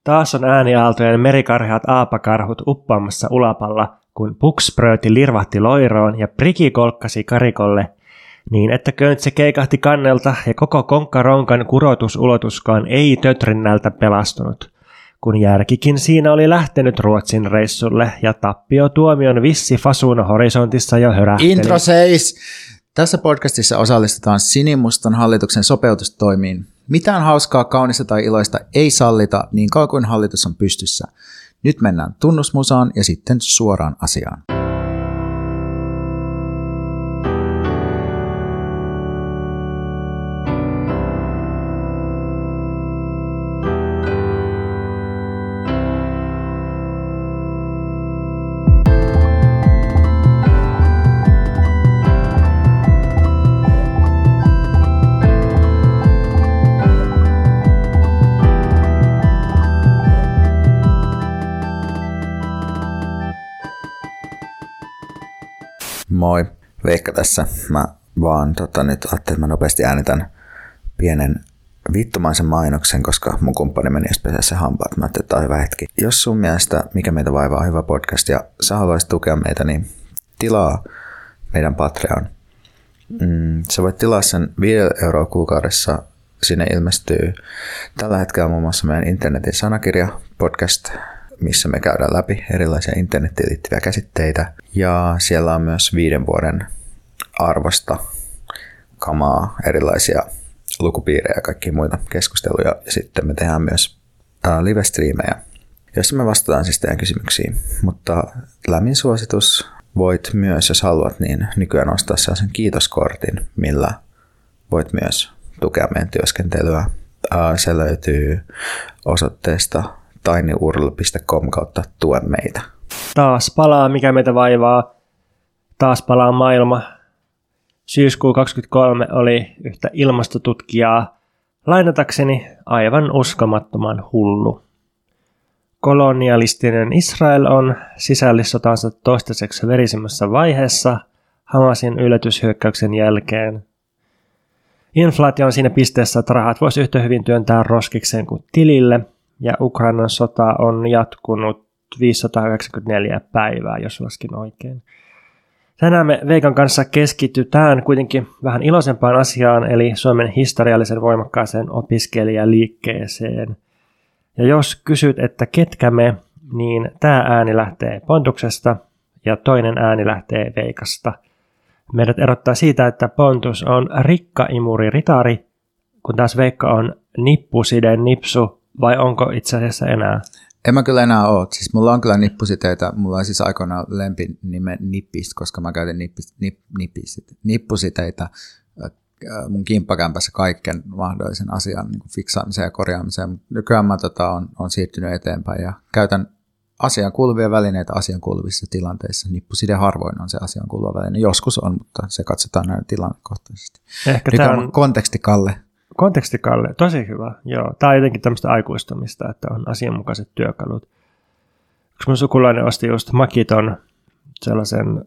Taas on ääniaaltojen merikarheat aapakarhut uppaamassa ulapalla, kun Puksprööti lirvahti loiroon ja Priki kolkkasi karikolle, niin että Köyntse keikahti kannelta ja koko konkkaronkan kurotusulotuskaan ei tötrinnältä pelastunut. Kun järkikin siinä oli lähtenyt Ruotsin reissulle ja tappiotuomion vissi fasuuna horisontissa jo hörähteli. Intro 7! Tässä podcastissa osallistutaan sinimustan hallituksen sopeutustoimiin. Mitään hauskaa, kaunista tai iloista ei sallita niin kauan kuin hallitus on pystyssä. Nyt mennään tunnusmusaan ja sitten suoraan asiaan. Moi, Veikka tässä. Mä vaan nyt ajattelin, että mä nopeasti äänitän pienen vittumaisen mainoksen, koska mun kumppani meni pesässä hampaat. Mä ajattelin, että on hyvä hetki. Jos sun mielestä Mikä meitä vaivaa on hyvä podcast ja sä haluaisit tukea meitä, niin tilaa meidän Patreon. Sä voit tilaa sen 5 € kuukaudessa. Sinne ilmestyy tällä hetkellä muun muassa meidän internetin sanakirja podcast, missä me käydään läpi erilaisia internettiin liittyviä käsitteitä. Ja siellä on myös 5 vuoden arvosta kamaa, erilaisia lukupiirejä ja kaikkia muita keskusteluja. Ja sitten me tehdään myös live-striimejä, joissa me vastataan siis teidän kysymyksiin. Mutta lämmin suositus, voit myös, jos haluat, niin nykyään ostaa sellaisen kiitoskortin, millä voit myös tukea meidän työskentelyä. Se löytyy osoitteesta tinyurl.com kautta tue meitä. Taas palaa Mikä meitä vaivaa. Taas palaa maailma. Syyskuu 2023 oli yhtä ilmastotutkijaa lainatakseni aivan uskomattoman hullu. Kolonialistinen Israel on sisällissotansa toistaiseksi verisimmässä vaiheessa Hamasin yllätyshyökkäyksen jälkeen. Inflaatio on siinä pisteessä, että rahat voisi yhtä hyvin työntää roskikseen kuin tilille, ja Ukrainan sota on jatkunut 594 päivää, jos laskin oikein. Tänään me Veikan kanssa keskitytään kuitenkin vähän iloisempaan asiaan, eli Suomen historiallisen voimakkaaseen opiskelijaliikkeeseen. Ja jos kysyt, että ketkä me, niin tämä ääni lähtee Pontuksesta ja toinen ääni lähtee Veikasta. Meidät erottaa siitä, että Pontus on rikkaimuri ritari, kun taas Veikka on nippusiden nipsu, vai onko itse asiassa enää? En mä kyllä enää ole. Siis mulla on kyllä nippusiteitä. Mulla on siis aikoinaan lempinime Nippist, koska mä käytin nippusiteitä mun kimppakämpässä kaiken mahdollisen asian niin kuin fiksaamiseen ja korjaamiseen. Mutta nykyään mä on siirtynyt eteenpäin ja käytän asiaan kuuluvia välineitä asiaan kuuluvissa tilanteissa. Nippuside harvoin on se asiaan kuuluva väline. Joskus on, mutta se katsotaan näin tilannekohtaisesti. Ehkä tämä on kontekstikalle. Kontekstikalle, tosi hyvä. Joo. Tämä on jotenkin tämmöistä aikuistamista, että on asianmukaiset työkalut. Yksi mun sukulainen osti just Makiton sellaisen,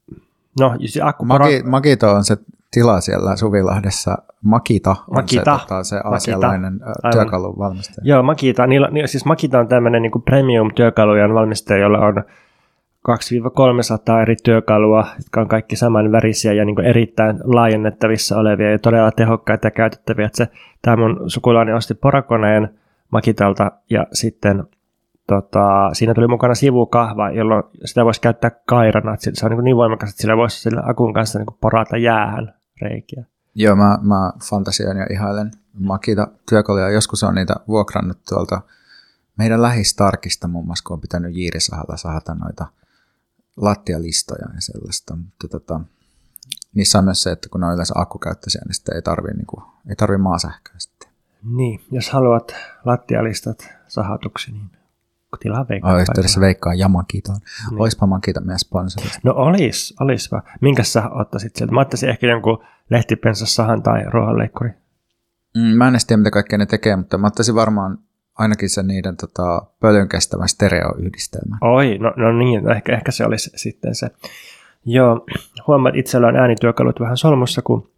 Makito on se tila siellä Suvilahdessa. Makita on se aasialainen työkaluvalmistaja. Joo, siis Makita on tämmöinen niin kuin premium-työkalujen valmistaja, jolla on 200-300 eri työkalua, jotka on kaikki samanvärisiä ja niin kuin erittäin laajennettavissa olevia ja todella tehokkaita ja käytettäviä. Tämä mun sukulainen osti porakoneen Makitalta ja sitten siinä tuli mukana sivukahva, jolloin sitä voisi käyttää kairana. Se on niin voimakas, että sillä voisi sillä akun kanssa niin kuin porata jäähän reikiä. Joo, mä fantasioin ja ihailen Makita-työkaluja. Joskus on niitä vuokrannut tuolta meidän lähistarkista muun muassa, kun on pitänyt jiirisahalla sahata noita lattialistoja ja sellaista. Mutta niissä on myös se, että kun ne on yleensä akkukäyttöisiä, niin sitten ei tarvitse maasähköä sitten. Niin, jos haluat lattialistat sahatuksi, niin tilaa Veikkaa. Yhteydessä Veikkaa ja Makitoon. Niin. Oispa Makita meidän sponsorista. No olispa. Minkäs sä ottaisit sieltä? Mä ottaisin ehkä jonkun lehtipensassahan tai ruohonleikkuri. Mä en tiedä, mitä kaikkea ne tekee, mutta mä ottaisin varmaan ainakin sen niiden pölyn kestävän stereoyhdistelmän. Oi, no niin, ehkä se olisi sitten se. Joo, huomaat, itsellä on äänityökalut vähän solmussa, kun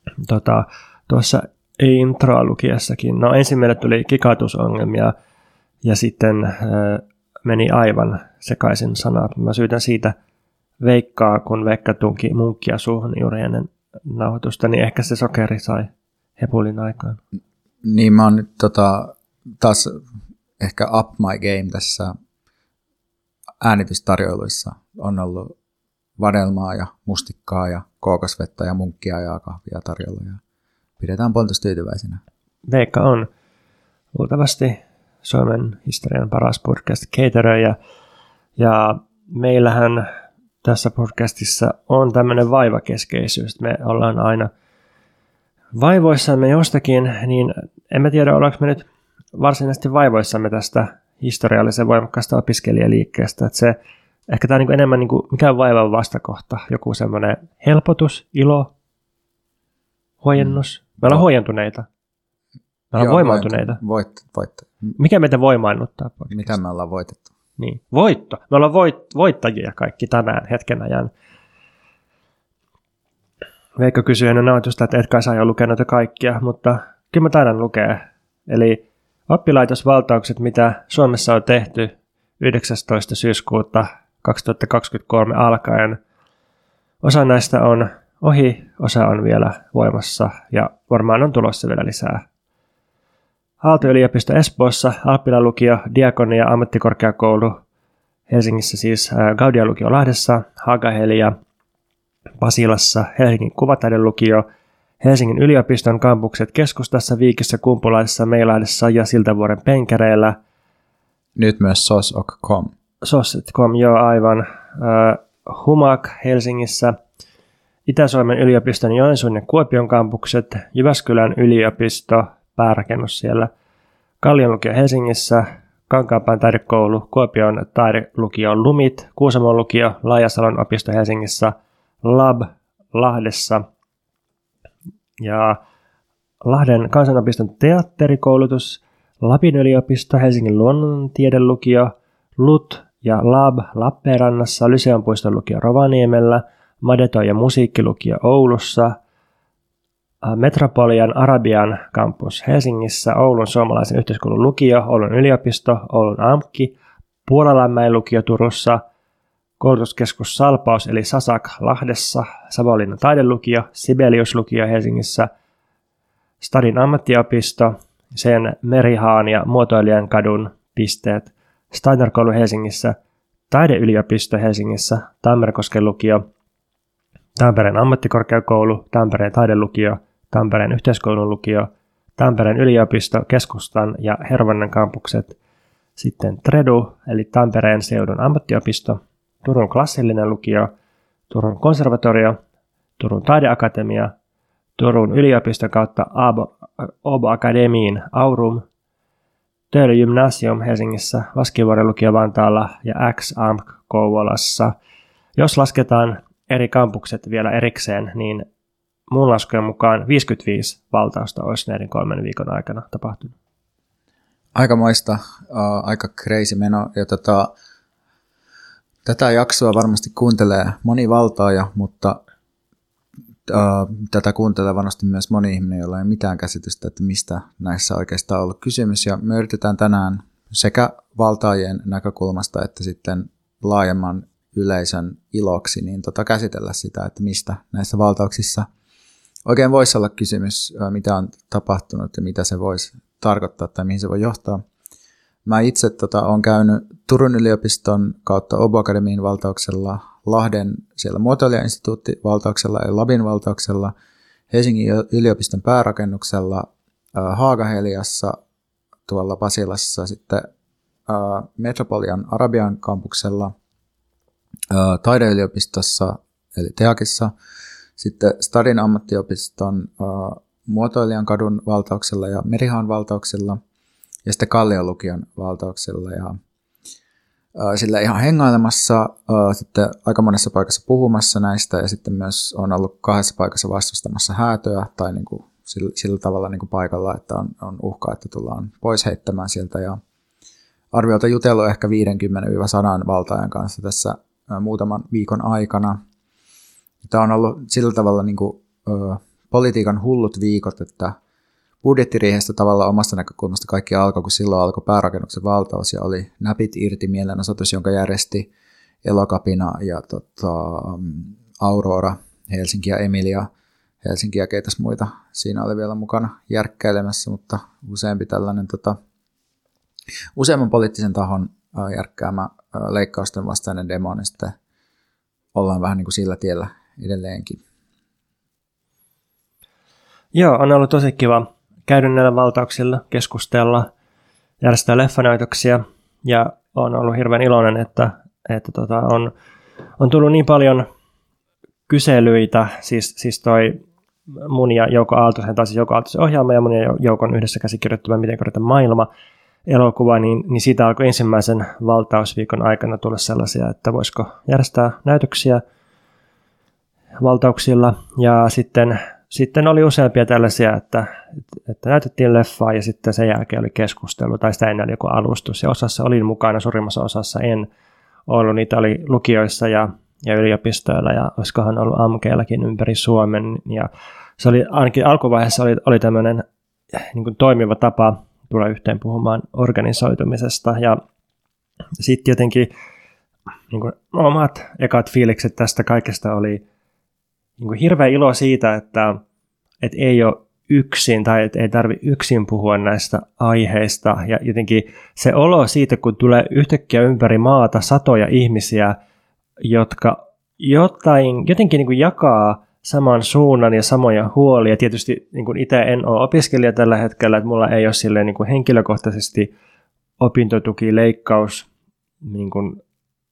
tuossa introa lukiessakin. No ensin meille tuli kikatusongelmia Ja sitten meni aivan sekaisin sanat. Mä syytän siitä Veikkaa, kun Veikka tunki munkkia suuhun juuri ennen nauhoitusta, niin ehkä se sokeri sai hepulin aikaan. Niin mä oon nyt taas ehkä up my game tässä äänitystarjoiluissa. On ollut vadelmaa ja mustikkaa ja kookosvettä ja munkkia ja kahvia tarjolla. Ja pidetään Pontus tyytyväisenä. Veikka on luultavasti Suomen historian paras podcast caterer ja meillähän tässä podcastissa on tämmöinen vaivakeskeisyys. Me ollaan aina vaivoissamme jostakin, niin en mä tiedä, ollaanko me nyt varsinaisesti vaivoissamme tästä historiallisen voimakkaasta opiskelijaliikkeestä. Että se, ehkä tämä on niin enemmän niin kuin, mikä on vaivan vastakohta, joku semmoinen helpotus, ilo, huojennus. Me ollaan huojentuneita. Me ollaan voimaantuneita. Voitto. Mikä meitä voimaannuttaa? Mitä me ollaan voitettu? Niin, voitto. Me ollaan voittajia kaikki tänään hetken ajan. Veikko kysyi ennen nautusta, että et kai sä jo lukenut kaikkia, mutta kyllä mä taidan lukea. Eli oppilaitosvaltaukset, mitä Suomessa on tehty 19. syyskuuta 2023 alkaen. Osa näistä on ohi, osa on vielä voimassa ja varmaan on tulossa vielä lisää. Aalto-yliopisto Espoossa, Alppila-lukio, Diakonia ammattikorkeakoulu, Helsingissä siis Gaudia-lukio Lahdessa, Haaga-Helia, Pasilassa, Helsingin kuvataidelukio, Helsingin yliopiston kampukset Keskustassa, Viikissä, Kumpulaisessa, Meilahdessa ja Siltavuoren Penkäreillä. Nyt myös sos.com. Sos.com, joo aivan. Humak Helsingissä, Itä-Suomen yliopiston Joensuun ja Kuopion kampukset, Jyväskylän yliopisto, päärakennus siellä, Kallion lukio Helsingissä, Kankaanpään taidekoulu, Kuopion taidelukio Lumit, Kuusamon lukio, Laajasalon opisto Helsingissä, Lab Lahdessa ja Lahden kansanopiston teatterikoulutus, Lapin yliopisto, Helsingin luonnontiedelukio, LUT ja Lab Lappeenrannassa, Lyseon puiston lukio Rovaniemellä, Madeto ja musiikkilukio Oulussa, Metropolian Arabian kampus Helsingissä, Oulun suomalaisen yhteiskoulun lukio, Oulun yliopisto, Oulun AMKki, Puolalanmäen lukio Turussa, koulutuskeskus Salpaus eli Sasak Lahdessa, Savonlinnan taidelukio, Sibelius-lukio Helsingissä, Stadin ammattiopisto, sen Merihaan ja Muotoilijan kadun pisteet, Steiner-koulu Helsingissä, Taideyliopisto Helsingissä, Tammerkosken lukio, Tampereen ammattikorkeakoulu, Tampereen taidelukio, Tampereen yhteiskoulun lukio, Tampereen yliopisto, Keskustan ja Hervannan kampukset, sitten TREDU eli Tampereen seudun ammattiopisto, Turun klassillinen lukio, Turun konservatorio, Turun taideakatemia, Turun yliopisto kautta Åbo Akademiin Aurum, Töölön Gymnasium Helsingissä, Vaskivuoren lukio Vantaalla ja X-AMK Kouvolassa. Jos lasketaan eri kampukset vielä erikseen, niin mun laskujen mukaan 55 valtausta olisi näiden 3 viikon aikana tapahtunut. Aikamoista, aika crazy meno. Ja tätä jaksoa varmasti kuuntelee moni valtaaja, mutta tätä kuuntelee varmasti myös moni ihminen, jolla ei ole mitään käsitystä, että mistä näissä oikeastaan on ollut kysymys. Ja me yritetään tänään sekä valtaajien näkökulmasta että sitten laajemman yleisön iloksi niin käsitellä sitä, että mistä näissä valtauksissa oikein voisi olla kysymys, mitä on tapahtunut ja mitä se voisi tarkoittaa tai mihin se voi johtaa. Mä itse olen käynyt Turun yliopiston kautta Åbo Akademiin valtauksella, Lahden siellä muotoilijainstituutti valtauksella ja Labin valtauksella, Helsingin yliopiston päärakennuksella, Haaga-Heliassa, tuolla Pasilassa, sitten Metropolian Arabian kampuksella, Taideyliopistossa eli TEAKissa, sitten Stadin ammattiopiston Muotoilijan kadun valtauksella ja Merihaan valtauksella ja sitten Kallion lukion valtauksella ja sillä ihan hengailemassa, sitten aika monessa paikassa puhumassa näistä ja sitten myös on ollut 2 paikassa vastustamassa häätöä tai niin kuin sillä tavalla niin kuin paikalla, että on uhka, että tullaan pois heittämään sieltä ja arviolta jutellut ehkä 50-100 valtaajan kanssa tässä muutaman viikon aikana. Tämä on ollut sillä tavalla niin kuin, politiikan hullut viikot, että budjettiriihestä tavallaan omasta näkökulmasta kaikki alkoi, kun silloin alkoi päärakennuksen valtaus ja oli Näpit irti mielenosoitus, jonka järjesti Elokapina ja Aurora, Helsinki ja Emilia, Helsinki ja keitäs muita. Siinä oli vielä mukana järkkäilemässä, mutta useampi tällainen useamman poliittisen tahon järkkäämä leikkausten vastainen demo, niin sitten ollaan vähän niin kuin sillä tiellä edelleenkin. Joo, on ollut tosi kiva käydä näillä valtauksilla, keskustella, järjestää leffanäytöksiä ja on ollut hirveän iloinen, että on tullut niin paljon kyselyitä, siis toi mun ja Jouko Aaltosen, tai siis Jouko Aaltosen ohjaama ja mun ja Joukon yhdessä käsikirjoittama Miten korjata maailma -elokuva, niin siitä alkoi ensimmäisen valtausviikon aikana tulla sellaisia, että voisiko järjestää näytöksiä valtauksilla, ja sitten oli useampia tällaisia, että näytettiin leffaa ja sitten sen jälkeen oli keskustelu tai sitä ennen joku alustus, ja osassa olin mukana, suurimmassa osassa en ollut, niitä oli lukioissa ja yliopistoilla ja olisikohan ollut AMK:llakin ympäri Suomen, ja se oli ainakin alkuvaiheessa oli tämmöinen niin kuin toimiva tapa tulla yhteen puhumaan organisoitumisesta, ja sitten jotenkin niin kuin omat ekat fiilikset tästä kaikesta oli niin kuin hirveä ilo siitä, että ei ole yksin tai että ei tarvitse yksin puhua näistä aiheista, ja jotenkin se olo siitä, kun tulee yhtäkkiä ympäri maata satoja ihmisiä, jotka jotenkin niin kuin jakaa saman suunnan ja samoja huolia. Tietysti niin kuin itse en ole opiskelija tällä hetkellä, että mulla ei ole silleen niin kuin henkilökohtaisesti opintotukileikkaus niin kuin,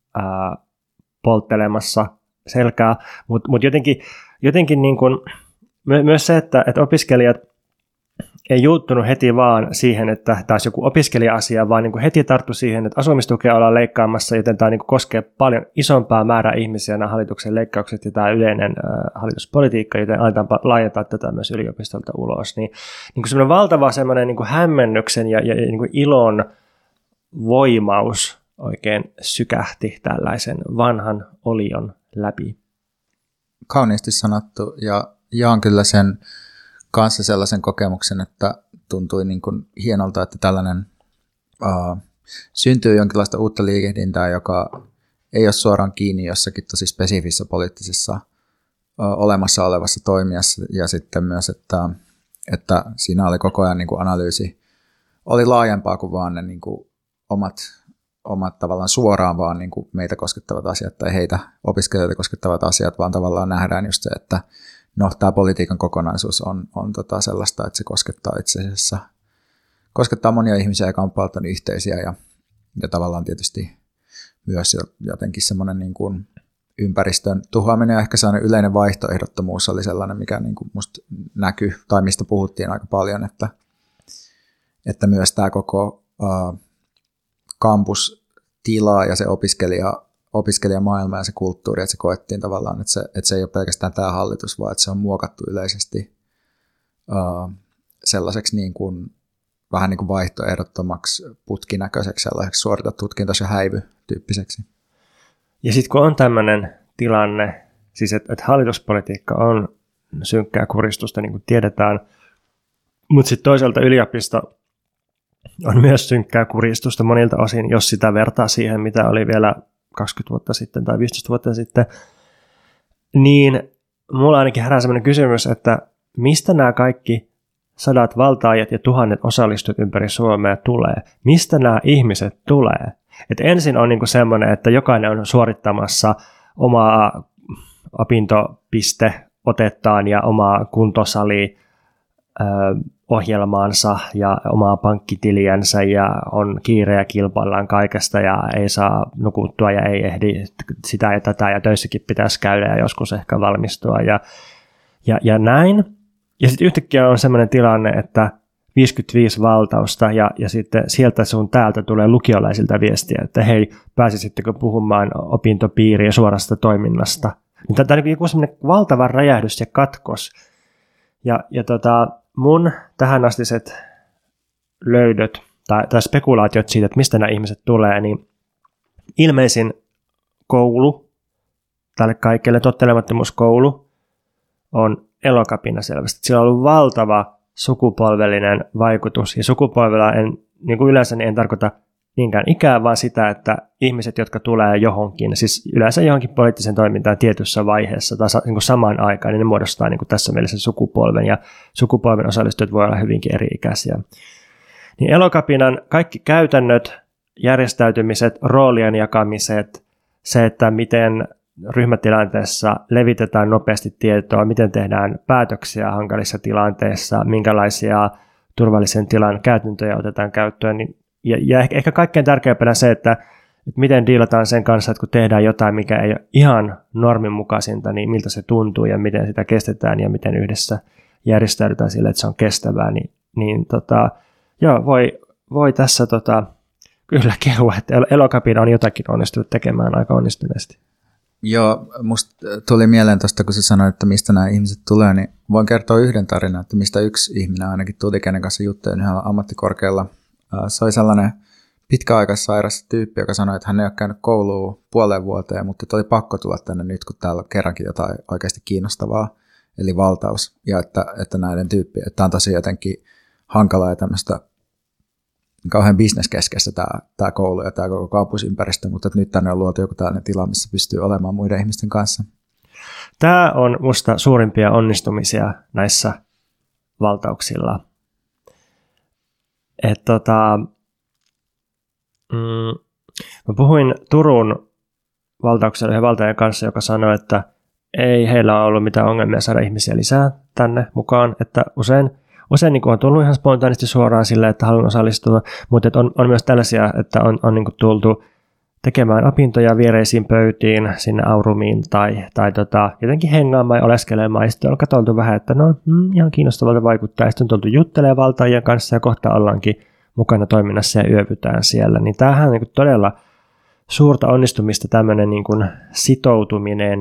polttelemassa selkää, mutta jotenkin niin kuin, myös se, että opiskelijat ei juuttunut heti vaan siihen, että taas joku opiskelija-asia, vaan niin kuin heti tarttu siihen, että asumistukea ollaan leikkaamassa, joten tämä niin kuin koskee paljon isompaa määrää ihmisiä, nämä hallituksen leikkaukset ja tämä yleinen hallituspolitiikka, joten aletaan laajentaa tätä myös yliopistolta ulos. Niin kuin semmoinen valtava semmoinen niin kuin hämmennyksen ja niin kuin ilon voimaus oikein sykähti tällaisen vanhan olion läpi. Kauniisti sanottu, ja jaan kyllä sen kanssa sellaisen kokemuksen, että tuntui niin kuin hienolta, että tällainen syntyy jonkinlaista uutta liikehdintää, joka ei ole suoraan kiinni jossakin tosi spesifissä poliittisessa olemassa olevassa toimijassa, ja sitten myös, että siinä oli koko ajan niin kuin analyysi, oli laajempaa kuin vaan ne niin kuin omat tavallaan suoraan vaan niin kuin meitä koskettavat asiat tai heitä opiskelijoita koskettavat asiat, vaan tavallaan nähdään just se, että no, tämä politiikan kokonaisuus on sellaista, että se koskettaa itse asiassa monia ihmisiä, jotka on paljon yhteisiä, ja tavallaan tietysti myös jotenkin semmoinen niin kuin ympäristön tuhoaminen ja ehkä sellainen yleinen vaihtoehdottomuus oli sellainen, mikä niin kuin musta näkyi tai mistä puhuttiin aika paljon, että myös tämä koko kampustila ja se opiskelijamaailma ja se kulttuuri, että se koettiin tavallaan, että se ei ole pelkästään tämä hallitus, vaan että se on muokattu yleisesti sellaiseksi niin kuin, vähän niin kuin vaihtoehdottomaksi putkinäköiseksi, sellaiseksi suorita tutkintos ja häivy tyyppiseksi. Ja sitten kun on tämmöinen tilanne, siis että hallituspolitiikka on synkkää kuristusta, niin kuin tiedetään, mutta sitten toisaalta yliopisto on myös synkkää kuristusta monilta osin, jos sitä vertaa siihen, mitä oli vielä 20 vuotta sitten tai 15 vuotta sitten, niin mulla ainakin herää sellainen kysymys, että mistä nämä kaikki sadat valtaajat ja tuhannet osallistujat ympäri Suomea tulee? Mistä nämä ihmiset tulee? Et ensin on niinku semmoinen, että jokainen on suorittamassa omaa opintopisteotettaan ja omaa kuntosalia ohjelmaansa ja omaa pankkitiliänsä ja on kiire ja kilpaillaan kaikesta ja ei saa nukuttua ja ei ehdi sitä ja tätä ja töissäkin pitäisi käydä ja joskus ehkä valmistua ja näin. Ja sitten yhtäkkiä on sellainen tilanne, että 55 valtausta ja sitten sieltä sun täältä tulee lukiolaisilta viestiä, että hei, pääsisittekö puhumaan opintopiiriä suorasta toiminnasta. Tämä on joku sellainen valtava räjähdys ja katkos. Ja mun tähänastiset löydöt tai spekulaatiot siitä, että mistä nämä ihmiset tulee, niin ilmeisin koulu, tälle kaikille tottelemattomuuskoulu, on Elokapina selvästi. Siellä on ollut valtava sukupolvellinen vaikutus. Ja sukupolvella niin kuin yleensä en tarkoita niinkään ikää, vaan sitä, että ihmiset, jotka tulee johonkin, siis yleensä johonkin poliittiseen toimintaan tietyssä vaiheessa tai niin kuin samaan aikaan, niin ne muodostaa niin kuin tässä mielessä sukupolven, ja sukupolven osallistujat voi olla hyvinkin eri-ikäisiä. Niin Elokapinan kaikki käytännöt, järjestäytymiset, roolien jakamiset, se, että miten ryhmätilanteessa levitetään nopeasti tietoa, miten tehdään päätöksiä hankalissa tilanteissa, minkälaisia turvallisen tilan käytäntöjä otetaan käyttöön, niin ja ehkä kaikkein tärkeimpänä se, että miten diilataan sen kanssa, että kun tehdään jotain, mikä ei ole ihan normin mukaisinta, niin miltä se tuntuu ja miten sitä kestetään ja miten yhdessä järjestäydytään sille, että se on kestävää, joo, voi tässä kyllä kehua, että Elokapina on jotakin onnistunut tekemään aika onnistuneesti. Joo, musta tuli mieleen tuosta, kun sä sanoit, että mistä nämä ihmiset tulee, niin voin kertoa yhden tarinan, että mistä yksi ihminen ainakin tuli, kenen kanssa juttujen yhdellä ammattikorkealla. Se oli sellainen pitkäaikaissairas tyyppi, joka sanoi, että hän ei ole käynyt kouluun puoleen vuoteen, mutta oli pakko tulla tänne nyt, kun täällä on kerrankin jotain oikeasti kiinnostavaa, eli valtaus. Ja että näiden tyyppien, että tämä on tosi jotenkin hankalaa ja tämmöistä kauhean bisneskeskeistä tämä koulu ja tämä koko kampusympäristö, mutta nyt tänne on luotu joku tällainen tila, missä pystyy olemaan muiden ihmisten kanssa. Tämä on musta suurimpia onnistumisia näissä valtauksilla. Mä puhuin Turun valtauksella yhden valtajan kanssa, joka sanoi, että ei heillä ole ollut mitään ongelmia saada ihmisiä lisää tänne mukaan, että usein niin kuin on tullut ihan spontaanisti suoraan silleen, että haluan osallistua, mutta on myös tällaisia, että on niin kuin tultu tekemään opintoja viereisiin pöytiin sinne Aurumiin tai jotenkin hengaamaan ja oleskelemaan, ja sitten on katsottu vähän, että ihan kiinnostavalta vaikuttaa, ja sitten on tultu juttelemaan valtaajien kanssa, ja kohta ollaankin mukana toiminnassa ja yöpytään siellä, niin tämähän on niin kuin todella suurta onnistumista tämmöinen niin kuin sitoutuminen,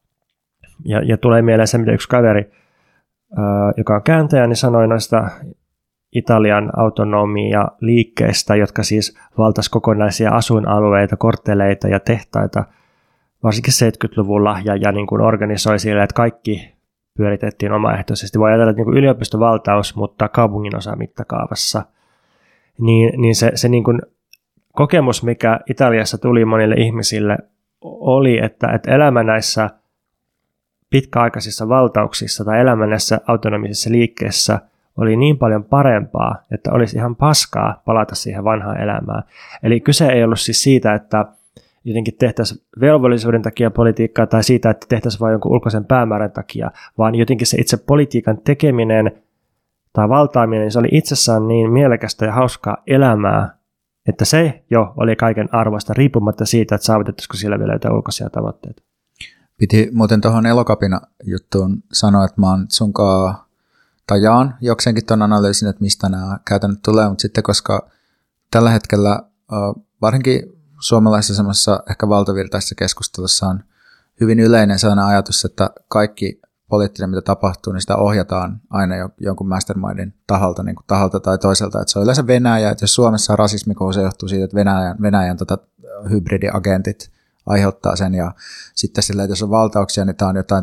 ja tulee mieleen se, mitä yksi kaveri, joka on kääntäjä, niin sanoi noista Italian autonomia liikkeistä, jotka siis valtasi kokonaisia asuinalueita, kortteleita ja tehtaita, varsinkin 70-luvulla, ja niin kuin organisoi sille, että kaikki pyöritettiin omaehtoisesti. Voi ajatella, että niin kuin yliopistovaltaus, mutta kaupungin osa mittakaavassa. Niin se niin kuin kokemus, mikä Italiassa tuli monille ihmisille, oli, että elämä näissä pitkäaikaisissa valtauksissa tai elämä näissä autonomisissa liikkeissä oli niin paljon parempaa, että olisi ihan paskaa palata siihen vanhaan elämään. Eli kyse ei ollut siis siitä, että jotenkin tehtäisiin velvollisuuden takia politiikkaa tai siitä, että tehtäisiin vain jonkun ulkoisen päämäärän takia, vaan jotenkin se itse politiikan tekeminen tai valtaaminen, niin se oli itsessään niin mielekästä ja hauskaa elämää, että se jo oli kaiken arvoista, riippumatta siitä, että saavutettaisiko sillä vielä jotain ulkoisia tavoitteita. Piti muuten tuohon Elokapina-juttuun sanoa, että mä oon sunkaan, tai jaan jokseenkin tuon analyysin, että mistä nämä käytännöt tulee, mutta sitten koska tällä hetkellä varsinkin suomalaisessa semmoisessa ehkä valtavirtaisessa keskustelussa on hyvin yleinen sellainen ajatus, että kaikki poliittinen, mitä tapahtuu, niin sitä ohjataan aina jonkun mastermindin taholta tai toiselta. Että se on yleensä Venäjä, että jos Suomessa on rasismi, kun se johtuu siitä, että Venäjän hybridiagentit aiheuttaa sen, ja sitten sillä, että jos on valtauksia, niin tämä on jotain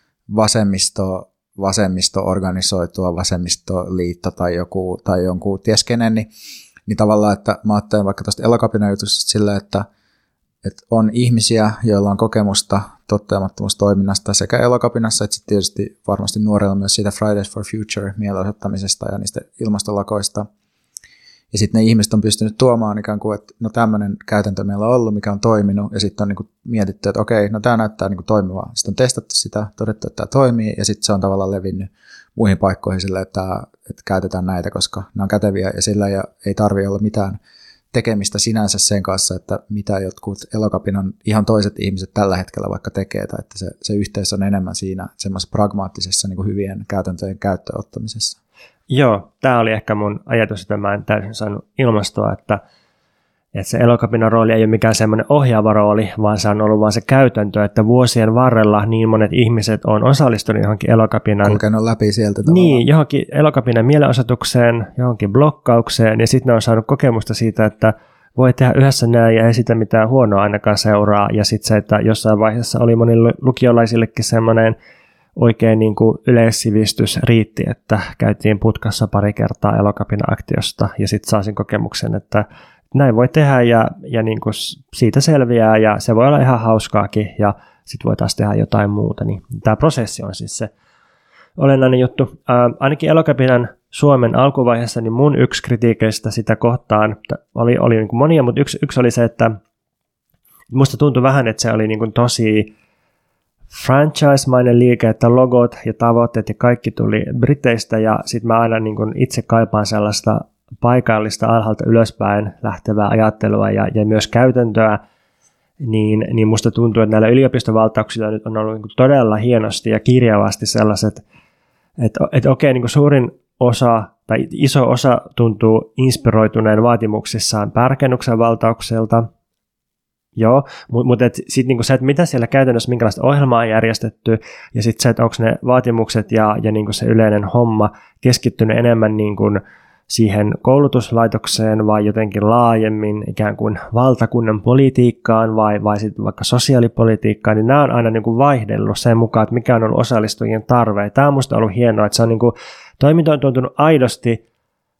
vasemmisto-organisoitua, vasemmistoliitto tai jonkun tieskenen, niin tavallaan, että mä ajattelen vaikka tuosta Elokapina-jutusta sillä, että on ihmisiä, joilla on kokemusta tottelemattomuustoiminnasta sekä Elokapinassa, että sitten tietysti varmasti nuorilla myös siitä Fridays for Future mielenosoittamisesta ja niistä ilmastolakoista. Ja sitten ne ihmiset on pystynyt tuomaan ikään kuin, että no tämmöinen käytäntö meillä on ollut, mikä on toiminut, ja sitten on niin kuin mietitty, että okei, no tämä näyttää niin kuin toimivaa. Sitten on testattu sitä, todettu, että tämä toimii, ja sitten se on tavallaan levinnyt muihin paikkoihin sille, että käytetään näitä, koska ne on käteviä, ja sillä ei tarvitse olla mitään tekemistä sinänsä sen kanssa, että mitä jotkut Elokapinan ihan toiset ihmiset tällä hetkellä vaikka tekee, tai että se yhteys on enemmän siinä semmoisessa pragmaattisessa niin kuin hyvien käytäntöjen käyttöönottamisessa. Joo, tämä oli ehkä mun ajatus, että mä en täysin saanut ilmastua, että se Elokapinan rooli ei ole mikään semmoinen ohjaava rooli, vaan se on ollut vaan se käytäntö, että vuosien varrella niin monet ihmiset on osallistunut johonkin Elokapinan... Kulkenut läpi sieltä tavallaan. Niin, johonkin Elokapinan mielenosoitukseen, johonkin blokkaukseen, ja sitten ne on saanut kokemusta siitä, että voi tehdä yhdessä näin ja ei sitä mitään huonoa ainakaan seuraa, ja sitten se, että jossain vaiheessa oli monille lukiolaisillekin semmoinen oikein niin kuin yleissivistys riitti, että käytiin putkassa pari kertaa Elokapina-aktiosta ja sitten saisin kokemuksen, että näin voi tehdä ja niin kuin siitä selviää ja se voi olla ihan hauskaakin ja sitten voi taas tehdä jotain muuta. Niin tämä prosessi on siis se olennainen juttu. Ainakin Elokapinan Suomen alkuvaiheessa niin mun yksi kritiikeistä sitä kohtaan oli niin kuin monia, mutta yksi oli se, että musta tuntui vähän, että se oli niin kuin tosi franchise-mainen liike, että logot ja tavoitteet ja kaikki tuli Briteistä ja sitten mä aina niin kuin itse kaipaan sellaista paikallista alhaalta ylöspäin lähtevää ajattelua ja myös käytäntöä, niin musta tuntuu, että näillä yliopistovaltauksilla nyt on ollut niin kuin todella hienosti ja kirjavasti sellaiset, että okei, niin kuin suurin osa tai iso osa tuntuu inspiroituneen vaatimuksissaan Pärkänuksen valtaukselta. Joo, mutta sitten niinku se, että mitä siellä käytännössä, minkälaista ohjelmaa on järjestetty, ja sitten se, että onko ne vaatimukset ja niinku se yleinen homma keskittynyt enemmän niinku siihen koulutuslaitokseen vai jotenkin laajemmin ikään kuin valtakunnan politiikkaan vai sitten vaikka sosiaalipolitiikkaan, niin nämä on aina niinku vaihdellut sen mukaan, että mikä on ollut osallistujien tarve. Tämä on musta ollut hienoa, että se on niinku, toiminta on tuntunut aidosti,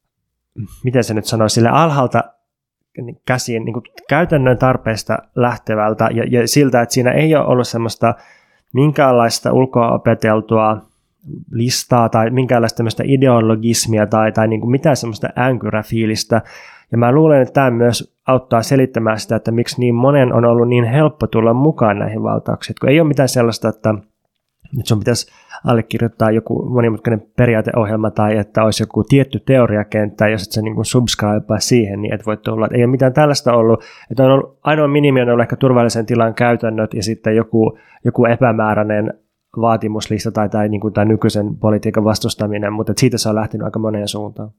miten se nyt sanoo, sille alhaalta käsiin niin kuin käytännön tarpeesta lähtevältä ja siltä, että siinä ei ole ollut semmoista minkäänlaista ulkoa opeteltua listaa tai minkäänlaista tämmöistä ideologismia tai niin kuin mitään semmoista änkyräfiilistä. Ja mä luulen, että tämä myös auttaa selittämään sitä, että miksi niin monen on ollut niin helppo tulla mukaan näihin valtauksiin. Kun ei ole mitään sellaista, että nyt sun pitäisi allekirjoittaa joku monimutkainen periaateohjelma tai että olisi joku tietty teoriakenttä, jos et sä niin subscribea siihen, niin et voi tulla. Ei ole mitään tällaista ollut. Että on ollut, ainoa minimi on ollut ehkä turvallisen tilan käytännöt ja sitten joku epämääräinen vaatimuslista tai niin kuin tämän nykyisen politiikan vastustaminen, mutta siitä se on lähtenyt aika moneen suuntaan.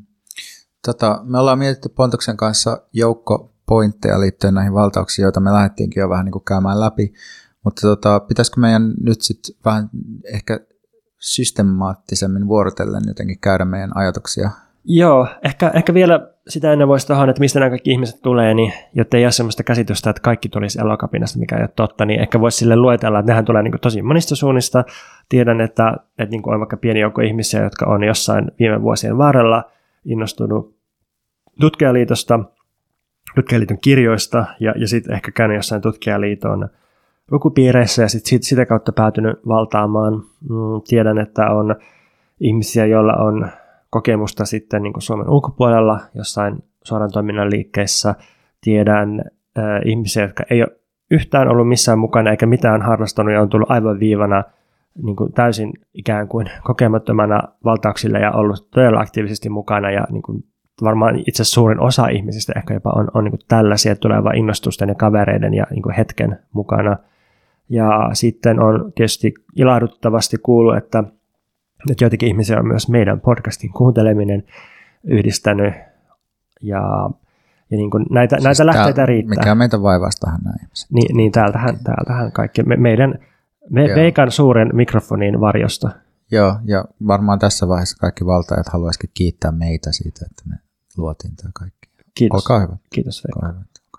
Me ollaan mietitty Pontoksen kanssa joukko pointteja liittyen näihin valtauksiin, joita me lähdettiinkin jo vähän niin kuin käymään läpi. Mutta pitäisikö meidän nyt sitten vähän ehkä systemaattisemmin vuorotellen jotenkin käydä meidän ajatuksia? Joo, ehkä vielä sitä ennen voisi tuohon, että mistä nämä kaikki ihmiset tulee, niin jotta ei ole sellaista käsitystä, että kaikki tulisi Elokapinasta, mikä ei ole totta, niin ehkä voisi sille luetella, että nehän tulee niin kuin tosi monista suunnista. Tiedän, että niin kuin on vaikka pieni joukko ihmisiä, jotka on jossain viime vuosien varrella innostunut Tutkijaliitosta, Tutkijaliiton kirjoista ja sitten ehkä käynyt jossain Tutkijaliiton lukupiireissä ja sitten sitä kautta päätynyt valtaamaan. Tiedän, että on ihmisiä, joilla on kokemusta sitten niin kuin Suomen ulkopuolella jossain suoran toiminnan liikkeissä. Tiedän ihmisiä, jotka ei ole yhtään ollut missään mukana eikä mitään harrastanut ja on tullut aivan viivana niin kuin täysin ikään kuin kokemattomana valtauksille ja ollut todella aktiivisesti mukana ja niin kuin varmaan itse asiassa suurin osa ihmisistä ehkä jopa on niin kuin tällaisia tulevaa innostusten ja kavereiden ja niin kuin hetken mukana. Ja sitten on tietysti ilahduttavasti kuullut, että joitakin ihmisiä on myös meidän podcastin kuunteleminen yhdistänyt ja niin kuin näitä lähteitä riittää. Mikä meitä vaivastahan nämä ihmiset. Niin täältähän kaikki. Veikan suuren mikrofonin varjosta. Joo, ja varmaan tässä vaiheessa kaikki valtajat haluaisikin kiittää meitä siitä, että me luotiin tämä kaikki. Kiitos. Olkaa hyvä. Kiitos Veikka.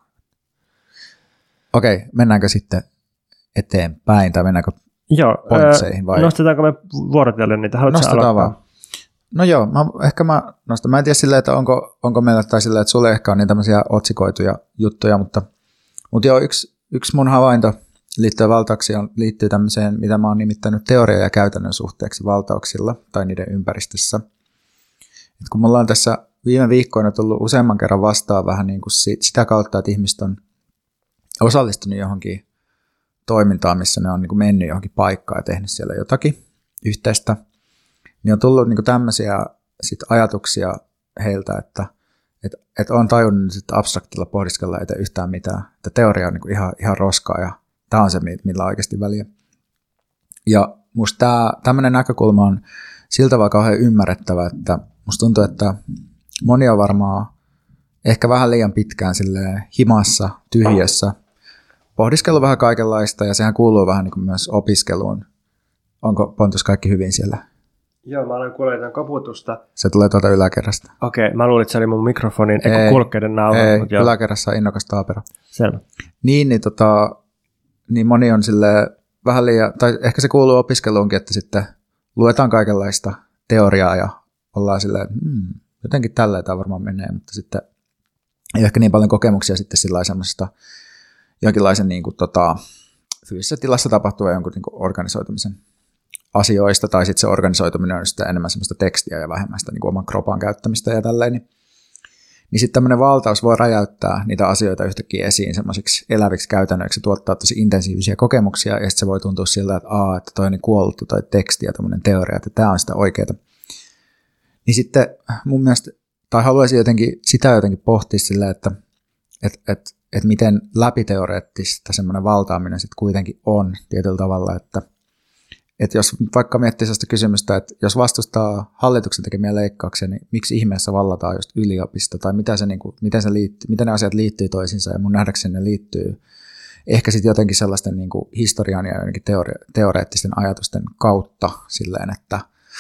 Okei, mennäänkö sitten eteenpäin tai mennäänkö pointseihin? Vai? Nostetaanko me vuorotellen niitä? Haluatko sä aloittaa? Vaan. No joo, mä nostan. Mä en tiedä silleen, että onko meillä tai silleen, että sulle ehkä on niin tämmöisiä otsikoituja juttuja, mutta joo, yksi mun havainto liittyen valtauksiin liittyy tämmöiseen, mitä mä oon nimittänyt teoria- ja käytännön suhteeksi valtauksilla tai niiden ympäristössä. Et kun mulla on tässä viime viikkoina tullut useamman kerran vastaan vähän niin kuin sitä kautta, että ihmiset on osallistunut johonkin toimintaan, missä ne on niin kuin mennyt johonkin paikkaan ja tehnyt siellä jotakin yhteistä, niin on tullut niin kuin tämmöisiä sit ajatuksia heiltä, että on tajunnut, että abstraktilla pohdiskella ei tee yhtään mitään, että teoria on niin kuin ihan roskaa ja tämä on se, millä on oikeasti väliä. Ja musta tämmöinen näkökulma on siltä tavalla kauhean ymmärrettävä, että musta tuntuu, että moni on varmaan ehkä vähän liian pitkään silleen himassa, tyhjössä, pohdiskellut vähän kaikenlaista ja sehän kuuluu vähän niin kuin myös opiskeluun. Onko Pontus kaikki hyvin siellä? Joo, mä aloin kuulla jotain koputusta. Se tulee tuolta yläkerrasta. Okei, mä luulin, että se oli mun mikrofonin, kulkkeiden nauha. Ei, yläkerrassa on innokas taapero. Selvä. Niin moni on silleen vähän liian, tai ehkä se kuuluu opiskeluunkin, että sitten luetaan kaikenlaista teoriaa ja ollaan silleen, että jotenkin tälleen tämä varmaan menee, mutta sitten ei ehkä niin paljon kokemuksia sitten sillä semmoisesta jonkinlaisen niin kuin, fyysisessä tilassa tapahtuva jonkun niin kuin organisoitumisen asioista, tai sitten se organisoituminen on sitten enemmän semmoista tekstiä ja vähemmän sitä niin kuin oman kropan käyttämistä ja tälleen, niin sitten tämmöinen valtaus voi räjäyttää niitä asioita yhtäkkiä esiin semmoisiksi eläviksi käytännöiksi, tuottaa tosi intensiivisiä kokemuksia, ja sitten se voi tuntua siltä, että toi on niin kuollut toi teksti ja tämmöinen teoria, että tämä on sitä oikeaa. Niin sitten mun mielestä, tai haluaisin sitä jotenkin pohtia sillä, että miten läpiteoreettista semmoinen valtaaminen sitten kuitenkin on tietyllä tavalla, että jos vaikka miettii sellaista kysymystä, että jos vastustaa hallituksen tekemiä leikkauksia, niin miksi ihmeessä vallataan just yliopisto, tai miten ne asiat liittyy toisiinsa, ja mun nähdäkseni ne liittyy ehkä sitten jotenkin sellaisten niin kuin historian ja jotenkin teoreettisten ajatusten kautta silleen, että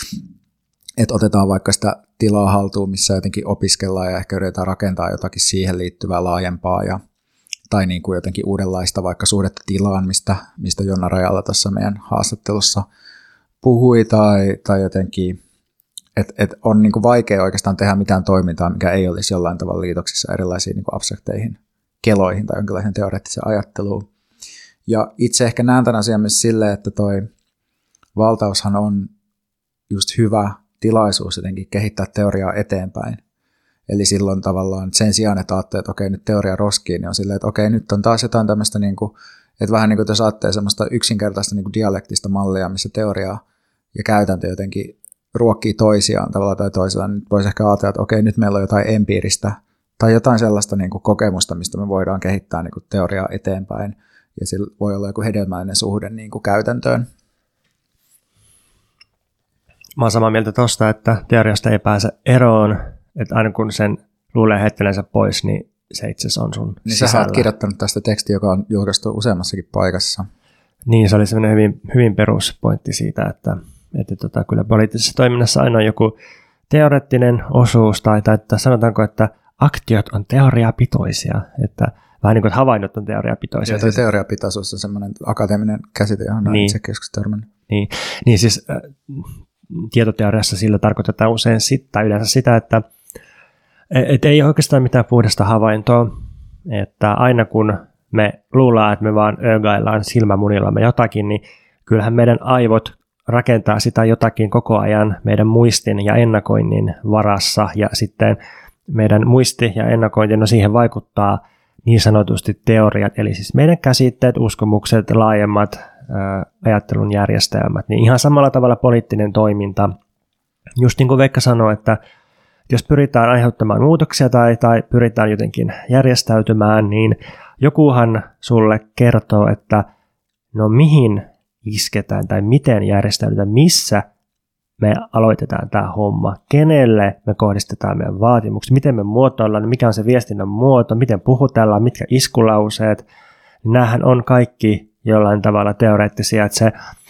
otetaan vaikka sitä tilaa haltuun, missä jotenkin opiskellaan ja ehkä yritetään rakentaa jotakin siihen liittyvää laajempaa tai niin kuin jotenkin uudenlaista vaikka suhdetta tilaan, mistä Jonna Rajala tuossa meidän haastattelussa puhui, tai jotenkin, että on niin kuin vaikea oikeastaan tehdä mitään toimintaa, mikä ei olisi jollain tavalla liitoksissa erilaisiin niin kuin abstrakteihin keloihin tai jonkinlaisen teoreettiseen ajatteluun. Ja itse ehkä näen tämän asian myös silleen, että toi valtaushan on just hyvä tilaisuus jotenkin kehittää teoriaa eteenpäin. Eli silloin tavallaan sen sijaan, että ajattelee, että okei, nyt teoria roskiin, niin on silleen, että okei, nyt on taas jotain tämmöistä, niin kuin, että vähän niin kuin jos ajattelee semmoista yksinkertaista niin kuin dialektista mallia, missä teoria ja käytäntö jotenkin ruokkii toisiaan tavalla tai toisella, niin voisi ehkä ajatella, että okei, nyt meillä on jotain empiiristä tai jotain sellaista niin kuin kokemusta, mistä me voidaan kehittää niin kuin teoriaa eteenpäin, ja sillä voi olla joku hedelmällinen suhde niin kuin käytäntöön. Mä oon samaa mieltä tosta, että teoriasta ei pääse eroon, että aina kun sen luulee heitteleensä pois, niin se itse asiassa on sun niin sisällä. Sä oot kirjoittanut tästä tekstiä, joka on julkaistu useammassakin paikassa. Niin, se oli sellainen hyvin, hyvin peruspointti siitä, että kyllä poliittisessa toiminnassa aina on joku teoreettinen osuus, tai että sanotaanko, että aktiot on teoriapitoisia, että vähän niin kuin havainnot on teoriapitoisia. Ja tuo teoriapitoisuus on semmoinen akateeminen käsite, johon niin. Itse joskus törmännyt. Niin siis tietoteoriassa sillä tarkoitetaan usein yleensä sitä, että ei ole oikeastaan mitään puhdasta havaintoa, että aina kun me luullaan, että me vaan ögaillaan silmämunillamme jotakin, niin kyllähän meidän aivot rakentaa sitä jotakin koko ajan meidän muistin ja ennakoinnin varassa, ja sitten meidän muisti ja ennakointi, no siihen vaikuttaa niin sanotusti teoriat, eli siis meidän käsitteet, uskomukset, laajemmat ajattelun järjestelmät, niin ihan samalla tavalla poliittinen toiminta. Just niin kuin Veikka sanoi, että jos pyritään aiheuttamaan muutoksia tai pyritään jotenkin järjestäytymään, niin jokuhan sulle kertoo, että no mihin isketään tai miten järjestäydytään, missä me aloitetaan tämä homma, kenelle me kohdistetaan meidän vaatimuksia, miten me muotoillaan, mikä on se viestinnän muoto, miten puhutellaan, mitkä iskulauseet. Nämähän on kaikki jollain tavalla teoreettisia, että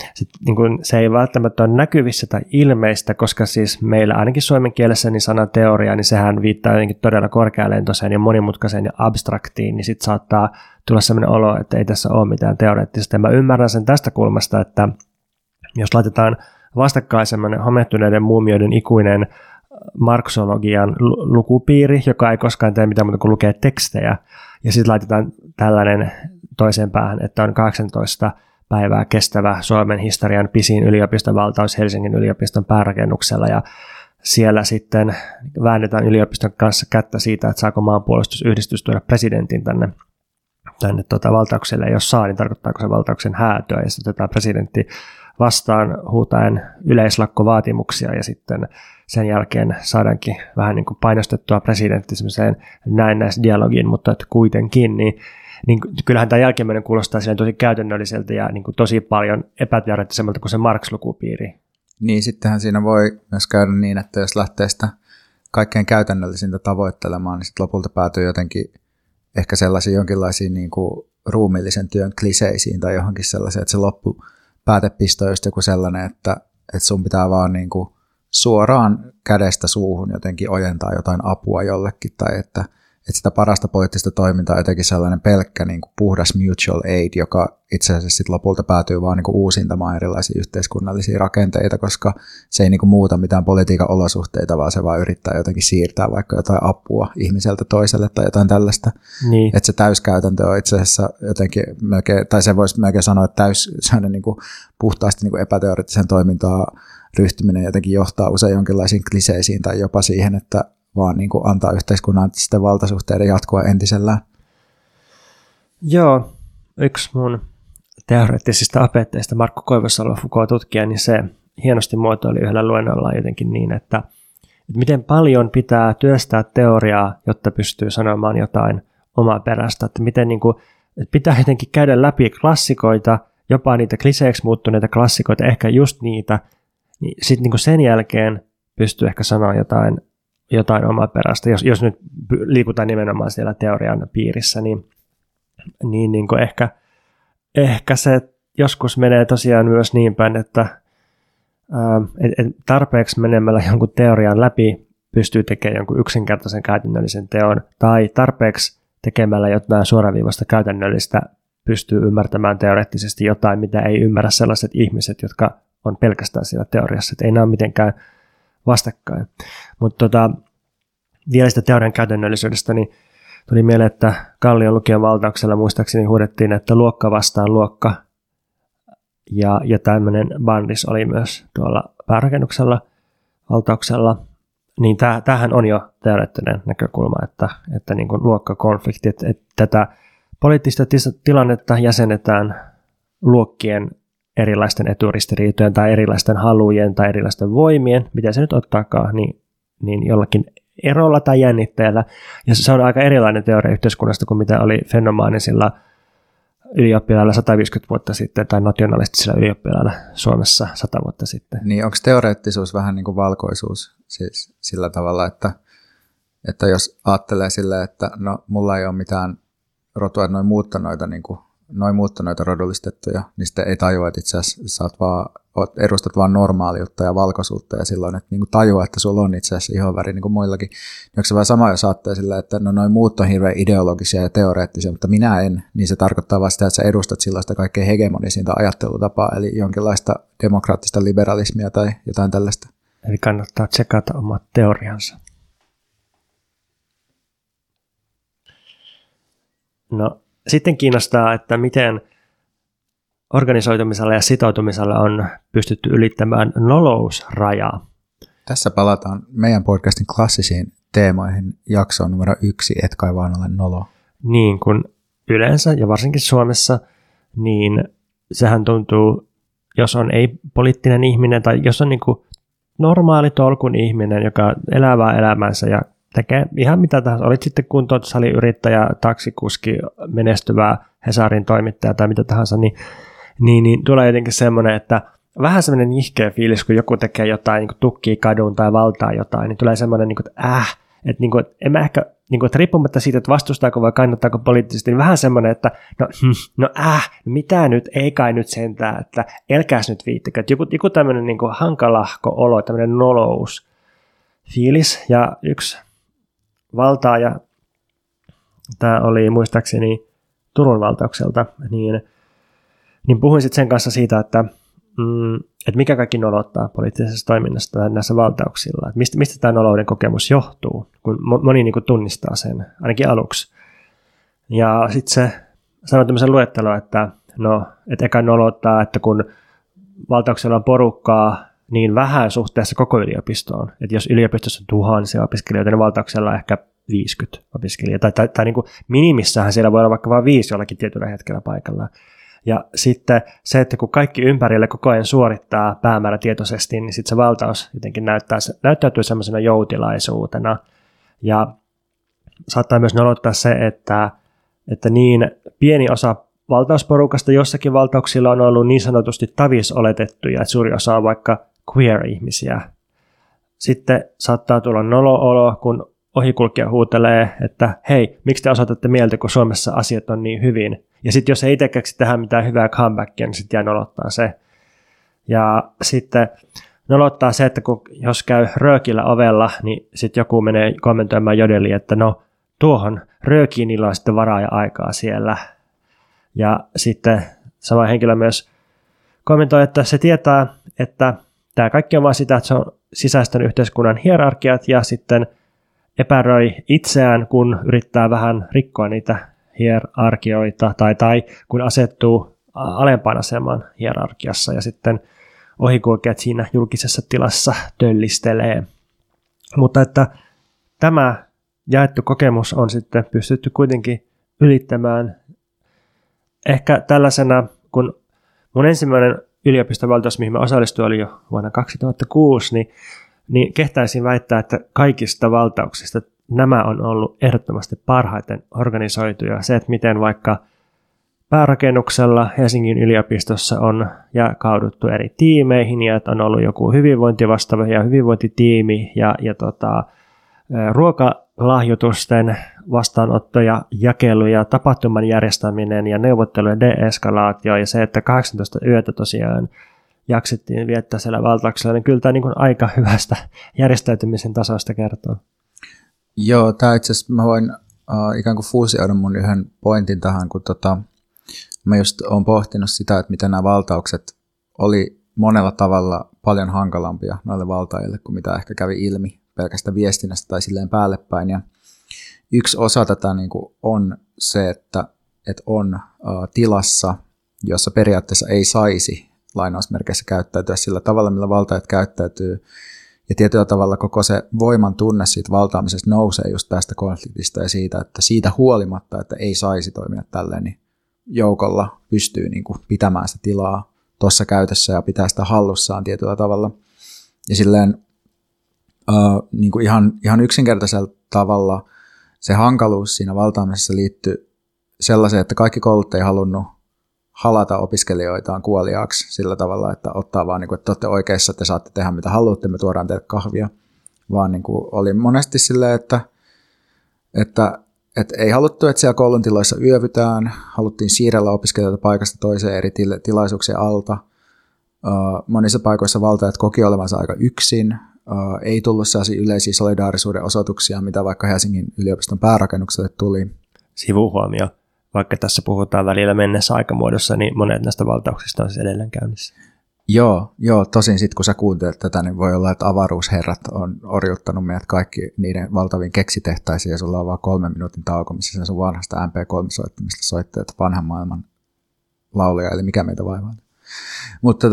se ei välttämättä ole näkyvissä tai ilmeistä, koska siis meillä ainakin suomen kielessä niin sana teoria, niin sehän viittaa jotenkin todella korkealentoiseen ja monimutkaiseen ja abstraktiin, niin sitten saattaa tulla sellainen olo, että ei tässä ole mitään teoreettista. Ja mä ymmärrän sen tästä kulmasta, että jos laitetaan vastakkain semmoinen homehtuneiden muumioiden ikuinen marksologian lukupiiri, joka ei koskaan tee mitään muuta kuin lukee tekstejä, ja sitten laitetaan tällainen toiseen päähän, että on 18 päivää kestävä Suomen historian pisin yliopistovaltaus Helsingin yliopiston päärakennuksella, ja siellä sitten väännetään yliopiston kanssa kättä siitä, että saako maanpuolustusyhdistys tuoda presidentin tänne valtaukselle, ja jos saa, niin tarkoittaako se valtauksen häätöä, ja sitten otetaan presidentti vastaan huutaen yleislakkovaatimuksia, ja sitten sen jälkeen saadaankin vähän niin kuin painostettua presidentti semmoiseen näennäisdialogiin, mutta että kuitenkin, niin kyllähän tämä jälkimmäinen kuulostaa tosi käytännölliseltä ja niin kuin tosi paljon epäteoreettisemmalta kuin se Marx-lukupiiri. Niin, sittenhän siinä voi myös käydä niin, että jos lähtee sitä kaikkein käytännöllisintä tavoittelemaan, niin sitten lopulta päätyy jotenkin ehkä sellaisiin jonkinlaisiin niin kuin ruumiillisen työn kliseisiin tai johonkin sellaiseen, että se loppupäätepisto on just joku sellainen, että sun pitää vaan niin kuin suoraan kädestä suuhun jotenkin ojentaa jotain apua jollekin, tai että sitä parasta poliittista toimintaa on jotenkin sellainen pelkkä niin kuin puhdas mutual aid, joka itse asiassa sit lopulta päätyy vaan niin kuin uusintamaan erilaisia yhteiskunnallisia rakenteita, koska se ei niin kuin muuta mitään politiikan olosuhteita, vaan se vaan yrittää jotenkin siirtää vaikka jotain apua ihmiseltä toiselle tai jotain tällaista. Niin. Että se täyskäytäntö on itse asiassa jotenkin melkein, tai se voisi melkein sanoa, että niin kuin puhtaasti niin kuin epäteoreettisen toimintaan ryhtyminen jotenkin johtaa usein jonkinlaisiin kliseisiin tai jopa siihen, että vaan niin kuin antaa yhteiskunnan sitten valtasuhteiden jatkua entisellään. Joo, yksi mun teoreettisista opettajista, Markku Koivusalo, Foucault-tutkija, niin se hienosti muotoili yhdellä luennolla jotenkin niin, että miten paljon pitää työstää teoriaa, jotta pystyy sanomaan jotain omaa perästä. Että miten niin kuin, että pitää jotenkin käydä läpi klassikoita, jopa niitä kliseeksi muuttuneita klassikoita, ehkä just niitä, niin sitten niin kuin sen jälkeen pystyy ehkä sanoa jotain omaa perästä, jos nyt liikutaan nimenomaan siellä teorian piirissä, niin kuin ehkä se joskus menee tosiaan myös niin päin, että tarpeeksi menemällä jonkun teorian läpi pystyy tekemään jonkun yksinkertaisen käytännöllisen teon, tai tarpeeksi tekemällä jotain suoraviivasta käytännöllistä pystyy ymmärtämään teoreettisesti jotain, mitä ei ymmärrä sellaiset ihmiset, jotka on pelkästään siellä teoriassa, että ei nämä ole mitenkään vastakkain. Mutta vielä sitä teorian käytännöllisyydestä, niin tuli mieleen, että Kallion lukion valtauksella muistaakseni huudettiin, että luokka vastaan luokka, ja tämmöinen bandis oli myös tuolla päärakennuksella valtauksella, niin tämähän on jo teoreettinen näkökulma, että niin kuin luokkakonflikti, että tätä poliittista tilannetta jäsennetään luokkien erilaisten eturistiriitojen tai erilaisten halujen tai erilaisten voimien, mitä se nyt ottaakaan, niin jollakin erolla tai jännitteellä. Ja se on aika erilainen teoria yhteiskunnasta kuin mitä oli fenomaanisilla ylioppilailla 150 vuotta sitten tai nationalistisilla ylioppilailla Suomessa 100 vuotta sitten. Niin onko teoreettisuus vähän niin kuin valkoisuus siis sillä tavalla, että jos ajattelee silleen, että no mulla ei ole mitään rotua, että noin muuttonoita rodullistettuja, niin sitten ei tajua, että itse asiassa edustat vaan normaaliutta ja valkoisuutta ja silloin, että niin tajua, että sulla on itse asiassa ihonväri niin kuin muillakin. Onko se vaan sama, jos ajattelee sillä, että no noin muut on hirveän ideologisia ja teoreettisia, mutta minä en, niin se tarkoittaa vaan sitä, että sä edustat silloista kaikkein hegemonisinta ajattelutapaa, eli jonkinlaista demokraattista liberalismia tai jotain tällaista. Eli kannattaa tsekata omat teoriansa. No, sitten kiinnostaa, että miten organisoitumisella ja sitoutumisella on pystytty ylittämään nolousrajaa. Tässä palataan meidän podcastin klassisiin teemoihin jaksoon numero 1, et kai vaan ole nolo. Niin kuin yleensä ja varsinkin Suomessa, niin sehän tuntuu, jos on ei-poliittinen ihminen tai jos on niin kuin normaali tolkun ihminen, joka elää vaan elämänsä ja tekee ihan mitä tahansa, olit sitten kuntosaliyrittäjä, taksikuski, menestyvä Hesarin toimittaja tai mitä tahansa, niin tulee jotenkin semmoinen, että vähän semmoinen nihkeä fiilis, kun joku tekee jotain, niin kuin tukkii kadun tai valtaa jotain, niin tulee semmoinen, niin kuin, että niin kuin, en mä ehkä, niin kuin, että riippumatta siitä, että vastustaako vai kannattaako poliittisesti, niin vähän semmoinen, että mitä nyt, ei kai nyt sentään, että elkääs nyt viittikö, että joku tämmöinen niin kuin hankalahko olo, tämmöinen nolous fiilis, ja yksi valtaaja, tämä oli muistaakseni Turun valtaukselta, niin puhuin sitten sen kanssa siitä, että mikä kaikki nolottaa poliittisessa toiminnassa näissä valtauksilla, että mistä tämä nolouden kokemus johtuu, kun moni niin kuin tunnistaa sen, ainakin aluksi. Ja sitten se sanoi tämmöisen luettelon, että eka nolottaa, että kun valtauksella on porukkaa niin vähän suhteessa koko yliopistoon, että jos yliopistossa on tuhansia opiskelijoita, niin valtauksella on ehkä 50 opiskelijaa, tai niin kuin minimissähän siellä voi olla vaikka vain 5 jollakin tietyllä hetkellä paikalla. Ja sitten se, että kun kaikki ympärille koko ajan suorittaa päämäärätietoisesti, niin sitten se valtaus jotenkin näyttäytyy semmoisena joutilaisuutena. Ja saattaa myös nolottaa se, että niin pieni osa valtausporukasta jossakin valtauksilla on ollut niin sanotusti tavisoletettuja, että suuri osa on vaikka queer-ihmisiä. Sitten saattaa tulla nolo-olo, kun ohikulkija huutelee, että hei, miksi te osoitatte mieltä, kun Suomessa asiat on niin hyvin. Ja sitten jos ei itse keksi tehdä mitään hyvää comebackia, niin sitten jää nolottaa se. Ja sitten nolottaa se, että jos käy röökillä ovella, niin sitten joku menee kommentoimaan jodeliin, että no, tuohon röökiinillä on sitten varaa ja aikaa siellä. Ja sitten sama henkilö myös kommentoi, että se tietää, että tämä kaikki on vain sitä, että se on sisäistänyt yhteiskunnan hierarkiat ja sitten epäröi itseään, kun yrittää vähän rikkoa niitä hierarkioita tai kun asettuu alempaan asemaan hierarkiassa ja sitten ohikulkijat siinä julkisessa tilassa döllistelee. Mutta että tämä jaettu kokemus on sitten pystytty kuitenkin ylittämään ehkä tällaisena, kun mun ensimmäinen yliopistovaltaus, mihin mä osallistuin, oli jo vuonna 2006, niin kehtäisin väittää, että kaikista valtauksista nämä on ollut ehdottomasti parhaiten organisoituja. Se, että miten vaikka päärakennuksella Helsingin yliopistossa on jakauduttu eri tiimeihin ja että on ollut joku hyvinvointivastaava ja hyvinvointitiimi ja ruokalahjoitusten vastaanotto ja jakelu ja tapahtuman järjestäminen ja neuvottelu ja deeskalaatio ja se, että 18 yötä tosiaan jaksettiin viettää siellä valtauksella, niin kyllä tämä niin kuin aika hyvästä järjestäytymisen tasosta kertoo. Joo, tämä itse asiassa mä voin ikään kuin fuusioida mun yhden pointin tähän, kun mä just oon pohtinut sitä, että miten nämä valtaukset oli monella tavalla paljon hankalampia noille valtaajille kuin mitä ehkä kävi ilmi pelkästä viestinnästä tai silleen päällepäin. Ja yksi osa tätä niin kuin on se, että on tilassa, jossa periaatteessa ei saisi lainausmerkeissä käyttäytyä sillä tavalla, millä valtaajat käyttäytyy. Ja tietyllä tavalla koko se voiman tunne siitä valtaamisesta nousee just tästä konfliktista ja siitä, että siitä huolimatta, että ei saisi toimia tälleen, niin joukolla pystyy niin kuin pitämään sitä tilaa tuossa käytössä ja pitää sitä hallussaan tietyllä tavalla. Ja silleen niin kuin ihan yksinkertaisella tavalla se hankaluus siinä valtaamisessa liittyy sellaiseen, että kaikki koulut ei halunnut halata opiskelijoitaan kuoliaaksi sillä tavalla, että ottaa vaan, niin kuin, että olette oikeassa, että saatte tehdä mitä haluatte, me tuodaan teille kahvia, vaan niin kuin oli monesti silleen, että ei haluttu, että siellä koulun tiloissa yövytään, haluttiin siirrellä opiskelijoita paikasta toiseen eri tilaisuuksien alta. Monissa paikoissa valtajat koki olevansa aika yksin, ei tullut sellaisia yleisiä solidaarisuuden osoituksia, mitä vaikka Helsingin yliopiston päärakennukselle tuli. Sivuhuomio. Vaikka tässä puhutaan välillä mennessä aikamuodossa, niin monet näistä valtauksista on siis edelleen käynnissä. Joo, tosin sitten kun sä kuuntelet tätä, niin voi olla, että avaruusherrat on orjuttanut meidät kaikki niiden valtaviin keksitehtaisiin, ja sulla on vaan 3 minuutin tauko, missä sun vanhasta MP3-soittimista soitteet vanhan maailman lauluja, eli mikä meitä vaivaa. Mutta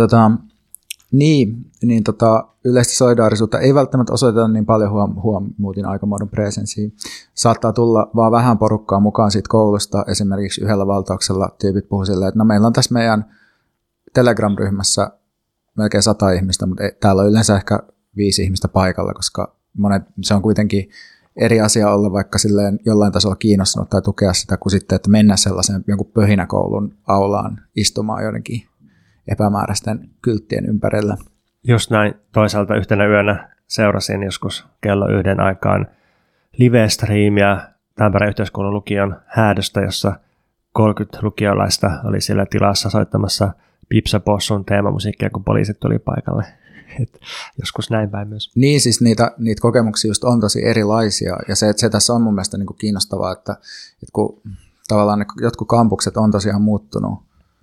yleistä solidaarisuutta ei välttämättä osoiteta niin paljon muutin aikamuodon presenssiin. Saattaa tulla vaan vähän porukkaa mukaan siitä koulusta. Esimerkiksi yhdellä valtauksella tyypit puhuu silleen, että no meillä on tässä meidän Telegram-ryhmässä melkein 100 ihmistä, mutta täällä on yleensä ehkä 5 ihmistä paikalla, koska se on kuitenkin eri asia olla vaikka silleen jollain tasolla kiinnostunut tai tukea sitä, kuin sitten, että mennä sellaisen jonkun pöhinäkoulun aulaan istumaan joidenkin epämääräisten kylttien ympärillä. Just näin. Toisaalta yhtenä yönä seurasin joskus kello 1 aikaan live-striimiä Tampereen yhteiskunnan lukion häädöstä, jossa 30 lukiolaista oli siellä tilassa soittamassa Pipsa-possun teemamusiikkia, kun poliisit tuli paikalle. Et joskus näin päin myös. Niin, siis niitä kokemuksia just on tosi erilaisia, ja se tässä on mun mielestä niin kuin kiinnostavaa, että kun tavallaan ne jotkut kampukset on tosiaan muuttunut,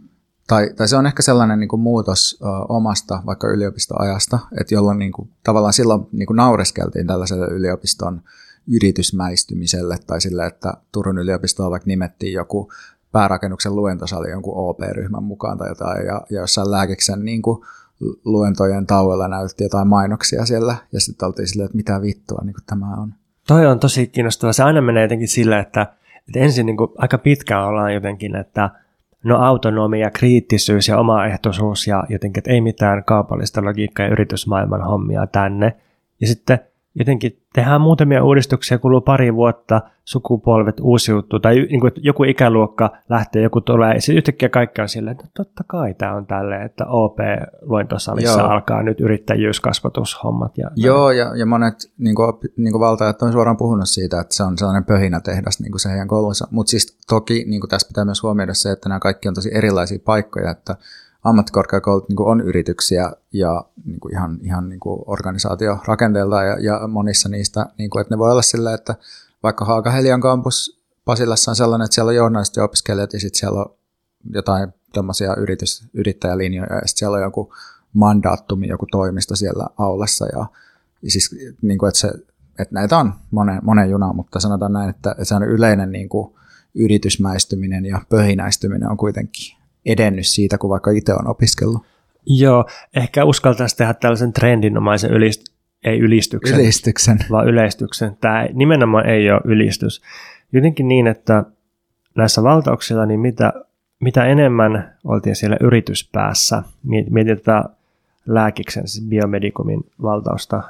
tai se on ehkä sellainen niin kuin muutos omasta vaikka yliopistoajasta, että jolloin niin kuin, tavallaan silloin niin kuin naureskeltiin tällaiselle yliopiston yritysmäistymiselle, tai sille, että Turun yliopistoa vaikka nimettiin joku päärakennuksen luentosali jonkun OP-ryhmän mukaan tai jotain, ja jossain Lääkiksen niin kuin luentojen tauolla näytti jotain mainoksia siellä, ja sitten oltiin silleen, että mitä vittua niin kuin tämä on. Toi on tosi kiinnostavaa. Se aina menee jotenkin silleen, että ensin niin kuin aika pitkään ollaan jotenkin, että no autonomia, kriittisyys ja omaehtoisuus ja jotenkin, että ei mitään kaupallista logiikkaa ja yritysmaailman hommia tänne. Ja sitten jotenkin tehdään muutamia uudistuksia, kuluu pari vuotta, sukupolvet uusiutuu tai niin kuin, joku ikäluokka lähtee, joku tulee. Ja sitten yhtäkkiä kaikki on silleen, että totta kai tämä on tälleen, että OP-luentosalissa alkaa nyt yrittäjyyskasvatushommat. Joo, ja monet niin kuin valtajat on suoraan puhunut siitä, että se on sellainen pöhinätehdas niin kuin se heidän koulunsa. Mutta siis toki niin kuin tässä pitää myös huomioida se, että nämä kaikki on tosi erilaisia paikkoja, että ammattikorkeakoulut niin kuin on yrityksiä ja niin kuin ihan niin kuin organisaatiorakenteelta ja monissa niistä, niin kuin, että ne voi olla silleen, että vaikka Haakahelian kampus Pasilassa on sellainen, että siellä on journalistiopiskelijat ja sitten siellä on jotain tämmöisiä yrittäjälinjoja ja sitten siellä on joku mandaattumi, joku toimisto siellä aulassa ja siis niin kuin, että näitä on monen junaan, mutta sanotaan näin, että se on yleinen niin kuin yritysmäistyminen ja pöhinäistyminen on kuitenkin edennyt siitä, kun vaikka itse on opiskellut. Joo, ehkä uskaltaisi tehdä tällaisen trendinomaisen ylistyksen, vaan yleistyksen. Tämä nimenomaan ei ole ylistys. Jotenkin niin, että näissä valtauksilla, niin mitä enemmän oltiin siellä yrityspäässä, mietitään Lääkiksen, siis Biomedicumin valtausta,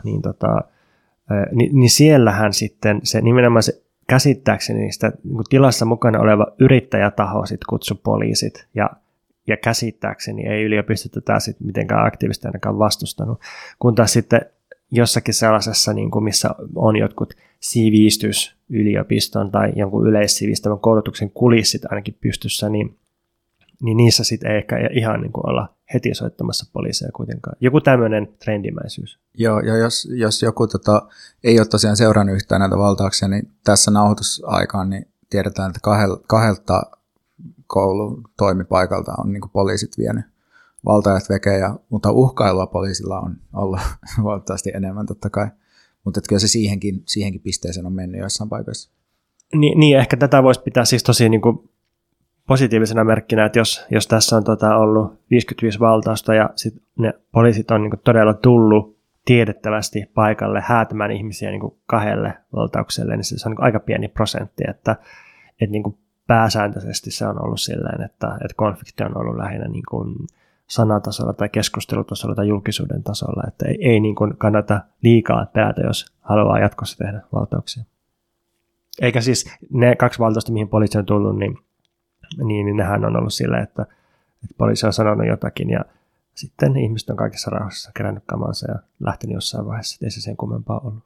niin siellähän sitten se nimenomaan se käsittääkseni niistä niin tilassa mukana oleva yrittäjätaho sit kutsui poliisit ja käsittääkseni ei yliopisto tätä sitten mitenkään aktiivisesti ainakaan vastustanut, kun taas sitten jossakin sellaisessa, niin kuin missä on jotkut sivistysyliopiston tai jonkun yleissivistävän koulutuksen kulissit ainakin pystyssä, niin niissä sitten ei ehkä ihan niin kuin olla heti soittamassa poliiseja kuitenkaan. Joku tämmöinen trendimäisyys. Joo, ja jos joku ei ole tosiaan seurannut yhtään näitä valtauksia, niin tässä nauhoitusaikaan niin tiedetään, että kahdelta koulutoimipaikalta on niin kuin poliisit vienyt valtaajat vekejä, mutta uhkailua poliisilla on ollut valtavasti enemmän totta kai. Mutta kyllä se siihenkin pisteeseen on mennyt joissain paikoissa. Niin ehkä tätä voisi pitää siis tosi niin kuin positiivisena merkkinä, että jos tässä on ollut 55 valtausta ja sit ne poliisit on niin kuin todella tullut tiedettävästi paikalle häätämään ihmisiä niin kuin 2 valtaukselle, niin se on niin kuin aika pieni prosentti, että niin kuin pääsääntöisesti se on ollut silleen, että konflikti on ollut lähinnä niin kuin sanatasolla tai keskustelutasolla tai julkisuuden tasolla, että ei niin kuin kannata liikaa pelätä, jos haluaa jatkossa tehdä valtauksia. Eikä siis ne 2 valtausta, mihin poliisi on tullut, niin nehän on ollut silleen, että poliisi on sanonut jotakin ja sitten ihmiset on kaikessa rauhassa kerännyt kamansa ja lähtenyt jossain vaiheessa, että ei se sen kummempaa ollut.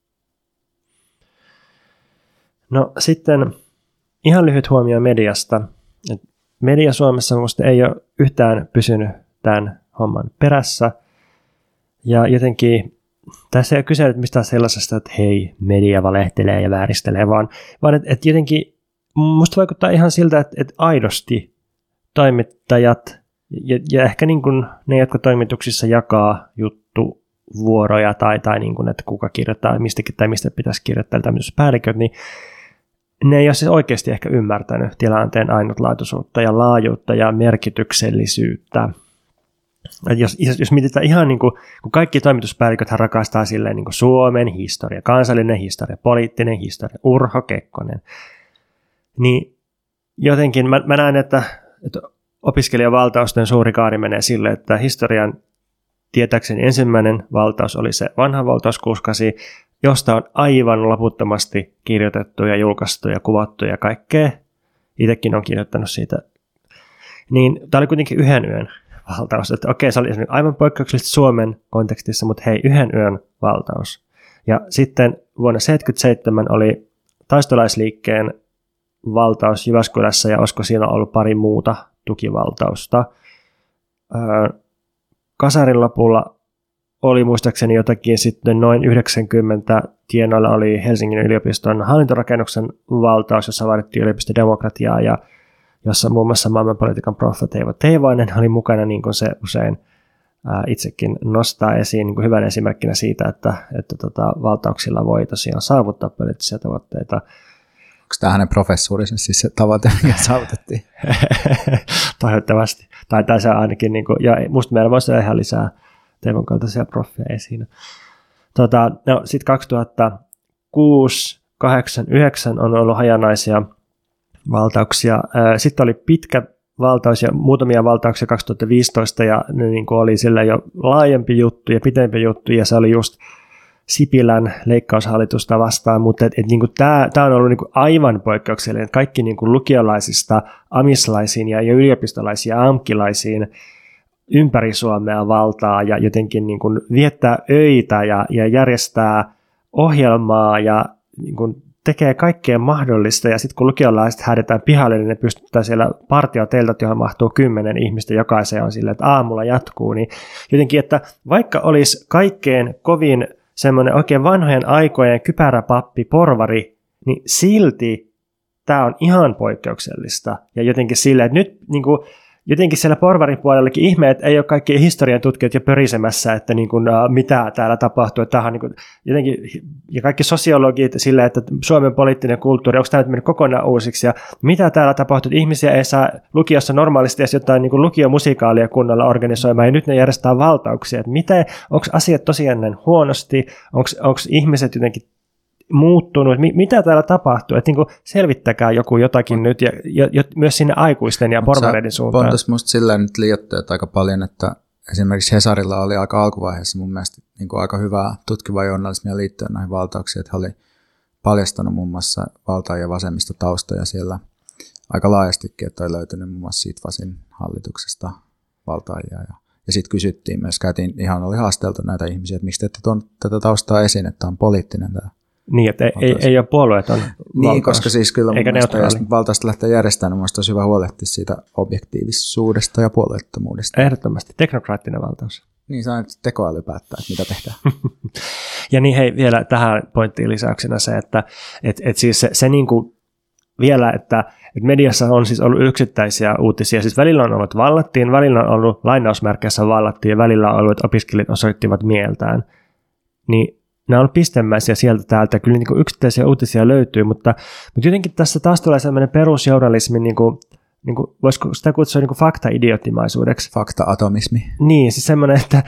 No sitten ihan lyhyt huomio mediasta. Media Suomessa minusta ei ole yhtään pysynyt tämän homman perässä. Ja jotenkin tässä ei ole kyse mistään sellaisesta, että hei, media valehtelee ja vääristelee, vaan että jotenkin musta vaikuttaa ihan siltä, että aidosti toimittajat ja ehkä niin kuin ne, jotka toimituksissa jakaa juttuvuoroja tai niin kuin, että kuka kirjoittaa mistäkin tai mistä pitäisi kirjoittaa tämmöispäälliköt, niin ne ei ole siis oikeasti ehkä ymmärtänyt tilanteen ainutlaatuisuutta ja laajuutta ja merkityksellisyyttä. Jos mietitään ihan niin kuin, kun kaikki toimituspäälliköthän rakastaa silleen niin kuin Suomen historia, kansallinen historia, poliittinen historia, Urho Kekkonen, niin jotenkin mä näen, että opiskelijavaltausten suuri kaari menee sille, että historian tietääkseni ensimmäinen valtaus oli se vanha valtaus 68, josta on aivan loputtomasti kirjoitettu ja julkaistu ja kuvattu ja kaikkea. Itsekin on kirjoittanut siitä. Niin tämä oli kuitenkin 1 yön valtaus. Että okei, se oli aivan poikkeuksellisesti Suomen kontekstissa, mutta hei, 1 yön valtaus. Ja sitten vuonna 1977 oli taistolaisliikkeen valtaus Jyväskylässä ja olisiko siinä ollut pari muuta tukivaltausta. Kasarin lopulla oli muistaakseni jotakin sitten noin 90 tienoilla oli Helsingin yliopiston hallintorakennuksen valtaus, jossa vaadittiin yliopistodemokratiaa ja jossa muun muassa maailmanpolitiikan profa Teivo Teivainen oli mukana, niin kuin se usein itsekin nostaa esiin niin kuin hyvän esimerkkinä siitä, että valtauksilla voi tosiaan saavuttaa poliittisia tavoitteita. Onko tämä hänen professuurinsa siis se tavoite, mikä saavutettiin? Toivottavasti. Tai se ainakin, niin kuin, ja musta meillä voisi ihan lisää Teivon kaltaisia proffeja esiin. Sitten 2006, 2008, 2009 on ollut hajanaisia valtauksia. Sitten oli pitkä valtaus ja muutamia valtauksia 2015 ja ne niin kuin oli sillä jo laajempi juttu ja pitempi juttu ja se oli just Sipilän leikkaushallitusta vastaan, mutta niin tämä on ollut niin kuin aivan poikkeuksellinen. Kaikki niin kuin lukiolaisista amislaisiin ja yliopistolaisiin ja amkilaisiin ympäri Suomea valtaa ja jotenkin niin kuin viettää öitä ja järjestää ohjelmaa ja niin kuin tekee kaikkea mahdollista. Ja sitten kun lukiolaiset häädetään pihalle, niin ne pystytään siellä partioteltat, johon mahtuu 10 ihmistä, jokaiseen on silleen, että aamulla jatkuu. Niin jotenkin, että vaikka olisi kaikkein kovin semmoinen oikein vanhojen aikojen kypäräpappi, porvari, niin silti tämä on ihan poikkeuksellista. Ja jotenkin silleen, että nyt niin kuin, jotenkin siellä porvarin puolellakin ihme, että ei ole kaikki historian tutkijat jo pörisemässä, että niin kuin, mitä täällä tapahtuu. Että niin kuin, jotenkin, ja kaikki sosiologit silleen, että Suomen poliittinen kulttuuri, onko tämä nyt mennyt kokonaan uusiksi, ja mitä täällä tapahtuu, että ihmisiä ei saa lukiossa normaalisti edes jotain niin kuin lukiomusikaalia kunnolla organisoimaan, ja nyt ne järjestää valtauksia. Että onko asiat tosiaan näin huonosti, onko ihmiset jotenkin muuttunut, mitä täällä tapahtuu, että niin selvittäkää joku jotakin nyt, ja myös sinne aikuisten ja porvareiden suuntaan. Pontus musta silleen nyt liioitteet aika paljon, että esimerkiksi Hesarilla oli aika alkuvaiheessa mun mielestä niin aika hyvää tutkivaa journalismia liittyen näihin valtauksiin, että he oli paljastanut muun muassa valta- ja vasemmista taustoja siellä aika laajastikin, että oli löytynyt muun muassa Sitvasin hallituksesta valtaajia, ja sitten kysyttiin myös, oli haasteltu näitä ihmisiä, että miksi te ette tuon tätä taustaa esiin, että on poliittinen tämä. Niin, että ei ole puolueeton niin, koska siis kyllä mun mielestä, jos valtaista lähtee järjestämään, niin olisi hyvä huolehtia siitä objektiivisuudesta ja puolueettomuudesta. Ehdottomasti. Teknokraattinen valtaus. Niin, saa nyt tekoäly päättää, että mitä tehdään. Ja niin hei, vielä tähän pointtiin lisäyksenä se, että siis se niin kuin vielä, että mediassa on siis ollut yksittäisiä uutisia. Siis välillä on ollut, että vallattiin, välillä on ollut lainausmerkeissä vallattiin ja välillä on ollut, että opiskelijat osoittivat mieltään. Niin nämä on ollut pistemäisiä sieltä täältä. Kyllä niin kuin yksittäisiä uutisia löytyy, mutta jotenkin tässä taas tulee sellainen perusjournalismi, niin kuin, voisiko sitä kutsua niin kuin fakta-idioottimaisuudeksi? Fakta-atomismi. Niin, siis semmoinen, että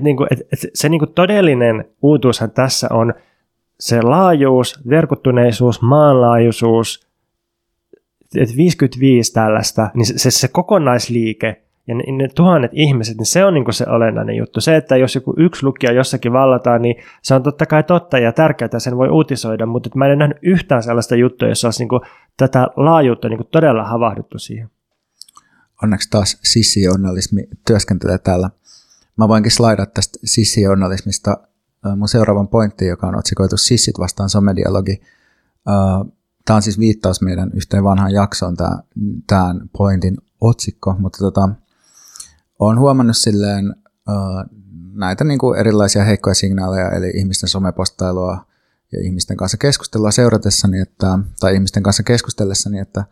se niin kuin todellinen uutuushan tässä on se laajuus, verkottuneisuus, maanlaajuisuus, että 55 tällaista, niin se kokonaisliike, ja ne tuhannet ihmiset, niin se on niin kuin se olennainen juttu. Se, että jos joku yksi lukija jossakin vallataan, niin se on totta kai totta ja tärkeää, sen voi uutisoida, mutta mä en nähnyt yhtään sellaista juttua, jossa olisi niin kuin tätä laajuutta niin kuin todella havahduttu siihen. Onneksi taas sissijournalismi työskentelee täällä. Mä voinkin slaidata tästä sissijournalismista mun seuraavan pointtiin, joka on otsikoitu Sissit vastaan somedialogi. Tämä on siis viittaus meidän yhteen vanhaan jaksoon, tämän pointin otsikko, mutta olen huomannut silleen näitä niin kuin erilaisia heikkoja signaaleja, eli ihmisten somepostailua ja ihmisten kanssa keskustelua seuratessani, tai ihmisten kanssa keskustellessani, että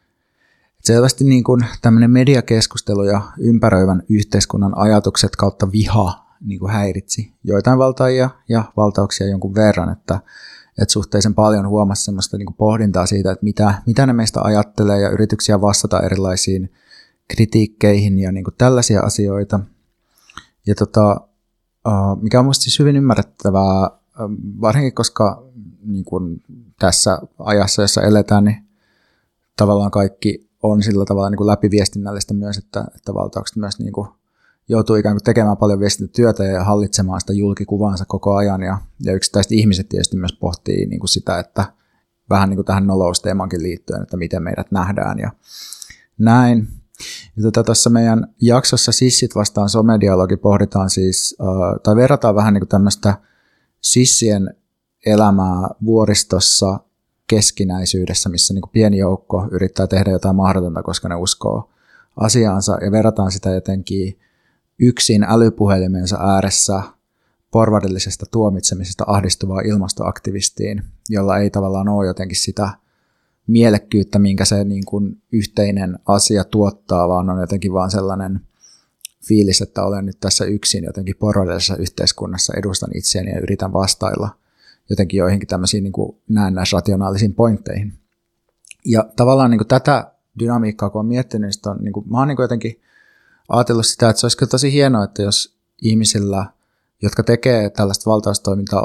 selvästi niin kuin tämmöinen mediakeskustelu ja ympäröivän yhteiskunnan ajatukset kautta viha niin kuin häiritsi joitain valtaajia ja valtauksia jonkun verran, että suhteellisen paljon huomasi semmoista niin kuin pohdintaa siitä, että mitä ne meistä ajattelee ja yrityksiä vastata erilaisiin kritiikkeihin ja niin kuin tällaisia asioita. Ja mikä on musta siis hyvin ymmärrettävää, varsinkin koska niin kuin tässä ajassa, jossa eletään, niin tavallaan kaikki on sillä tavalla niin kuin läpiviestinnällistä myös, että valtaukset myös niin kuin joutuu ikään kuin tekemään paljon viestintätyötä ja hallitsemaan sitä julkikuvaansa koko ajan. Ja yksittäiset ihmiset tietysti myös pohtii niin kuin sitä, että vähän niin kuin tähän nolousteemankin liittyen, että miten meidät nähdään ja näin. Ja tuossa meidän jaksossa Sissit vastaan somedialogi pohditaan siis, tai verrataan vähän niin kuin tämmöistä sissien elämää vuoristossa keskinäisyydessä, missä niin kuin pieni joukko yrittää tehdä jotain mahdotonta, koska ne uskoo asiaansa, ja verrataan sitä jotenkin yksin älypuhelimensa ääressä porvarillisesta tuomitsemisesta ahdistuvaa ilmastoaktivistiin, jolla ei tavallaan ole jotenkin sitä mielekkyyttä, minkä se niin kuin yhteinen asia tuottaa, vaan on jotenkin vaan sellainen fiilis, että olen nyt tässä yksin jotenkin porvarillisessa yhteiskunnassa, edustan itseäni ja yritän vastailla jotenkin joihinkin tämmöisiin niin kuin näennäisrationaalisiin pointteihin. Ja tavallaan niin kuin tätä dynamiikkaa, kun olen miettinyt, niin niin kuin, mä oon niin kuin jotenkin ajatellut sitä, että se olisi kyllä tosi hienoa, että jos ihmisillä, jotka tekee tällaista valtaustoimintaa,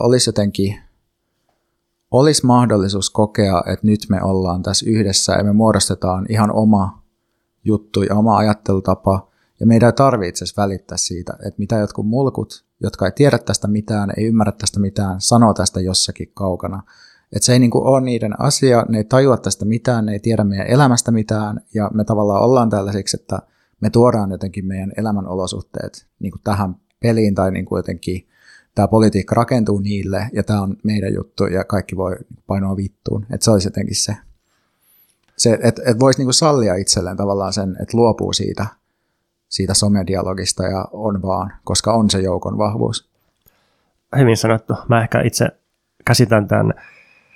olisi mahdollisuus kokea, että nyt me ollaan tässä yhdessä ja me muodostetaan ihan oma juttu ja oma ajattelutapa, ja meidän ei tarvitse välittää siitä, että mitä jotkut mulkut, jotka ei tiedä tästä mitään, ei ymmärrä tästä mitään, sanoo tästä jossakin kaukana. Että se ei niin kuin ole niiden asia, ne ei tajua tästä mitään, ne ei tiedä meidän elämästä mitään, ja me tavallaan ollaan tällaisiksi, että me tuodaan jotenkin meidän elämän olosuhteet niin kuin tähän peliin, tai niin kuin jotenkin tämä politiikka rakentuu niille, ja tämä on meidän juttu, ja kaikki voi painoa vittuun. Että se olisi jotenkin se että voisi niin kuin sallia itselleen tavallaan sen, että luopuu siitä somedialogista ja on vaan, koska on se joukon vahvuus. Hyvin sanottu. Mä ehkä itse käsitän tämän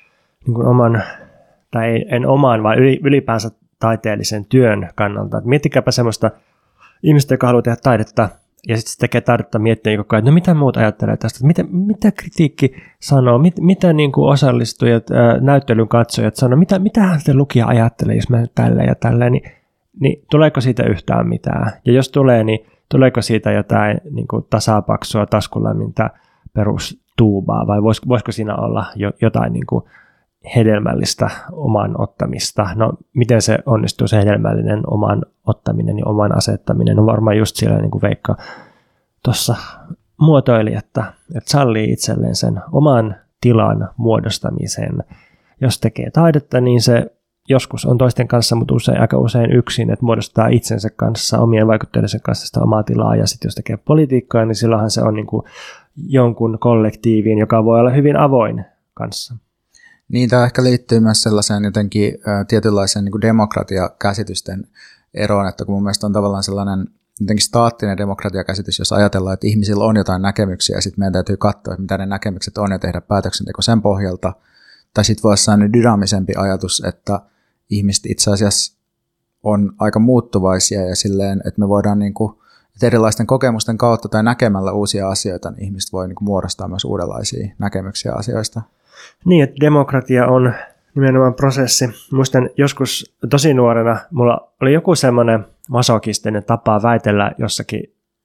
niin kuin oman, tai en oman, vaan ylipäänsä taiteellisen työn kannalta. Et miettikääpä semmoista ihmistä, joka haluaa tehdä taidetta, ja sitten se tekee taidetta miettiä koko ajan, että no mitä muut ajattelee tästä, mitä kritiikki sanoo, mitä niin kuin osallistujat, näyttelyn katsojat sanoo, mitähän se lukija ajattelee, jos mä tälleen ja tälleen, niin tuleeko siitä yhtään mitään? Ja jos tulee, niin tuleeko siitä jotain niin kuin tasapaksua, taskulämmintä perustuubaa, vai voisiko siinä olla jotain niin kuin hedelmällistä oman ottamista? No, miten se onnistuu, se hedelmällinen oman ottaminen ja oman asettaminen? No varmaan just siellä, niin kuin Veikka tuossa muotoili, että sallii itselleen sen oman tilan muodostamisen. Jos tekee taidetta, niin se joskus on toisten kanssa, mutta aika usein yksin, että muodostaa itsensä kanssa, omien vaikutteidensa kanssa sitä omaa tilaa, ja sitten jos tekee politiikkaa, niin silloinhan se on niin kuin jonkun kollektiivin, joka voi olla hyvin avoin kanssa. Niin, tämä ehkä liittyy myös sellaiseen jotenkin tietynlaiseen niin kuin demokratiakäsitysten eroon, että kun mun mielestä on tavallaan sellainen jotenkin staattinen demokratiakäsitys, jos ajatellaan, että ihmisillä on jotain näkemyksiä, ja sitten meidän täytyy katsoa, että mitä ne näkemykset on, ja tehdä päätöksenteko sen pohjalta, tai sitten voisi saada dynaamisempi ajatus, että ihmiset itse asiassa on aika muuttuvaisia, ja silleen, että me voidaan niin kuin, että erilaisten kokemusten kautta tai näkemällä uusia asioita, niin ihmiset voi niin kuin muodostaa myös uudenlaisia näkemyksiä asioista. Niin, että demokratia on nimenomaan prosessi. Muistan joskus tosi nuorena, mulla oli joku semmoinen masokistinen tapa väitellä jossakin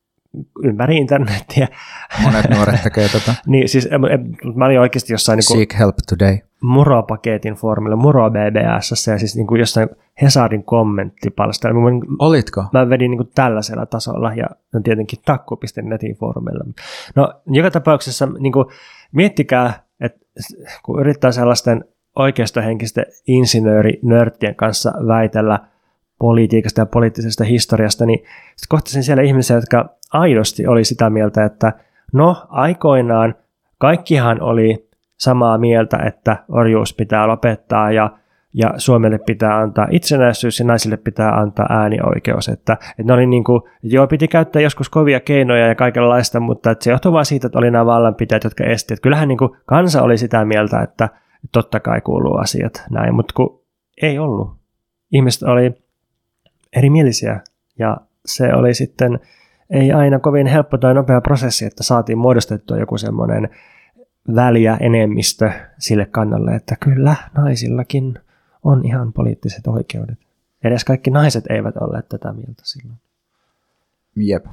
ympäri internetiä. Monet nuoret tekee tätä. Niin, siis mä olin oikeasti jossain niin Seek help today. Muro-paketin foorumilla, Muro-BBS, ja siis niin kuin jossain Hesarin kommenttipalstalla. Olitko? Mä vedin niin kuin tällaisella tasolla, ja tietenkin takku.netin foorumilla. No, joka tapauksessa niin kuin, miettikää, että kun yrittää sellaisten oikeistohenkisten insinöörinörttien kanssa väitellä politiikasta ja poliittisesta historiasta, niin sitten kohtasin siellä ihmisiä, jotka aidosti oli sitä mieltä, että no aikoinaan kaikkihan oli samaa mieltä, että orjuus pitää lopettaa ja Suomelle pitää antaa itsenäisyys ja naisille pitää antaa äänioikeus. Että ne oli niin kuin, joo, piti käyttää joskus kovia keinoja ja kaikenlaista, mutta että se johtui vaan siitä, että oli nämä vallanpitäjät, jotka esti. Että kyllähän niin kuin kansa oli sitä mieltä, että totta kai kuuluu asiat näin, mutta kun ei ollut. Ihmiset oli erimielisiä ja se oli sitten ei aina kovin helppo tai nopea prosessi, että saatiin muodostettua joku semmoinen väliä enemmistö sille kannalle, että kyllä naisillakin on ihan poliittiset oikeudet. Edes kaikki naiset eivät olleet tätä mieltä silloin. Jep.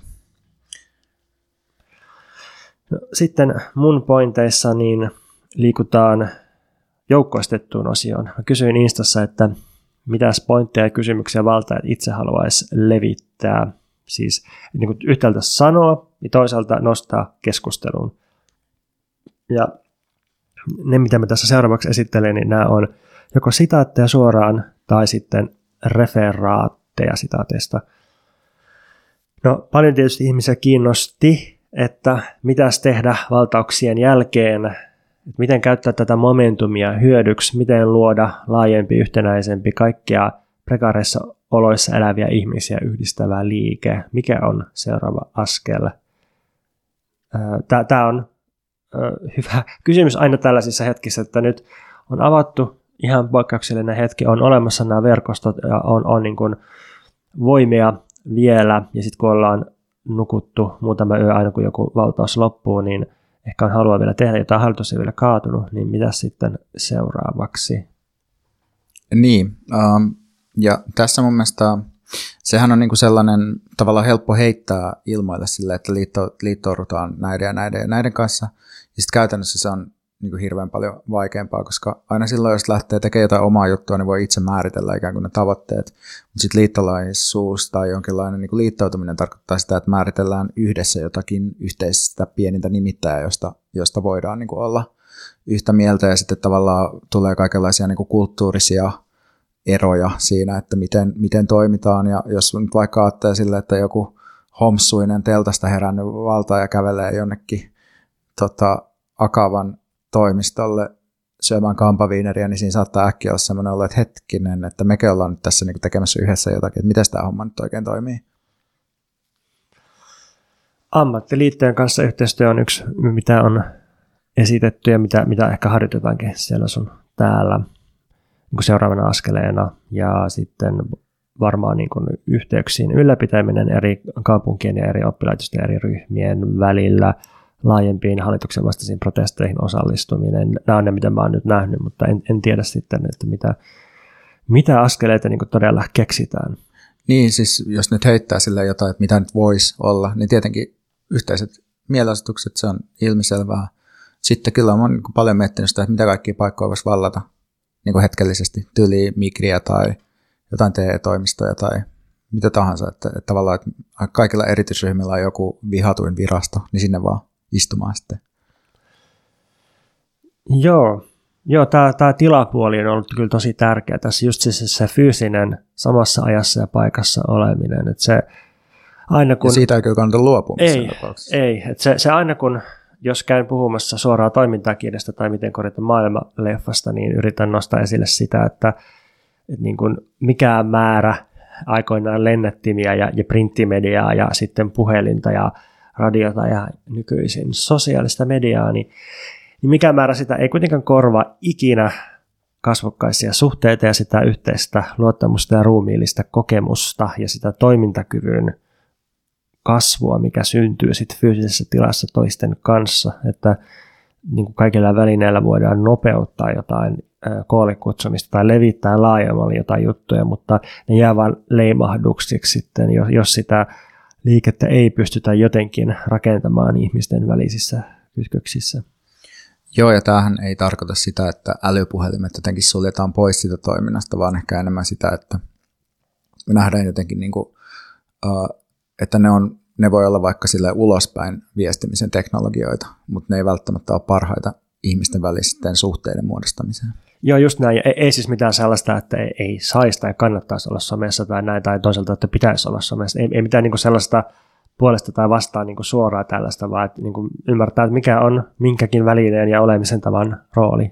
No, sitten mun pointeissa niin liikutaan joukkoistettuun osioon. Mä kysyin Instassa, että mitäs pointteja ja kysymyksiä valtajat itse haluaisi levittää. Siis niin kuin yhtäältä sanoa ja toisaalta nostaa keskusteluun. Ja ne, mitä mä tässä seuraavaksi esittelen, niin nämä on joko sitaatteja suoraan tai sitten referaatteja sitaateista. No, paljon tietysti ihmisiä kiinnosti, että mitäs tehdä valtauksien jälkeen, että miten käyttää tätä momentumia hyödyksi, miten luoda laajempi, yhtenäisempi, kaikkia prekaareissa oloissa eläviä ihmisiä yhdistävä liike. Mikä on seuraava askel? Tämä on hyvä kysymys aina tällaisissa hetkissä, että nyt on avattu ihan poikkeuksellinen hetki, on olemassa nämä verkostot ja on niin kuin voimia vielä, ja sitten kun ollaan nukuttu muutama yö aina kun joku valtaus loppuu, niin ehkä on halua vielä tehdä jotain, hallitus ei vielä kaatunut, niin mitä sitten seuraavaksi? Niin, ja tässä mun mielestä sehän on niinku sellainen tavallaan helppo heittää ilmoille sille, että liittoudutaan näiden kanssa. Ja sitten käytännössä se on niinku hirveän paljon vaikeampaa, koska aina silloin, jos lähtee tekemään jotain omaa juttua, niin voi itse määritellä ikään kuin ne tavoitteet. Mutta sitten liittolaisuus tai jonkinlainen niinku liittoutuminen tarkoittaa sitä, että määritellään yhdessä jotakin yhteistä pienintä nimittäjää, josta voidaan niinku olla yhtä mieltä. Ja sitten tavallaan tulee kaikenlaisia niinku kulttuurisia eroja siinä, että miten toimitaan, ja jos nyt vaikka ajattelee sille, että joku homsuinen teltasta herännyt valtaaja kävelee jonnekin Akavan toimistolle syömään kampaviineriä, niin siinä saattaa äkkiä olla sellainen olla, että hetkinen, että mekin ollaan nyt tässä niinku tekemässä yhdessä jotakin, että miten tämä homma nyt oikein toimii. Ammattiliittojen kanssa yhteistyö on yksi, mitä on esitetty ja mitä ehkä harjoitetaankin siellä sun täällä niin kuin seuraavana askeleena, ja sitten varmaan niin kuin yhteyksiin ylläpitäminen eri kaupunkien ja eri oppilaitosten ja eri ryhmien välillä, laajempiin hallituksen vastaisiin protesteihin osallistuminen. Nämä on ne, mitä mä oon nyt nähnyt, mutta en tiedä sitten, että mitä askeleita niin kuin todella keksitään. Niin, siis jos nyt heittää sille jotain, että mitä nyt voisi olla, niin tietenkin yhteiset mielenosoitukset, se on ilmiselvää. Sitten kyllä olen niin paljon miettinyt sitä, että mitä kaikkia paikkoja voisi vallata niin kuin hetkellisesti, tyyliin Migriä tai jotain TE-toimistoja tai mitä tahansa, että tavallaan että kaikilla erityisryhmillä on joku vihatuin virasto, niin sinne vaan istumaan sitten. Joo, tämä tilapuoli on ollut kyllä tosi tärkeä. Tässä just se fyysinen samassa ajassa ja paikassa oleminen. Että se aina kun, ja siitä ei kyllä kannata luopua missään tapauksessa. Ei. Että se aina kun, jos käyn puhumassa suoraan toimintakirjasta tai miten korjata maailmaleffasta, niin yritän nostaa esille sitä, että niin kuin mikään määrä aikoinaan lennättimiä ja printtimediaa ja sitten puhelinta ja radiota ja nykyisin sosiaalista mediaa, niin mikään määrä sitä ei kuitenkaan korvaa ikinä kasvokkaisia suhteita ja sitä yhteistä luottamusta ja ruumiillista kokemusta ja sitä toimintakyvyn kasvua, mikä syntyy sitten fyysisessä tilassa toisten kanssa, että niin kuin kaikilla välineillä voidaan nopeuttaa jotain koolikutsumista tai levittää laajemmalle jotain juttuja, mutta ne jää vain leimahduksiksi sitten, jos sitä liikettä ei pystytä jotenkin rakentamaan ihmisten välisissä kytköksissä. Joo, ja tämähän ei tarkoita sitä, että älypuhelimet jotenkin suljetaan pois siitä toiminnasta, vaan ehkä enemmän sitä, että me nähdään jotenkin, niin kuin, että ne voi olla vaikka sille ulospäin viestimisen teknologioita, mutta ne ei välttämättä ole parhaita ihmisten välisten suhteiden muodostamiseen. Joo, just näin. Ei siis mitään sellaista, että ei saisi tai kannattaisi olla somessa tai näin, tai toisaalta, että pitäisi olla somessa. Ei mitään niin kuin sellaista puolesta tai vastaan niin kuin suoraan tällaista, vaan että niin kuin ymmärtää, että mikä on minkäkin välineen ja olemisen tavan rooli.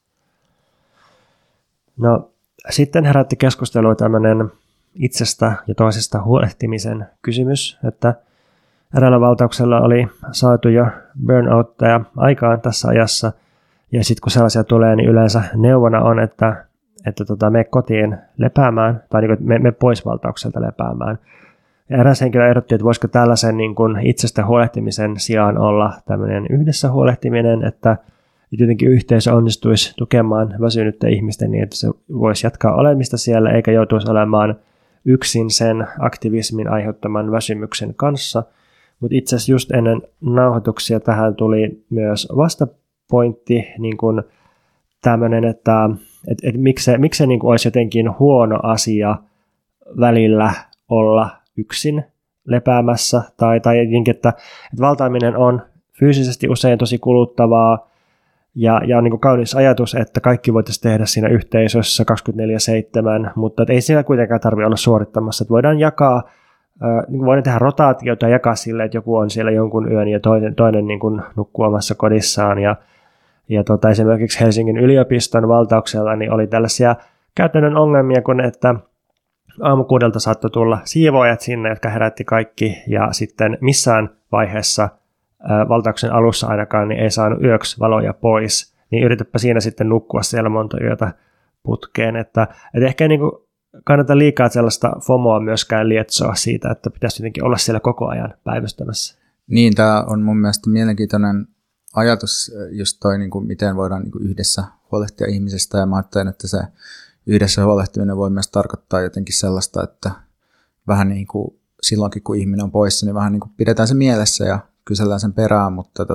No, sitten herätti keskustelua tämmöinen itsestä ja toisesta huolehtimisen kysymys, että eräällä valtauksella oli saatu jo burnoutteja aikaan tässä ajassa, ja sitten kun sellaisia tulee, niin yleensä neuvona on, että mene kotiin lepäämään, tai niin kuin me pois valtaukselta lepäämään. Ja eräs henkilö ehdotti, että voisiko tällaisen niin kuin itsestä huolehtimisen sijaan olla tämmöinen yhdessä huolehtiminen, että jotenkin yhteisö onnistuisi tukemaan väsynyttä ihmistä niin, että se voisi jatkaa olemista siellä, eikä joutuisi olemaan yksin sen aktivismin aiheuttaman väsymyksen kanssa. Mutta itse asiassa just ennen nauhoituksia tähän tuli myös vastapointti, niin kuin tämmöinen, että miksi se niin kuin olisi jotenkin huono asia välillä olla yksin lepäämässä, tai jotenkin, että valtaaminen on fyysisesti usein tosi kuluttavaa, ja on niin kuin kaunis ajatus, että kaikki voitaisiin tehdä siinä yhteisössä 24/7, mutta ei siellä kuitenkaan tarvitse olla suorittamassa, että voidaan jakaa, niin voidaan tehdä rotaatiota ja jakaa sille, että joku on siellä jonkun yön ja toinen niin kuin nukkuu omassa kodissaan, ja esimerkiksi Helsingin yliopiston valtauksella niin oli tällaisia käytännön ongelmia, kun että aamu 6 saattoi tulla siivoojat sinne, jotka herätti kaikki, ja sitten missään vaiheessa valtauksen alussa ainakaan niin ei saanut yöksi valoja pois, niin yritäpä siinä sitten nukkua siellä monta yötä putkeen, että ehkä niin kuin kannata liikaa sellaista FOMOa myöskään lietsoa siitä, että pitäisi jotenkin olla siellä koko ajan päivystämässä. Niin, tämä on mun mielestä mielenkiintoinen ajatus, just toi, niin kuin miten voidaan niin kuin yhdessä huolehtia ihmisestä, ja mä ajattelen, että se yhdessä huolehtiminen voi myös tarkoittaa jotenkin sellaista, että vähän niin kuin silloinkin, kun ihminen on poissa, niin vähän niin kuin pidetään se mielessä ja kysellään sen perään,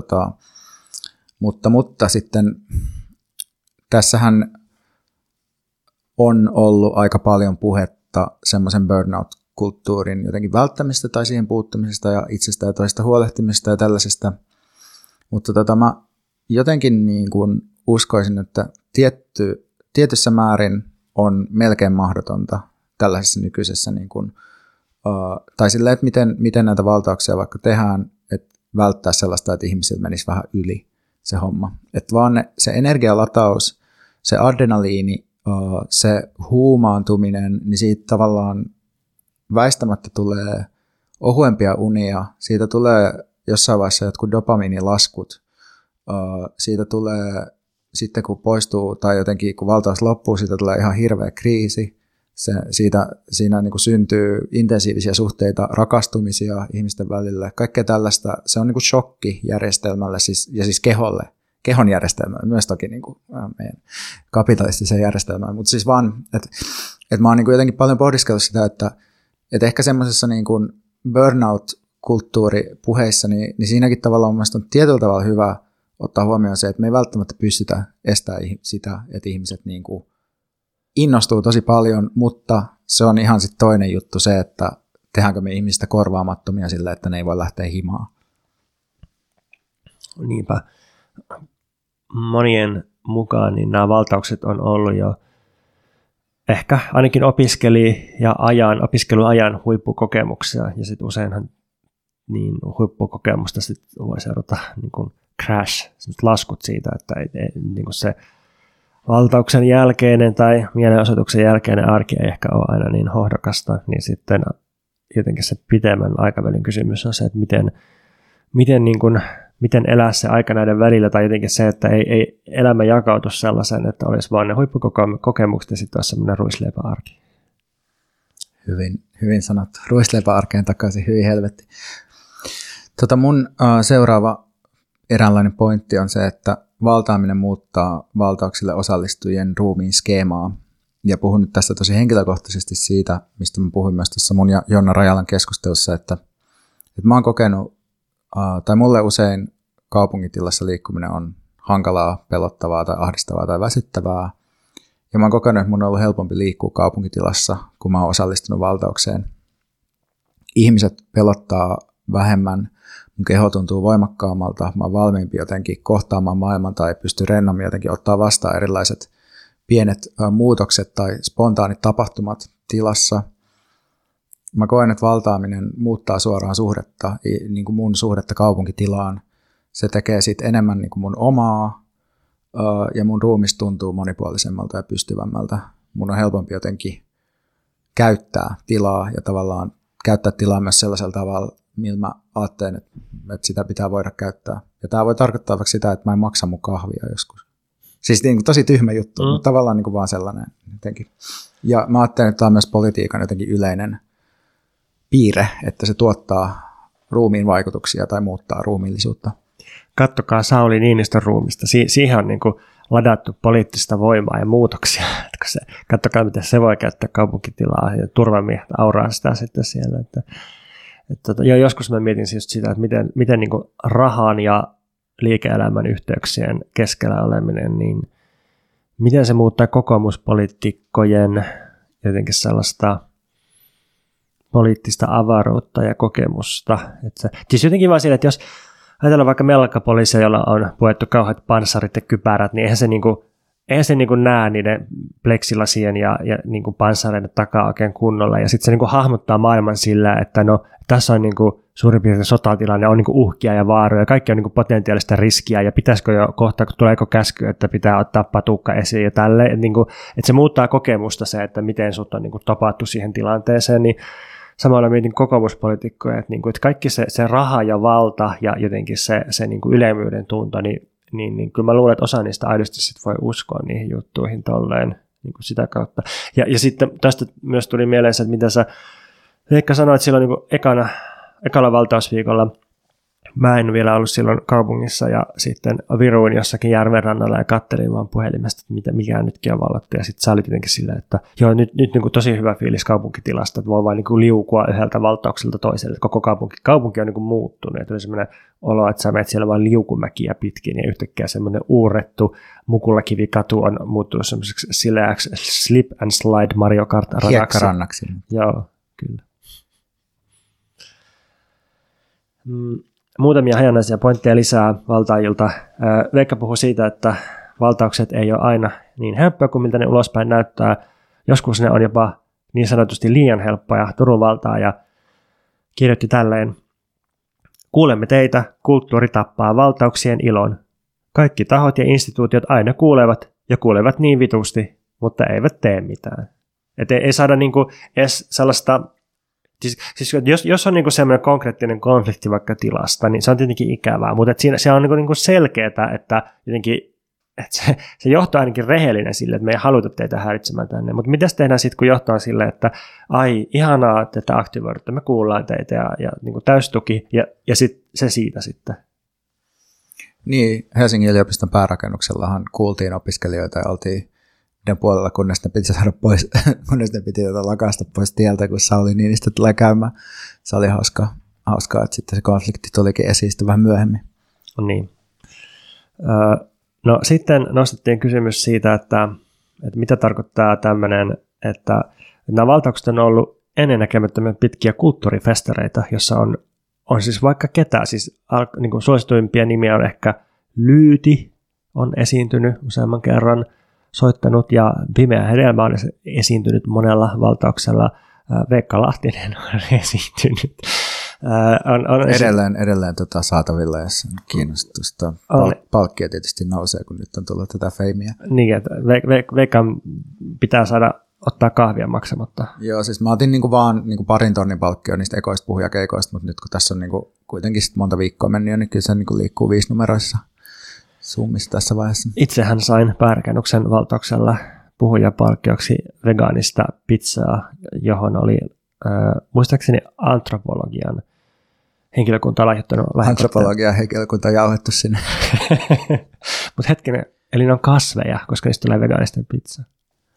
mutta sitten tässähän on ollut aika paljon puhetta semmoisen burnout-kulttuurin jotenkin välttämistä tai siihen puuttumisesta ja itsestä ja toista huolehtimisesta ja tällaisesta, mutta mä jotenkin niin kuin uskoisin, että tietyssä määrin on melkein mahdotonta tällaisessa nykyisessä, niin kuin, tai silleen, että miten näitä valtauksia vaikka tehdään, että välttää sellaista, että ihmisillä menisi vähän yli se homma. Että vaan se energialataus, se adrenaliini, se huumaantuminen, niin siitä tavallaan väistämättä tulee ohuempia unia, siitä tulee jossain vaiheessa jotkut dopamiinilaskut, siitä tulee sitten kun poistuu tai jotenkin kun valtaus loppuu, siitä tulee ihan hirveä kriisi. Siinä niin kuin syntyy intensiivisiä suhteita, rakastumisia ihmisten välillä. Kaikkea tällaista, se on niin kuin shokki järjestelmälle ja siis keholle. Kehon järjestelmälle, myös toki niin kuin meidän kapitalistiseen järjestelmään. Mutta siis vaan, että mä oon niin kuin jotenkin paljon pohdiskellut sitä, että ehkä semmoisessa niin kuin burnout-kulttuuripuheissa, niin siinäkin tavalla mun mielestä on tietyllä tavalla hyvä ottaa huomioon se, että me ei välttämättä pystytä estämään sitä, että ihmiset niin kuin innostuu tosi paljon, mutta se on ihan sitten toinen juttu se, että tehdäänkö me ihmistä korvaamattomia sillä, että ne ei voi lähteä himaan. Niinpä. Monien mukaan niin nämä valtaukset on ollut jo ehkä ainakin opiskeluajan huippukokemuksia, ja sitten useinhan niin huippukokemusta sitten voi seurata niin kuin crash, laskut siitä, että niin kuin se valtauksen jälkeinen tai mielenosoituksen jälkeinen arki ei ehkä ole aina niin hohdokasta, niin sitten jotenkin se pitemmän aikavälin kysymys on se, että miten elää se aika näiden välillä, tai jotenkin se, että ei elämä jakautu sellaisen, että olisi vaan ne huippukokemukset ja sitten olisi sellainen ruisleipäarki. Hyvin sanottu. Ruisleipäarkeen takaisin, hyvin helvetti. Mun seuraava eräänlainen pointti on se, että valtaaminen muuttaa valtauksille osallistujien ruumiin skeemaa. Ja puhun nyt tästä tosi henkilökohtaisesti siitä, mistä mä puhuin myös tässä mun ja Jonna Rajalan keskustelussa, että mä oon kokenut, tai mulle usein kaupunkitilassa liikkuminen on hankalaa, pelottavaa tai ahdistavaa tai väsyttävää. Ja mä oon kokenut, että mun on ollut helpompi liikkua kaupunkitilassa, kun mä oon osallistunut valtaukseen. Ihmiset pelottaa vähemmän, mun keho tuntuu voimakkaammalta, mä oon valmiimpi jotenkin kohtaamaan maailman tai pystyn rennommin jotenkin ottaa vastaan erilaiset pienet muutokset tai spontaanit tapahtumat tilassa. Mä koen, että valtaaminen muuttaa suoraan suhdetta, niin kuin mun suhdetta kaupunkitilaan. Se tekee siitä enemmän niin kuin mun omaa ja mun ruumis tuntuu monipuolisemmalta ja pystyvämmältä. Mun on helpompi jotenkin käyttää tilaa ja tavallaan käyttää tilaa myös sellaisella tavalla, millä mä ajattelen, että sitä pitää voida käyttää. Ja tämä voi tarkoittaa vaikka sitä, että mä en maksa mun kahvia joskus. Siis niin kuin tosi tyhmä juttu, mutta tavallaan niin kuin vaan sellainen jotenkin. Ja mä ajattelen, että tämä on myös politiikan jotenkin yleinen piirre, että se tuottaa ruumiin vaikutuksia tai muuttaa ruumiillisuutta. Kattokaa Sauli Niinistön ruumista. Siihen on niin kuin ladattu poliittista voimaa ja muutoksia. Kattokaa, miten se voi käyttää kaupunkitilaa ja turvamiehet auraa sitä sitten siellä. Ja joskus mä mietin siis sitä, että miten niin kuin rahan ja liike-elämän yhteyksien keskellä oleminen, niin miten se muuttaa kokoomuspoliitikkojen jotenkin sellaista poliittista avaruutta ja kokemusta. Siis jotenkin vaan siinä, että jos ajatellaan vaikka melkapoliisia, jolla on puettu kauheat panssarit ja kypärät, niin eihän se näe niiden pleksilasien ja niin kuin panssareiden takaa oikein kunnolla. Ja sitten se niin kuin hahmottaa maailman sillä, että no tässä on niin kuin suurin piirtein sotatilanne, on niin kuin uhkia ja vaaroja, kaikki on niin kuin potentiaalista riskiä ja pitäisikö jo kohta, tuleeko käsky, että pitää ottaa patukka esiin ja tälleen. Että se muuttaa kokemusta se, että miten sut on niin kuin topattu siihen tilanteeseen, niin samalla mietin kokoomuspoliitikkoja, että kaikki se raha ja valta ja jotenkin se niin kuin ylemmyyden tunto, niin kyllä mä luulen, että osa niistä aidosti sit voi uskoa niihin juttuihin tolleen niin kuin sitä kautta. Ja sitten tästä myös tuli mieleen se, että mitä sä Veikka sanoit silloin niin kuin ekalla valtausviikolla, mä en vielä ollut silloin kaupungissa ja sitten viruin jossakin järven rannalla ja kattelin vaan puhelimesta, että mikä nytkin on vallattu. Ja sitten sä olit jotenkin silleen, että joo, nyt niin kuin tosi hyvä fiilis kaupunkitilasta, että voi vaan niin kuin liukua yhdeltä valtaukselta toiselle. Koko kaupunki on niin kuin muuttunut. Ja tuli semmoinen olo, että sä menet siellä vaan liukumäkiä pitkin ja yhtäkkiä semmoinen uurrettu Mukulakivikatu on muuttunut semmoiseksi sileäksi slip and slide Mario Kart-radaksi. Hiekkarannaksi. Joo, kyllä. Muutamia hajanaisia pointteja lisää valtaajilta. Veikka puhui siitä, että valtaukset ei ole aina niin helppoja kuin miltä ne ulospäin näyttää. Joskus ne on jopa niin sanotusti liian helppoja. Turun valtaaja kirjoitti tälleen: kuulemme teitä, kulttuuri tappaa valtauksien ilon. Kaikki tahot ja instituutiot aina kuulevat niin vitusti, mutta eivät tee mitään. Et ei saada niinku edes sellaista. Siis jos on niinku semmoinen konkreettinen konflikti vaikka tilasta, niin se on tietenkin ikävää, mutta se on niinku selkeää, että jotenkin se johto on ainakin rehellinen sille, että me ei haluta teitä häiritsemään tänne. Mutta mitäs tehdään sitten, kun johto on silleen, että ai, ihanaa, että te aktivoidutte, me kuullaan teitä ja niin kuin täystuki, ja sitten se siitä sitten. Niin, Helsingin yliopiston päärakennuksellahan kuultiin opiskelijoita ja oltiin niiden puolella, kunnes ne piti saada pois, kunnes ne piti lakasta pois tieltä, kun Sauli Niinistö tulee käymään. Se oli hauskaa, että sitten se konflikti tulikin esiin vähän myöhemmin. Niin. No sitten nostettiin kysymys siitä, että mitä tarkoittaa tämmöinen, että nämä valtaukset on ollut ennennäkemättömiä pitkiä kulttuurifestareita, jossa on siis vaikka ketä, siis niin kuin suosituimpia nimiä on ehkä Lyyti, on esiintynyt useamman kerran, soittanut, ja Pimeä Hedelmä on esiintynyt monella valtauksella, Veikka Lahtinen on esiintynyt. Edelleen saatavilla, jos on kiinnostusta. Palkkia tietysti nousee, kun nyt on tullut tätä feimiä. Niin, että Veikan pitää saada ottaa kahvia maksamatta. Joo, siis mä otin vaan 2 tonnin palkkia niistä ekoista puhujakeikoista, mutta nyt kun tässä on kuitenkin monta viikkoa mennyt, niin kyllä se liikkuu 5 numeroissa summissa tässä vaiheessa. Itsehän sain päärakennuksen valtauksella puhujapalkkioksi vegaanista pizzaa, johon oli muistaakseni antropologian henkilökunta lahjoittanut. Antropologian henkilökunta on jauhettu sinne. Mutta hetkinen, eli ne on kasveja, koska niistä tulee vegaanista pizzaa.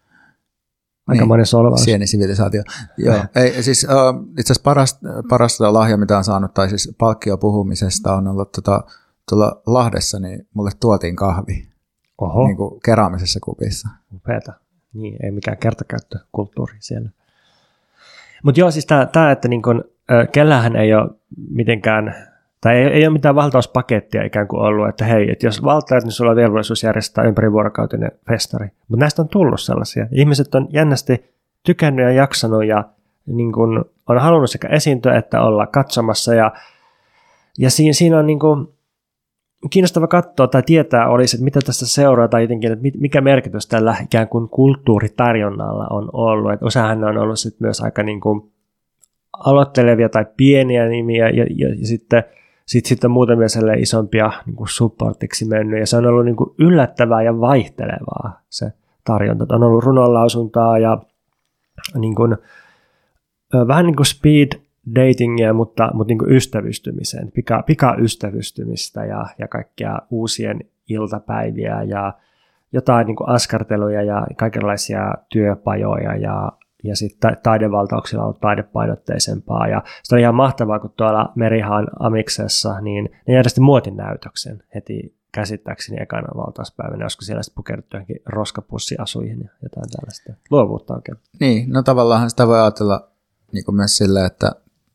Aika monen solvaus. Sienisivilisaatio. Joo, ei, siis itse asiassa paras lahja, mitä on saanut, tai siis palkkio puhumisesta on ollut tuolla Lahdessa, niin mulle tuotiin kahvi. Oho. Niin kuin keraamisessa kupissa. Upeata. Niin, ei mikään kertakäyttökulttuuri siellä. Mutta joo, siis tämä, että niin kun, kellähän ei ole mitenkään, tai ei ole mitään valtauspakettia ikään kuin ollut, että hei, että jos valtaat, niin sulla on velvollisuus järjestää ympärivuorokautinen festari. Mutta näistä on tullut sellaisia. Ihmiset on jännästi tykännyt ja jaksanut ja niin kun, on halunnut sekä esiintyä että olla katsomassa. Ja siinä on niin kun, kiinnostava katsoa tai tietää olisi, että mitä tästä seuraa tai jotenkin, että mikä merkitys tällä ikään kuin kulttuuritarjonnalla on ollut. Että osahan on ollut sit myös aika niin kuin aloittelevia tai pieniä nimiä ja sitten muutamia isompia niin kuin supportiksi mennyt. Ja se on ollut niin kuin yllättävää ja vaihtelevaa se tarjonta. On ollut runonlausuntaa ja niin kuin, vähän niin kuin speed datingia, mutta niin kuin ystävystymiseen, pikaystävystymistä ja kaikkia uusien iltapäiviä ja jotain niin kuin askarteluja ja kaikenlaisia työpajoja ja sitten taidevaltauksilla on ollut taidepainotteisempaa. Ja se oli ihan mahtavaa, kun tuolla Merihaan Amiksessa, niin ne järjesti muotinäytöksen heti käsittääkseni ekana valtauspäivänä, joskus siellä sitten pukeuduttu johonkin roskapussiasuihin ja jotain tällaista. Luovuutta oikein. Niin, no tavallaan sitä voi ajatella niin kuin myös silleen, että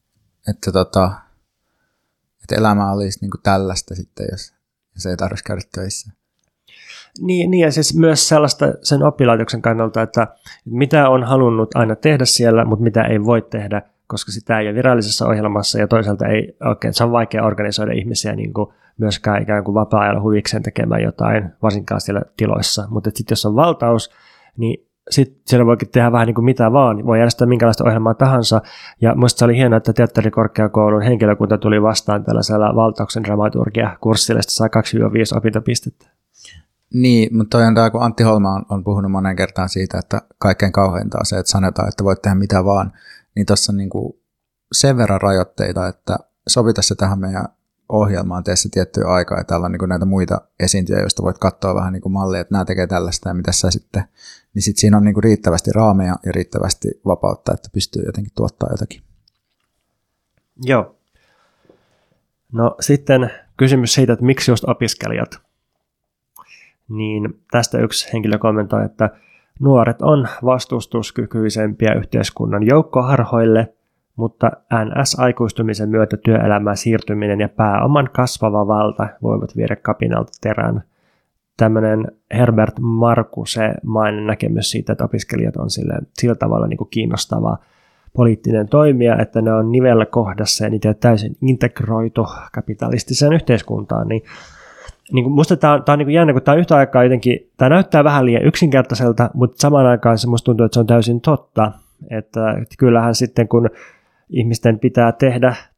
elämä olisi niin kuin tällaista sitten, jos ei tarvitsisi käydä töissä. Niin, ja siis myös sellaista sen oppilaitoksen kannalta, että mitä on halunnut aina tehdä siellä, mutta mitä ei voi tehdä, koska sitä ei ole virallisessa ohjelmassa ja toisaalta ei oikein, se on vaikea organisoida ihmisiä niin kuin myöskään ikään kuin vapaa-ajalla huvikseen tekemään jotain, varsinkaan siellä tiloissa. Mutta sitten jos on valtaus, niin sitten siellä voikin tehdä vähän niin kuin mitä vaan, voi järjestää minkälaista ohjelmaa tahansa, ja minusta se oli hienoa, että teatterikorkeakoulun henkilökunta tuli vastaan tällaisella valtauksen dramaturgia-kurssilla, että sai 2-5 opintopistettä. Niin, mutta toi on tämä, kun Antti Holma on puhunut monen kertaan siitä, että kaikkein kauheinta on se, että sanotaan, että voit tehdä mitä vaan, niin tuossa on niin kuin sen verran rajoitteita, että sovita se tähän meidän ohjelmaan, tee se tiettyä aikaa, ja täällä on niin kuin näitä muita esiintyjä, joista voit katsoa vähän niin kuin mallia, että nämä tekee tällaista ja mitä sä sitten, niin sitten siinä on niin kuin riittävästi raameja ja riittävästi vapautta, että pystyy jotenkin tuottaa jotakin. Joo. No sitten kysymys siitä, että miksi just opiskelijat? Niin tästä yksi henkilö kommentoi, että nuoret on vastustuskykyisempiä yhteiskunnan joukkoharhoille, mutta NS-aikuistumisen myötä työelämään siirtyminen ja pääoman kasvava valta voivat viedä kapinalta terän. Tämmöinen Herbert Marcuse-mainen näkemys siitä, että opiskelijat on sillä tavalla niin kuin kiinnostava poliittinen toimija, että ne on nivellä kohdassa ja niitä on täysin integroitu kapitalistiseen yhteiskuntaan, niin musta tämä on niin kuin jännä, kun tämä on yhtä aikaa jotenkin, tämä näyttää vähän liian yksinkertaiselta, mutta samaan aikaan se musta tuntuu, että se on täysin totta, että kyllähän sitten kun ihmisten pitää tehdä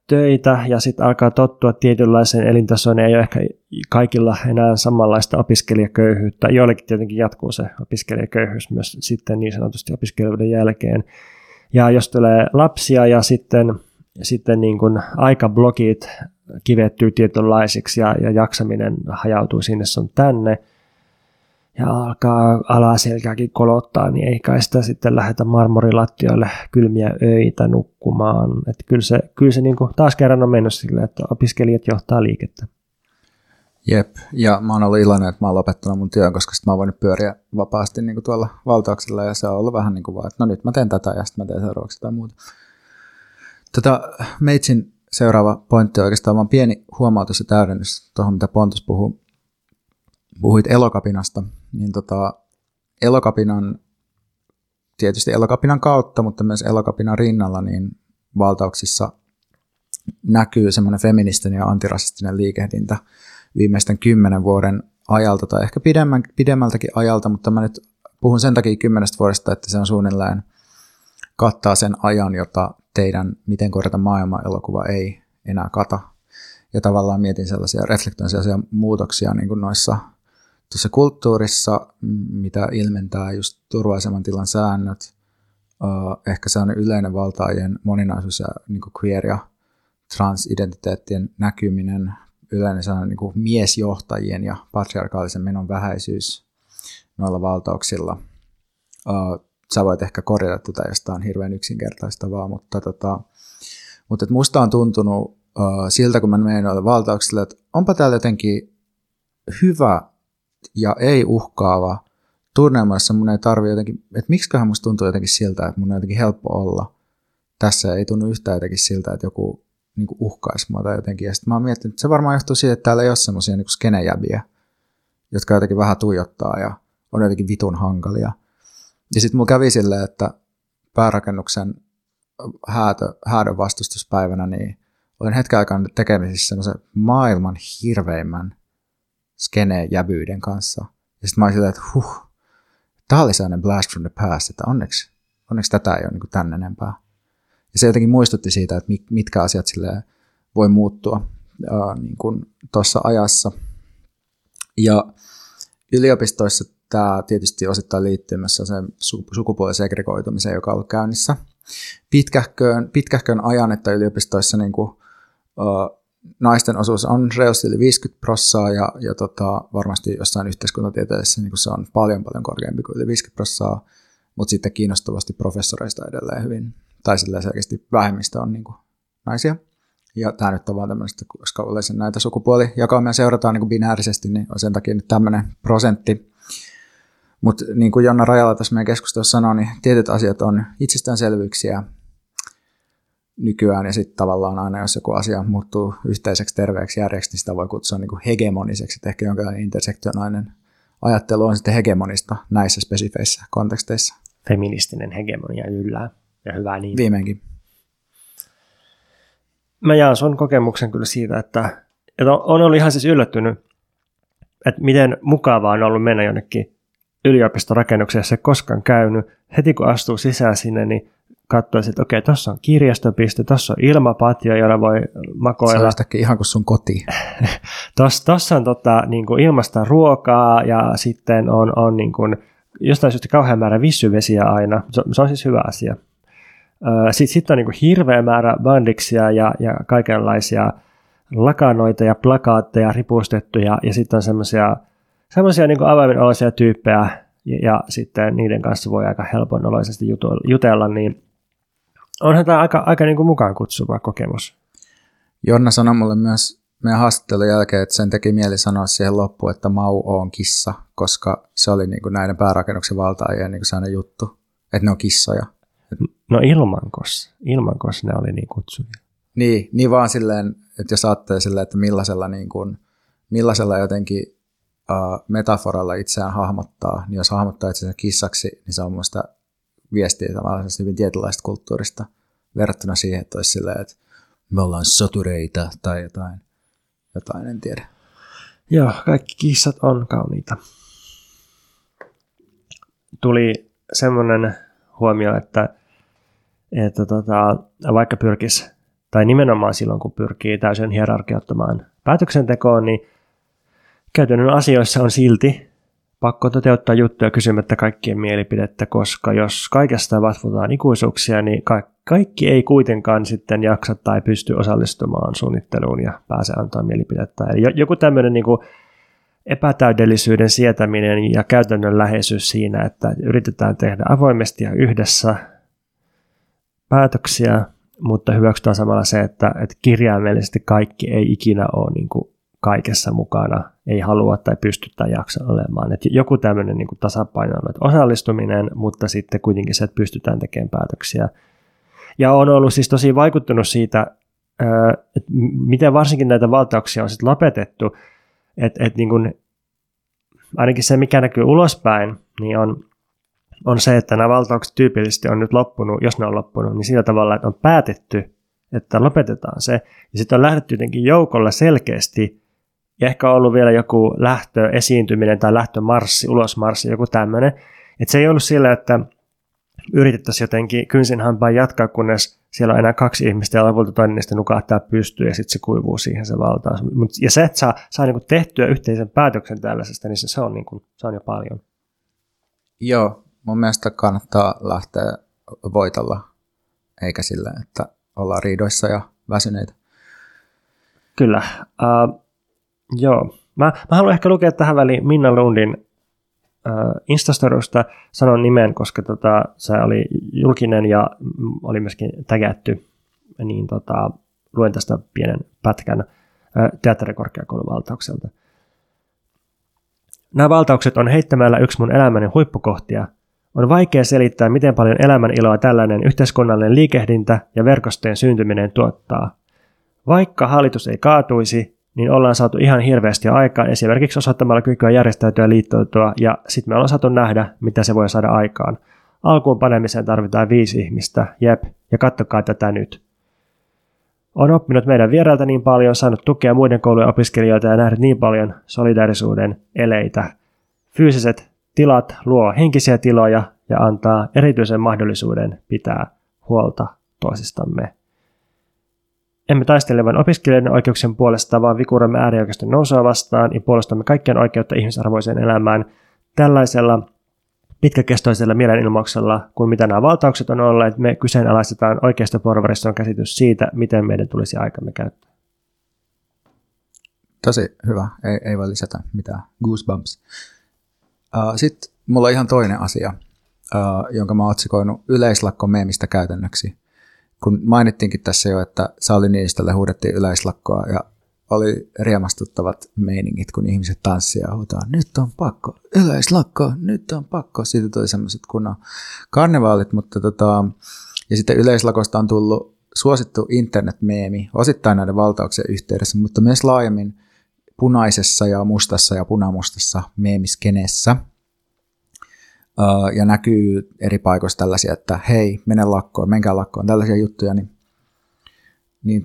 töitä ja sitten alkaa tottua tietynlaiseen elintasoon, niin ei ole ehkä kaikilla enää samanlaista opiskelijaköyhyyttä. Joillekin tietenkin jatkuu se opiskelijaköyhyys myös sitten niin sanotusti opiskelijoiden jälkeen. Ja jos tulee lapsia ja sitten niin kuin aikablokit kivettyy tietynlaisiksi ja jaksaminen hajautuu sinne sun tänne ja alkaa alaselkääkin kolottaa, niin ei kai sitä sitten lähdetä marmorilattioille kylmiä öitä nukkumaan. Että kyllä se niin kuin taas kerran on mennyt silleen, että opiskelijat johtaa liikettä. Jep, ja mä oon ollut iloinen, että mä oon lopettanut mun työn, koska sitten mä oon voinut pyöriä vapaasti niin kuin tuolla valtauksella, ja se on ollut vähän niin kuin vaan, että no nyt mä teen tätä, ja sitten mä teen seuraavaksi tai muuta. Meitsin seuraava pointti on oikeastaan vaan pieni huomautus ja täydennys tuohon, mitä Pontus puhuit Elokapinasta, niin Elokapinan, tietysti Elokapinan kautta, mutta myös Elokapinan rinnalla, niin valtauksissa näkyy semmoinen feministinen ja antirasistinen liikehdintä viimeisten 10 vuoden ajalta, tai ehkä pidemmältäkin ajalta, mutta mä nyt puhun sen takia 10 vuodesta, että se on suunnilleen kattaa sen ajan, jota teidän Miten korjata maailmaa -elokuva ei enää kata. Ja tavallaan mietin reflektoin sellaisia muutoksia niin kuin noissa tuossa kulttuurissa, mitä ilmentää just turvallisemman tilan säännöt, ehkä sellainen yleinen valtaajien moninaisuus ja niin kuin queer- ja transidentiteettien näkyminen, yleinen sellainen niin kuin miesjohtajien ja patriarkaalisen menon vähäisyys noilla valtauksilla. Sä voit ehkä korjata tätä, jos tämä on hirveän yksinkertaistavaa, mutta musta on tuntunut siltä, kun mä menen noille valtauksille, että onpa täällä jotenkin hyvä ja ei uhkaava tunnelma, jossa mun ei tarvitse jotenkin, että miksiköhän musta tuntuu jotenkin siltä, että mun on jotenkin helppo olla tässä, ei tunnu yhtään jotenkin siltä, että joku niin kuin uhkaisi mua tai jotenkin. Ja sitten mä oon miettinyt, että se varmaan johtuu siitä, että täällä ei ole semmoisia niin kuin skenejäbiä, jotka jotenkin vähän tuijottaa ja on jotenkin vitun hankalia. Ja sitten mulla kävi silleen, että päärakennuksen häädön vastustuspäivänä, niin olin hetken aikaa tekemisissä semmoisen maailman hirveimmän skene-jävyyden kanssa. Ja sitten mä olin silleen, että tää oli sellainen blast from the past, että onneksi tätä ei ole niin kuin tän enempää. Ja se jotenkin muistutti siitä, että mitkä asiat silleen voi muuttua niin kuin tuossa ajassa. Ja yliopistoissa tämä tietysti osittain liittyy myös sen sukupuolisegregoitumiseen, joka on ollut käynnissä pitkähköön ajan, että yliopistoissa niin kuin, naisten osuus on reilusti yli 50% ja varmasti jossain yhteiskuntatieteessä niin kuin se on paljon korkeampi kuin yli 50%, mutta sitten kiinnostavasti professoreista edelleen hyvin, tai silleen selkeästi vähemmistö on niin kuin naisia. Ja tämä nyt on vaan tämmöistä, koska yleensä näitä sukupuolijakaumia seurataan niin kuin binäärisesti, niin on sen takia nyt tämmöinen prosentti. Mutta niin kuin Jonna Rajala tässä meidän keskustelussa sanoi, niin tietyt asiat on itsestäänselvyyksiä nykyään, ja sitten tavallaan aina, jos joku asia muuttuu yhteiseksi terveeksi järjeksi, niin sitä voi kutsua niin kuin hegemoniseksi, että ehkä jonkinlainen intersektionaalinen ajattelu on sitten hegemonista näissä spesifeissä konteksteissa. Feministinen hegemonia yllää, ja hyvä niin. Viimeinkin. Mä jaan sun kokemuksen kyllä siitä, että on ollut ihan siis yllättynyt, että miten mukavaa on ollut mennä jonnekin yliopistorakennukseen, jos ei koskaan käynyt. Heti kun astuu sisään sinne, niin katsoisin, että okei, tuossa on kirjastopiste, tuossa on ilmapatio, jolla voi makoilla. Se on sitäkin ihan kuin sun koti. Tuossa on niin kuin ilmasta ruokaa ja sitten on niin kuin, jostain syystä kauhean määrä vissyvesiä aina. Se on siis hyvä asia. Sitten on niin kuin hirveä määrä bandiksia ja kaikenlaisia lakanoita ja plakaatteja ripustettuja ja sitten on semmoisia niin kuin avaimenoloisia tyyppejä ja sitten niiden kanssa voi aika helponoloisesti jutella, niin onhan tämä aika niin kuin mukaan kutsuva kokemus. Jonna sanoi mulle myös meidän haastattelun jälkeen, että sen teki mieli sanoa siihen loppuun, että Mau on kissa, koska se oli niin kuin näiden päärakennuksen valtaajien niin kuin sellainen juttu, että ne on kissoja. No ilmankos ne oli niin kutsuvia. Niin vaan silleen, että jos ajattelee silleen, että millaisella jotenkin metaforalla itseään hahmottaa, niin jos hahmottaa itseään kissaksi, niin se on muista viestiä tavallaan hyvin tietynlaista kulttuurista verrattuna siihen, että olisi silleen, että me ollaan sotureita tai jotain en tiedä. Joo, kaikki kissat on kauniita. Tuli semmoinen huomio, että vaikka pyrkisi tai nimenomaan silloin, kun pyrkii täysin hierarkioittamaan päätöksentekoon, niin käytännön asioissa on silti pakko toteuttaa juttuja kysymättä kaikkien mielipidettä, koska jos kaikesta vatvotaan ikuisuuksia, niin kaikki ei kuitenkaan sitten jaksa tai pysty osallistumaan suunnitteluun ja pääse antaa mielipidettä. Eli joku tämmöinen niin kuin epätäydellisyyden sietäminen ja käytännönläheisyys siinä, että yritetään tehdä avoimesti ja yhdessä päätöksiä, mutta hyväksytään samalla se, että kirjaimellisesti kaikki ei ikinä ole niin kuin kaikessa mukana, ei halua tai pysty tai jaksa olemaan. Että joku tämmöinen niin kuin tasapaino on, että osallistuminen, mutta sitten kuitenkin se, että pystytään tekemään päätöksiä. Ja on ollut siis tosi vaikuttunut siitä, että miten varsinkin näitä valtauksia on sitten lopetettu, että niin kuin, ainakin se, mikä näkyy ulospäin, niin on se, että nämä valtaukset tyypillisesti on nyt loppunut, jos ne on loppunut, niin sillä tavalla, että on päätetty, että lopetetaan se. Ja sitten on lähdetty jotenkin joukolla selkeästi, ja ehkä on ollut vielä joku lähtöesiintyminen tai lähtömarssi, ulosmarssi, joku tämmöinen. Että se ei ollut sillä, että yritettäisiin jotenkin kynsin hampaan jatkaa, kunnes siellä on enää 2 ihmistä ja lopulta toinen niistä nukahtaa pystyyn ja sitten se kuivuu siihen se valtaus. Ja se, että saa niin kuin tehtyä yhteisen päätöksen tällaisesta, niin se on jo paljon. Joo, mun mielestä kannattaa lähteä voitolla, eikä sillä, että ollaan riidoissa ja väsyneitä. Kyllä. Joo. Mä haluan ehkä lukea tähän väliin Minna Lundin Instastorysta, sanon nimen, koska se oli julkinen ja oli myöskin tägätty, niin luen tästä pienen pätkän teatterikorkeakoulun valtaukselta. Nämä valtaukset on heittämällä yksi mun elämäni huippukohtia. On vaikea selittää, miten paljon elämän iloa tällainen yhteiskunnallinen liikehdintä ja verkostojen syntyminen tuottaa. Vaikka hallitus ei kaatuisi, niin ollaan saatu ihan hirveästi aikaan esimerkiksi osoittamalla kykyä järjestäytyä ja liittoutua, ja sitten me ollaan saatu nähdä, mitä se voi saada aikaan. Alkuun panemiseen tarvitaan 5 ihmistä, jep, ja katsokaa tätä nyt. On oppinut meidän vierailta niin paljon, saanut tukea muiden koulujen opiskelijoilta ja nähnyt niin paljon solidaarisuuden eleitä. Fyysiset tilat luo henkisiä tiloja ja antaa erityisen mahdollisuuden pitää huolta toisistamme. Emme taistele vain opiskelijoiden oikeuksien puolesta, vaan vikuramme äärioikeiston nousua vastaan ja puolustamme kaikkien oikeutta ihmisarvoiseen elämään tällaisella pitkäkestoisella mielenilmauksella, kuin mitä nämä valtaukset on olleet. Me kyseenalaistetaan oikeistoporvariston käsitys siitä, miten meidän tulisi aikamme käyttää. Tosi hyvä, ei voi lisätä mitään. Goosebumps. Sitten mulla on ihan toinen asia, jonka mä oon otsikoinut yleislakko meemistä käytännöksi. Kun mainittiinkin tässä jo, että Sauli Niinistölle huudettiin yleislakkoa ja oli riemastuttavat meiningit, kun ihmiset tanssivat ja huutaa, nyt on pakko, yleislakko, nyt on pakko. Siitä tuli sellaiset kunnon karnevaalit, mutta ja sitten yleislakosta on tullut suosittu internetmeemi, osittain näiden valtauksien yhteydessä, mutta myös laajemmin punaisessa ja mustassa ja punamustassa meemiskenessä. Ja näkyy eri paikoissa tällaisia, että hei, mene lakkoon, menkää lakkoon, tällaisia juttuja, niin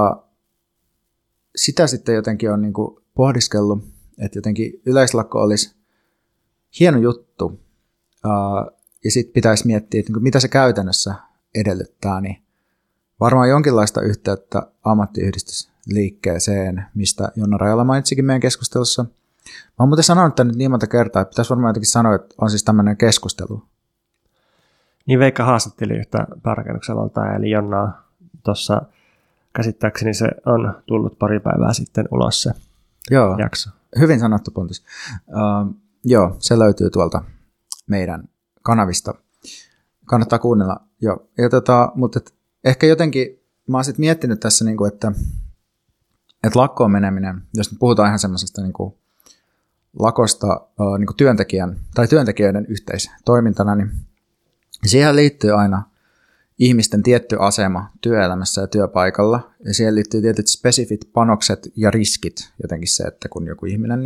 sitä sitten jotenkin on niinku pohdiskellut, että jotenkin yleislakko olisi hieno juttu, ja sitten pitäisi miettiä, että mitä se käytännössä edellyttää, niin varmaan jonkinlaista yhteyttä ammattiyhdistysliikkeeseen, mistä Jonna Rajala mainitsikin meidän keskustelussa. Mä oon muuten sanonut tämän nyt niin monta kertaa, että pitäisi varmaan jotenkin sanoa, että on siis tämmöinen keskustelu. Niin Veikka haastatteli yhtä päärakennuksen valtaa, eli Jonnaa tuossa käsittääkseni se on tullut pari päivää sitten ulos se jakso. Hyvin sanottu, Pontus. Joo, se löytyy tuolta meidän kanavista. Kannattaa kuunnella. Joo. Ja mutta ehkä jotenkin mä oon sitten miettinyt tässä, että lakkoon meneminen, jos nyt puhutaan ihan semmoisesta lakosta työntekijän tai työntekijöiden yhteistoimintana, niin siihen liittyy aina ihmisten tietty asema työelämässä ja työpaikalla, ja siihen liittyy tietyt spesifit panokset ja riskit. Jotenkin se, että kun joku ihminen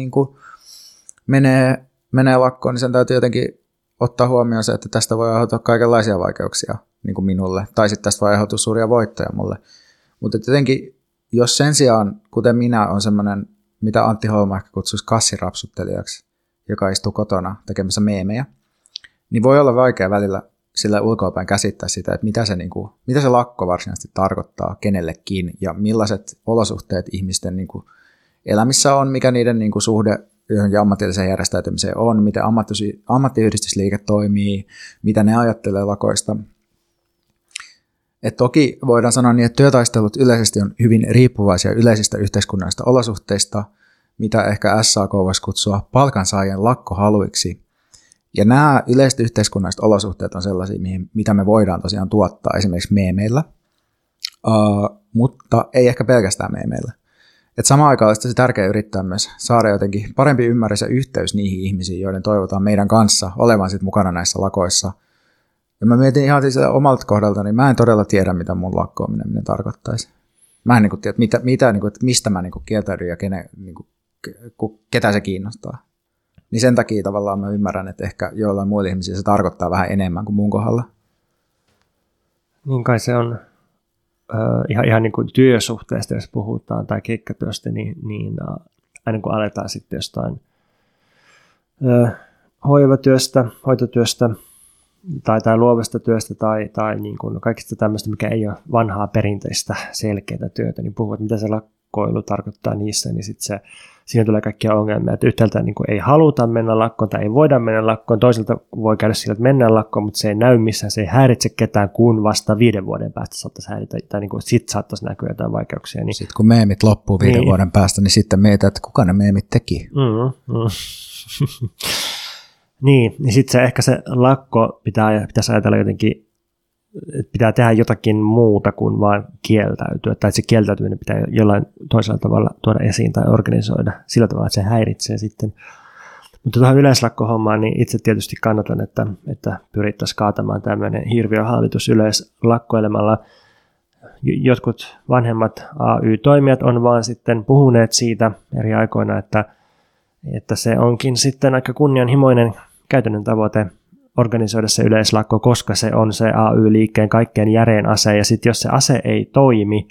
menee lakkoon, niin sen täytyy jotenkin ottaa huomioon se, että tästä voi aiheutua kaikenlaisia vaikeuksia minulle, tai sitten tästä voi aiheutua suuria voittoja mulle. Mutta jotenkin, jos sen sijaan, kuten minä, on semmoinen, mitä Antti Holma ehkä kutsuisi kassirapsuttelijaksi, joka istuu kotona tekemässä meemejä, niin voi olla vaikea välillä sillä ulkoapäin käsittää sitä, että mitä se lakko varsinaisesti tarkoittaa kenellekin ja millaiset olosuhteet ihmisten niin kuin elämissä on, mikä niiden niin kuin suhde johonkin ammatilliseen järjestäytymiseen on, miten ammattiyhdistysliike toimii, mitä ne ajattelee lakoista. Et toki voidaan sanoa niin, että työtaistelut yleisesti on hyvin riippuvaisia yleisistä yhteiskunnallisista olosuhteista, mitä ehkä SAK voisi kutsua palkansaajien lakkohaluiksi. Ja nämä yleiset yhteiskunnalliset olosuhteet on sellaisia, mitä me voidaan tosiaan tuottaa esimerkiksi meemeillä, mutta ei ehkä pelkästään meemeillä. Et samaan aikaan olisi tosi tärkeää yrittää myös saada jotenkin parempi ymmärrys ja yhteys niihin ihmisiin, joiden toivotaan meidän kanssa olevan sit mukana näissä lakoissa. Ja mä mietin ihan siis omalta kohdalta, niin mä en todella tiedä, mitä mun lakkoaminen tarkoittaisi. Mä en tiedä, että mistä mä kieltäydyn ja ketä se kiinnostaa. Niin sen takia tavallaan mä ymmärrän, että ehkä jollain muilla ihmisillä se tarkoittaa vähän enemmän kuin mun kohdalla. Niin kai se on ihan niin kuin työsuhteesta, jos puhutaan, tai keikkatyöstä, niin aina kun aletaan sitten jostain hoitotyöstä tai luovasta työstä tai niin kuin kaikista tämmöistä, mikä ei ole vanhaa perinteistä selkeää työtä, niin puhuvat, mitä se lakkoilu tarkoittaa niissä, niin sitten siinä tulee kaikkia ongelmia, että yhtäältä niin kuin ei haluta mennä lakkoon tai ei voida mennä lakkoon, toiselta voi käydä sillä, että mennään lakkoon, mutta se ei näy missään, se ei häiritse ketään, kun vasta 5 vuoden päästä saattaisi häiritä, tai niin kuin sitten saattaisi näkyä jotain vaikeuksia. Niin. Sitten kun meemit loppuu 5 vuoden päästä, niin sitten mietitään, että kuka ne meemit teki. Niin sitten ehkä se lakko pitäisi ajatella jotenkin, että pitää tehdä jotakin muuta kuin vain kieltäytyä, tai se kieltäytyminen pitää jollain toisella tavalla tuoda esiin tai organisoida sillä tavalla, että se häiritsee sitten. Mutta tuohon yleislakkohommaan, niin itse tietysti kannatan, että pyrittäisiin kaatamaan tämmöinen hirviöhallitus yleislakkoilemalla. Jotkut vanhemmat AY-toimijat on vaan sitten puhuneet siitä eri aikoina, että se onkin sitten aika kunnianhimoinen käytännön tavoite organisoida se yleislakko, koska se on se AY-liikkeen kaikkein järein ase, ja sitten jos se ase ei toimi,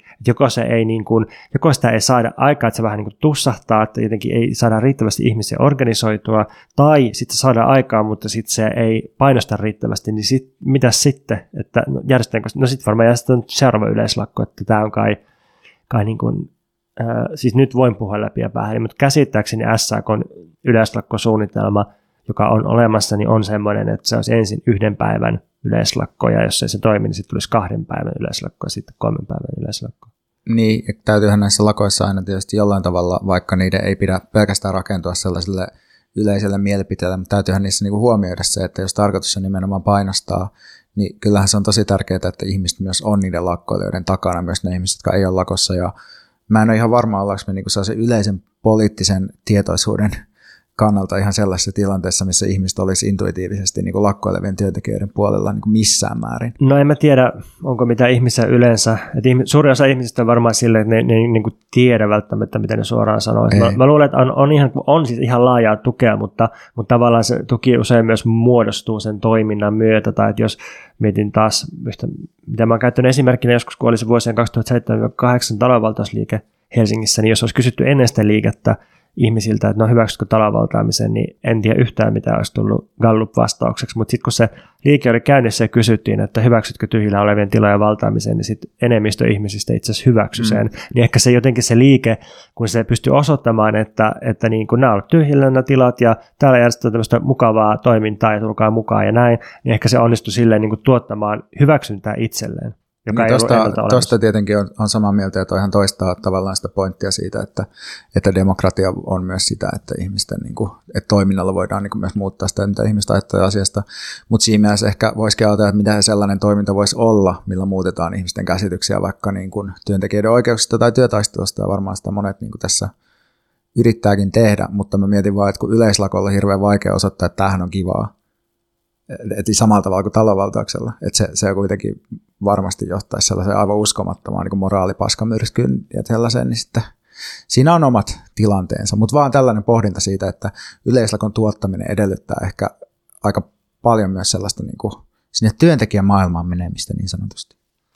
joko sitä ei saada aikaa, että se vähän niin kuin tussahtaa, että jotenkin ei saada riittävästi ihmisiä organisoitua, tai sitten se saadaan aikaa, mutta sitten se ei painosta riittävästi, niin mitäs sitten, että järjestetäänkö, sitten varmaan järjestetään seuraava yleislakko, että tämä on kai niin kuin, siis nyt voin puhua läpi ja päähän, mutta käsittääkseni SAK:n yleislakkosuunnitelma, joka on olemassa, niin on semmoinen, että se olisi ensin 1 päivän yleislakko, ja jos ei se toimi, niin sitten tulisi 2 päivän yleislakko ja sitten 3 päivän yleislakko. Niin, täytyyhän näissä lakoissa aina tietysti jollain tavalla, vaikka niiden ei pidä pelkästään rakentua sellaiselle yleiselle mielipiteelle, mutta täytyyhän niissä niinku huomioida se, että jos tarkoitus on nimenomaan painostaa, niin kyllähän se on tosi tärkeää, että ihmiset myös on niiden lakkoilijoiden takana, myös ne ihmiset, jotka ei ole lakossa, ja mä en ole ihan varma, ollaanko me niinku sellaisen yleisen poliittisen tietoisuuden kannalta ihan sellaisessa tilanteessa, missä ihmiset olisi intuitiivisesti niin kuin lakkoilevien työntekijöiden puolella niin kuin missään määrin. No en mä tiedä, onko mitä ihmisiä yleensä. Suurin osa ihmisistä on varmaan silleen, että ne niin kuin tiedä välttämättä, mitä ne suoraan sanoo. Mä luulen, että on siis ihan laajaa tukea, mutta tavallaan se tuki usein myös muodostuu sen toiminnan myötä. Tai että jos mietin taas, mitä mä oon käyttänyt esimerkkinä joskus, kun oli se vuosien 2007-2008 talonvaltausliike Helsingissä, niin jos olisi kysytty ennen sitä liikettä ihmisiltä, että no hyväksytkö talonvaltaamisen, niin en tiedä yhtään, mitä olisi tullut Gallup-vastaukseksi, mutta sitten kun se liike oli käynnissä ja kysyttiin, että hyväksytkö tyhjillä olevien tilojen valtaamisen, niin sitten enemmistö ihmisistä itse asiassa hyväksyi sen. Niin ehkä se jotenkin se liike, kun se pystyy osoittamaan, että niin kun nämä ovat tyhjillä nämä tilat ja täällä järjestetään tämmöistä mukavaa toimintaa ja tulkaa mukaan ja näin, niin ehkä se onnistui silleen niin kuin tuottamaan hyväksyntää itselleen. Niin tuosta tietenkin on samaa mieltä, ja toihan toistaa tavallaan sitä pointtia siitä, että demokratia on myös sitä, että ihmisten niin kuin, että toiminnalla voidaan niin kuin myös muuttaa sitä, mitä ihmiset ajattelee asiasta. Mutta siinä mielessä ehkä voisikin ajatella, että mitä sellainen toiminta voisi olla, millä muutetaan ihmisten käsityksiä vaikka niin kuin työntekijöiden oikeuksista tai työtaistelusta, ja varmaan sitä monet niin kuin tässä yrittääkin tehdä, mutta mä mietin vaan, että kun yleislakolla on hirveän vaikea osoittaa, että tämähän on kivaa, että samalla tavalla kuin talonvaltauksella, että se kuitenkin varmasti johtaisi sellaiseen aivan uskomattomaan niin kuin moraalipaskamyrskyyn ja sellaiseen, niin sitten siinä on omat tilanteensa, mutta vaan tällainen pohdinta siitä, että yleislakon tuottaminen edellyttää ehkä aika paljon myös sellaista niin kuin sinne työntekijän maailmaan menemistä niin sanotusti.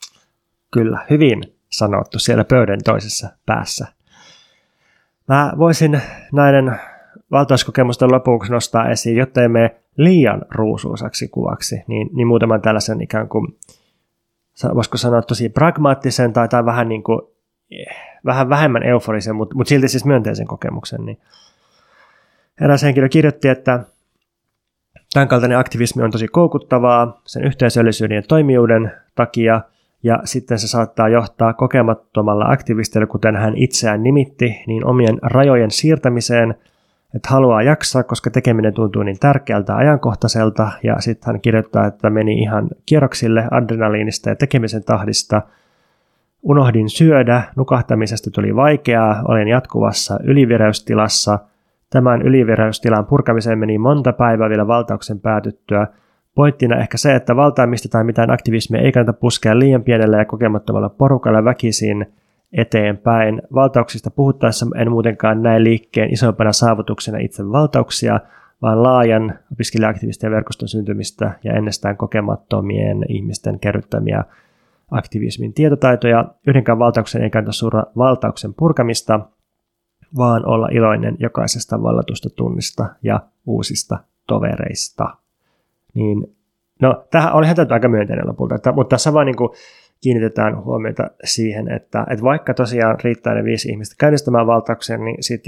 Kyllä, hyvin sanottu siellä pöydän toisessa päässä. Mä voisin näiden valtauskokemusten lopuksi nostaa esiin, jotta ei mene liian ruusuisaksi kuvaksi, niin muutaman tällaisen ikään kuin, voisiko sanoa tosi pragmaattisen tai vähän, niin kuin, vähän vähemmän euforisen, mutta silti siis myönteisen kokemuksen. Niin eräs henkilö kirjoitti, että tämän kaltainen aktivismi on tosi koukuttavaa sen yhteisöllisyyden ja toimijuuden takia, ja sitten se saattaa johtaa kokemattomalla aktivistilla, kuten hän itseään nimitti, niin omien rajojen siirtämiseen, että haluaa jaksaa, koska tekeminen tuntuu niin tärkeältä ja ajankohtaiselta, ja sitten hän kirjoittaa, että meni ihan kierroksille adrenaliinista ja tekemisen tahdista. Unohdin syödä, nukahtamisesta tuli vaikeaa, olin jatkuvassa ylivireystilassa. Tämän ylivireystilan purkamiseen meni monta päivää vielä valtauksen päätyttyä. Pointtina ehkä se, että valtaamista tai mitään aktivismia ei kannata puskea liian pienellä ja kokemattomalla porukalla väkisin eteenpäin. Valtauksista puhuttaessa en muutenkaan näe liikkeen isompana saavutuksena itse valtauksia, vaan laajan opiskelija-aktivistien verkoston syntymistä ja ennestään kokemattomien ihmisten kerryttämiä aktivismin tietotaitoja. Yhdenkään valtauksen ei kannata suurra valtauksen purkamista, vaan olla iloinen jokaisesta vallatusta tunnista ja uusista tovereista. Niin, no, tämähän olihan tämä aika myönteinen lopulta, mutta tässä vaan niin kuin kiinnitetään huomiota siihen, että vaikka tosiaan riittää ne 5 ihmistä käynnistämään valtauksen, niin sitten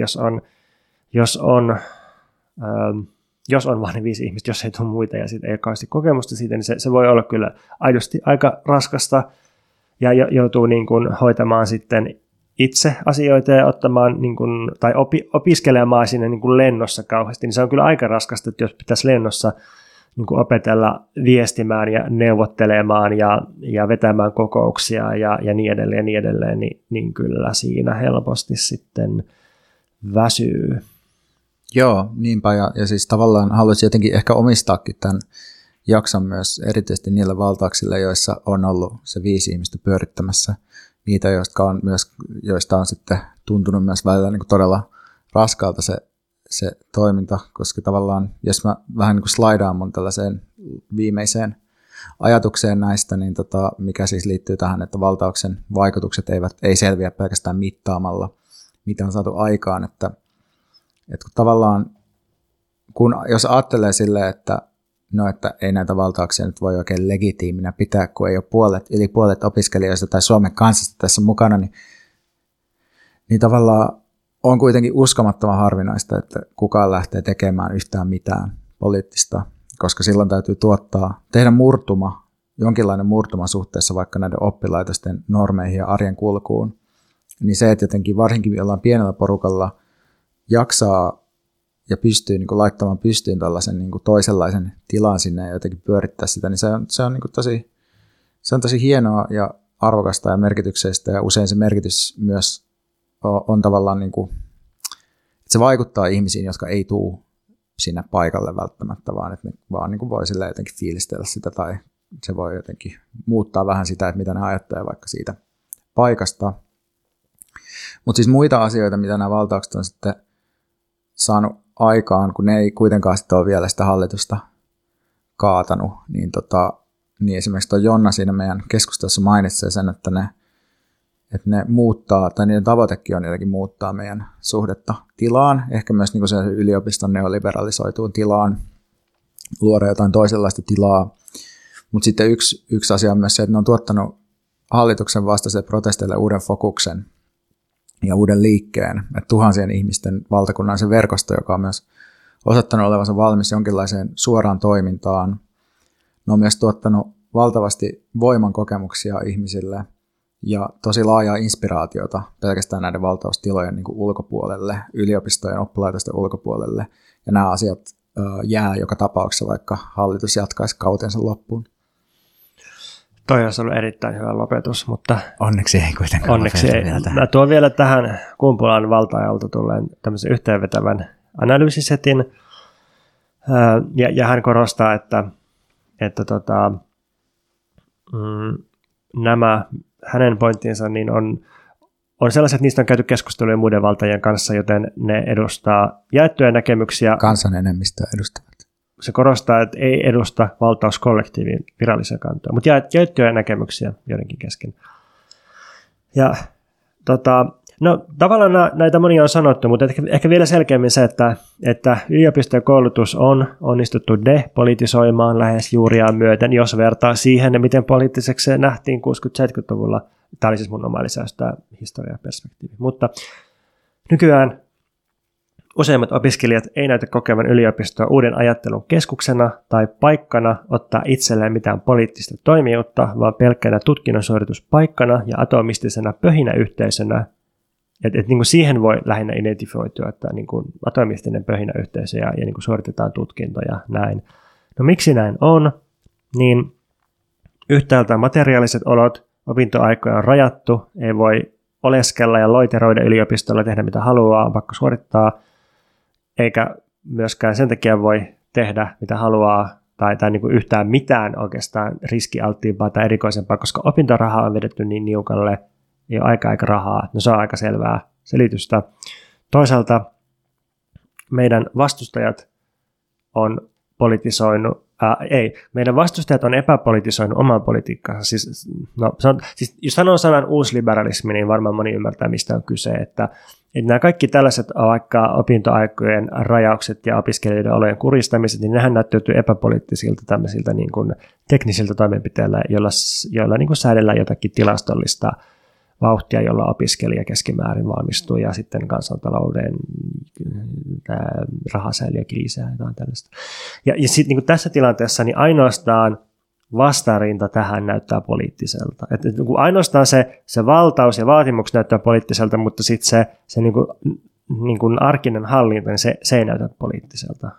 jos on vain ne 5 ihmistä, jos ei tule muita ja sitten ei ole kauheasti kokemusta siitä, niin se voi olla kyllä aidosti aika raskasta ja joutuu niin kuin hoitamaan sitten itse asioita ja ottamaan niin kuin, tai opiskelemaan siinä niin kuin lennossa kauheasti, niin se on kyllä aika raskasta, että jos pitäisi lennossa niin kuin opetella viestimään ja neuvottelemaan ja vetämään kokouksia ja niin edelleen, niin kyllä siinä helposti sitten väsyy. Joo, niinpä, ja siis tavallaan haluaisin jotenkin ehkä omistaakin tämän jakson myös erityisesti niille valtauksille, joissa on ollut se 5 ihmistä pyörittämässä niitä, joista on sitten tuntunut myös välillä niin kuin todella raskaalta se toiminta, koska tavallaan, jos mä vähän niin kuin slaidaan mun tällaiseen viimeiseen ajatukseen näistä, niin mikä siis liittyy tähän, että valtauksen vaikutukset ei selviä pelkästään mittaamalla, mitä on saatu aikaan, että kun tavallaan, jos ajattelee silleen, että ei näitä valtauksia nyt voi oikein legitiiminä pitää, kun ei ole yli puolet opiskelijoista tai Suomen kansasta tässä mukana, niin tavallaan on kuitenkin uskomattoman harvinaista, että kukaan lähtee tekemään yhtään mitään poliittista, koska silloin täytyy tehdä jonkinlainen murtuma suhteessa vaikka näiden oppilaitosten normeihin ja arjen kulkuun. Niin se, että jotenkin varsinkin jollain pienellä porukalla jaksaa ja pystyy niin kuin laittamaan pystyyn tällaisen niin kuin toisenlaisen tilan sinne ja jotenkin pyörittää sitä, niin se on niin kuin tosi hienoa ja arvokasta ja merkityksestä, ja usein se merkitys myös on tavallaan, niin kuin, että se vaikuttaa ihmisiin, jotka ei tule sinne paikalle välttämättä, vaan että ne vaan niin kuin voi silleen jotenkin fiilistellä sitä, tai se voi jotenkin muuttaa vähän sitä, että mitä ne ajattelee vaikka siitä paikasta. Mutta siis muita asioita, mitä nämä valtaukset on sitten saanut aikaan, kun ne ei kuitenkaan sitten ole vielä sitä hallitusta kaatanut, niin esimerkiksi tuo Jonna siinä meidän keskustelussa mainitsee sen, että ne muuttaa, tai niiden tavoitekin on jotenkin muuttaa meidän suhdetta tilaan, ehkä myös niin kuin se yliopiston neoliberalisoituun tilaan, luoda jotain toisenlaista tilaa. Mutta sitten yksi asia on myös se, että ne on tuottanut hallituksen vastaisille protesteille uuden fokuksen ja uuden liikkeen, että tuhansien ihmisten valtakunnallisen verkosto, joka on myös osoittanut olevansa valmis jonkinlaiseen suoraan toimintaan. Ne on myös tuottanut valtavasti voiman kokemuksia ihmisille ja tosi laajaa inspiraatiota pelkästään näiden valtaustilojen niin kuin ulkopuolelle, yliopistojen oppilaitosten ulkopuolelle. Ja nämä asiat jää joka tapauksessa, vaikka hallitus jatkaisi kautensa loppuun. Toi olisi ollut erittäin hyvä lopetus, mutta onneksi ei kuitenkaan. Onneksi ei. Mä tuon vielä tähän Kumpulan valtaajalta tulleen tämmöisen yhteenvetävän analyysisetin, ja hän korostaa, että nämä hänen pointtinsa niin on sellaiset, että niistä on käyty keskusteluja muiden valtajien kanssa, joten ne edustaa jaettuja näkemyksiä. Kansan enemmistöä edustavat. Se korostaa, että ei edusta valtauskollektiivin virallisia kantoja, mutta jaettuja näkemyksiä joidenkin kesken. Ja No tavallaan näitä monia on sanottu, mutta ehkä vielä selkeämmin se, että yliopistojen koulutus on onnistuttu depolitisoimaan lähes juuriaan myöten, jos vertaa siihen, miten poliittiseksi se nähtiin 60-70-luvulla. Tämä oli siis mun oma lisäys, tämä historiaperspektiivi. Mutta nykyään useimmat opiskelijat ei näytä kokevan yliopistoa uuden ajattelun keskuksena tai paikkana ottaa itselleen mitään poliittista toimijuutta, vaan pelkkänä tutkinnon suorituspaikkana ja atomistisena pöhinäyhteisönä. Et niin kuin siihen voi lähinnä identifioitua, että niin kuin atomistinen pöhinäyhteisö ja niin kuin suoritetaan tutkintoja näin. No miksi näin on? Niin yhtäältä materiaaliset olot, opintoaikoja on rajattu, ei voi oleskella ja loiteroida yliopistolla, tehdä mitä haluaa, on pakko suorittaa, eikä myöskään sen takia voi tehdä mitä haluaa tai niin kuin yhtään mitään oikeastaan riskialttiimpaa tai erikoisempaa, koska opintorahaa on vedetty niin niukalle, ei ole aika rahaa. No se on aika selvää selitystä. Toisaalta meidän vastustajat on meidän vastustajat on epäpolitisoinut oman politiikkansa. Siis jos sanoo sanan uusliberalismi, niin varmaan moni ymmärtää, mistä on kyse. Että nämä kaikki tällaiset vaikka opintoaikojen rajaukset ja opiskelijoiden olojen kuristamiset, niin nehän näyttäytyy epäpoliittisilta tämmöisiltä niin kuin teknisiltä toimenpiteillä, joilla niin kuin säädellään jotakin tilastollista vauhtia, jolla opiskelija keskimäärin valmistuu ja sitten kansantalouden rahasäiliökriisiä ja jotain tällaista. Ja sitten niin tässä tilanteessa niin ainoastaan vastarinta tähän näyttää poliittiselta. Et ainoastaan se valtaus ja vaatimukset näyttää poliittiselta, mutta sitten se niin kuin arkinen hallinta, niin se ei näytä poliittiselta.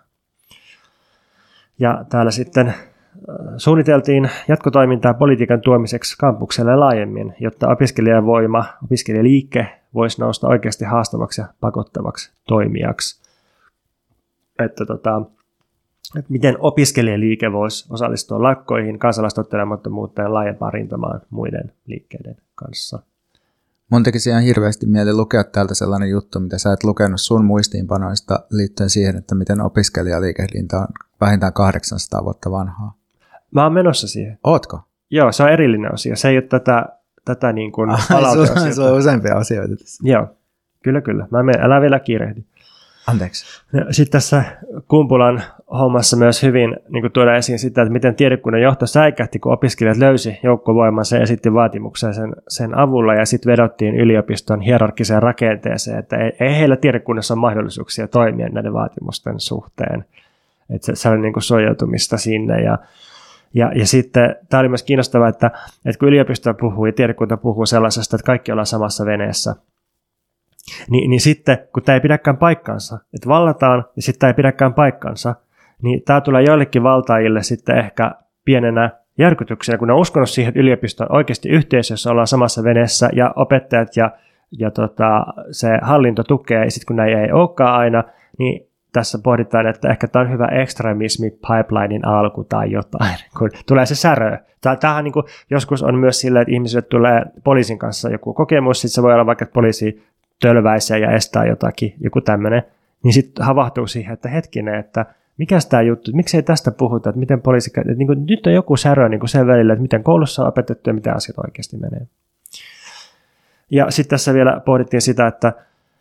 Ja täällä sitten suunniteltiin jatkotoimintaa politiikan tuomiseksi kampukselle laajemmin, jotta opiskelijavoima, opiskelijaliike voisi nousta oikeasti haastavaksi ja pakottavaksi toimijaksi. Että miten opiskelijaliike voisi osallistua lakkoihin, kansalaistottelemattomuuteen, laajempaan rintamaan muiden liikkeiden kanssa. Mun tekisi ihan hirveästi mieli lukea täältä sellainen juttu, mitä sä et lukenut sun muistiinpanoista liittyen siihen, että miten opiskelijaliikehdintä on vähintään 800 vuotta vanhaa. Mä oon menossa siihen. Ootko? Joo, se on erillinen asia. Se ei ole tätä niin kuin palauteosiota. Se on useampia asioita tässä. Joo, kyllä. Mä menen, älä vielä kiirehdi. Anteeksi. Sitten tässä Kumpulan hommassa myös hyvin niin kuin tuodaan esiin sitä, että miten tiedekunnan johto säikähti, kun opiskelijat löysi joukkovoimansa ja esitti vaatimuksen sen avulla, ja sitten vedottiin yliopiston hierarkkiseen rakenteeseen, että ei heillä tiedekunnassa ole mahdollisuuksia toimia näiden vaatimusten suhteen. Että se oli niin kuin suojautumista sinne. Ja sitten tämä oli myös kiinnostavaa, että kun yliopisto puhuu ja tiedekunta puhuu sellaisesta, että kaikki ollaan samassa veneessä, niin sitten kun tämä ei pidäkään paikkansa, että vallataan ja sitten tämä ei pidäkään paikkansa, niin tämä tulee joillekin valtaajille sitten ehkä pienenä järkytyksenä, kun ne on uskonut siihen, että yliopisto on oikeasti yhteisö, jossa ollaan samassa veneessä ja opettajat ja se hallinto tukee, ja sitten kun näin ei olekaan aina, niin tässä pohditaan, että ehkä tämä on hyvä ekstremismi pipelinein alku tai jotain, kun tulee se särö. Tämähän niin kuin joskus on myös silleen, että ihmisille tulee poliisin kanssa joku kokemus, sitten se voi olla vaikka, että poliisi tölväisee ja estää jotakin, joku tämmöinen, niin sitten havahtuu siihen, että hetkinen, että mikäs tämä juttu, miksei tästä puhuta, että miten poliisi, että niin kuin, nyt on joku särö niin kuin sen välillä, että miten koulussa on opetettu ja miten asiat oikeasti menee. Ja sitten tässä vielä pohdittiin sitä, että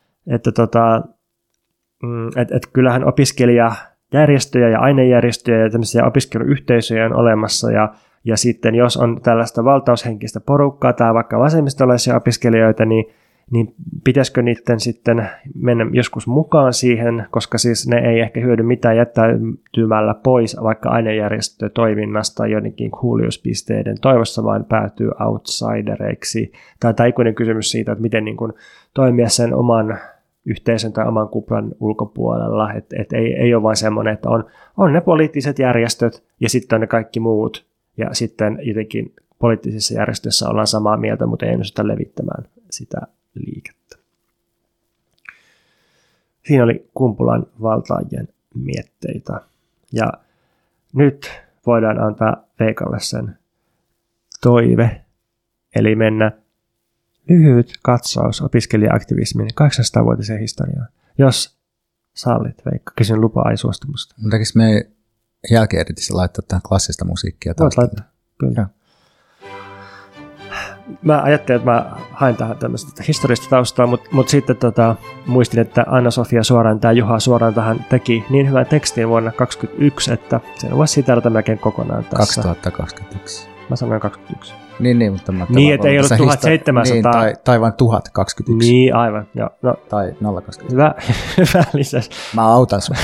kyllähän opiskelijajärjestöjä ja ainejärjestöjä ja tämmöisiä opiskeluyhteisöjä on olemassa, ja sitten jos on tällaista valtaushenkistä porukkaa tai vaikka vasemmistolaisia opiskelijoita, niin pitäisikö niiden sitten mennä joskus mukaan siihen, koska siis ne ei ehkä hyödy mitään jättäytymällä pois vaikka ainejärjestötoiminnasta joidenkin kuulijuuspisteiden toivossa, vaan päätyy outsidereiksi. Tai ikuinen kysymys siitä, että miten niin kuin toimia sen oman yhteisön tai oman kuplan ulkopuolella. Et ei ole vain semmoinen, että on ne poliittiset järjestöt ja sitten on ne kaikki muut. Ja sitten jotenkin poliittisissa järjestöissä ollaan samaa mieltä, mutta ei onnistuta levittämään sitä liikettä. Siinä oli Kumpulan valtaajien mietteitä. Ja nyt voidaan antaa Veikalle sen toive, eli mennä lyhyt katsaus opiskelija-aktivismin 800-vuotiseen historiaan. Jos sallit, Veikka, kysyn lupaa ja suostumusta. Mun tekisi me jälki-editissä laittaa tähän klassista musiikkia. Voit laittaa, kyllä. mä ajattelin, että mä hain tähän tämmöistä historiallista taustaa, mutta sitten muistin, että Anna-Sofia Suoranta ja Juha Suorantahan teki niin hyvän tekstin vuonna 2021, että sen voisi siterata melkein kokonaan tässä. 2021. Mä sanoin 21. Niin, mutta niin, että ei ollut 1700. Niin, tai vain 1021. Niin, aivan. Joo, no, tai 021. Hyvä lisäys. Mä autan sun.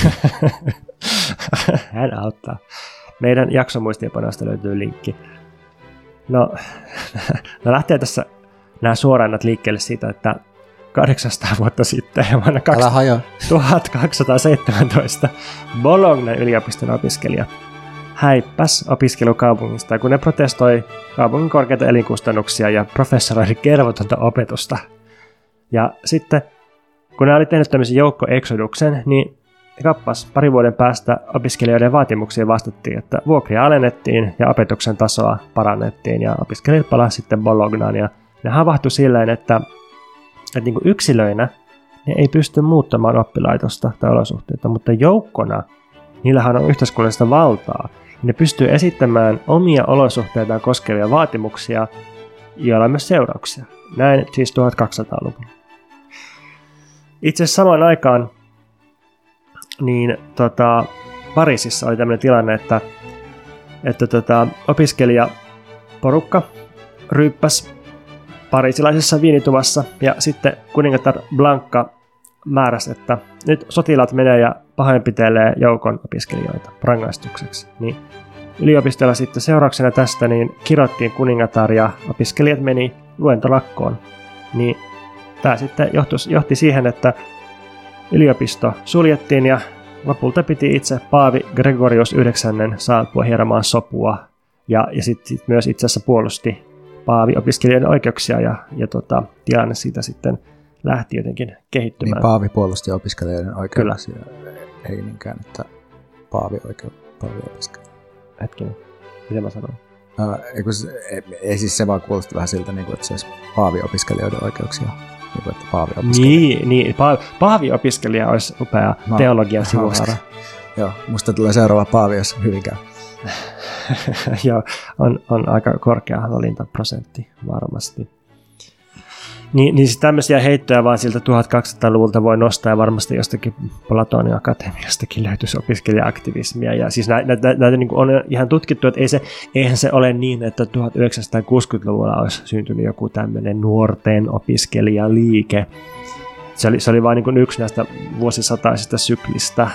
Hän auttaa. Meidän jaksomuistiinpanosta löytyy linkki. No lähtee tässä nämä suorannat liikkeelle siitä, että 800 vuotta sitten ja vuonna 1217 Bolognan yliopiston opiskelijat häippäs opiskelukaupungista, kun ne protestoi kaupungin korkeita elinkustannuksia ja professoroiden kervotonta opetusta. Ja sitten, kun ne oli tehnyt tämmöisen joukkoeksoduksen, niin kappas pari vuoden päästä opiskelijoiden vaatimuksiin vastattiin, että vuokria alennettiin ja opetuksen tasoa parannettiin ja opiskelijat palasivat sitten Bolognaan ja ne havahtui silleen, että niin kuin yksilöinä ne ei pysty muuttamaan oppilaitosta tai olosuhteita, mutta joukkona niillähän on yhteiskunnallista valtaa. Ne pystyy esittämään omia olosuhteitaan koskevia vaatimuksia, joilla on myös seurauksia. Näin siis 1200-luvulla. Itse asiassa samaan aikaan niin Pariisissa oli tämmöinen tilanne, että opiskelijaporukka ryyppäsi pariisilaisessa viinituvassa ja sitten kuningatar Blanca määräsi, että nyt sotilaat menee ja pahoinpitelee joukon opiskelijoita rangaistukseksi. Niin yliopistolla sitten seurauksena tästä niin kirottiin kuningatar ja opiskelijat meni luentolakkoon. Niin tämä sitten johti siihen, että yliopisto suljettiin ja lopulta piti itse Paavi Gregorius IX saapua hieromaan sopua ja sitten myös itse asiassa puolusti Paavi opiskelijoiden oikeuksia ja tilanne siitä sitten lähti jotenkin kehittymään. Niin Paavi puolusti opiskelijoiden oikeuksia, ei niinkään, että Paavi opiskelija. Hetkinen, mitä mä sanoin? Ei siis se vaan kuulosti vähän siltä, että se olisi Paavi opiskelijoiden oikeuksia. Että Paavi opiskelija. Niin, Paavi opiskelija olisi upea teologian sivuhaara. Joo, musta tulee seuraava Paavi, jos hyvin käy. Joo, on aika korkea valintaprosentti varmasti. Niin siis tämmöisiä heittoja vaan siltä 1200-luvulta voi nostaa ja varmasti jostakin Platonin akatemiastakin löytyisi opiskelija-aktivismia. Ja siis näitä niin on ihan tutkittu, että eihän se ole niin, että 1960-luvulla olisi syntynyt joku tämmöinen nuorten opiskelijaliike. Se oli vain niin yksi näistä vuosisataisista syklistä.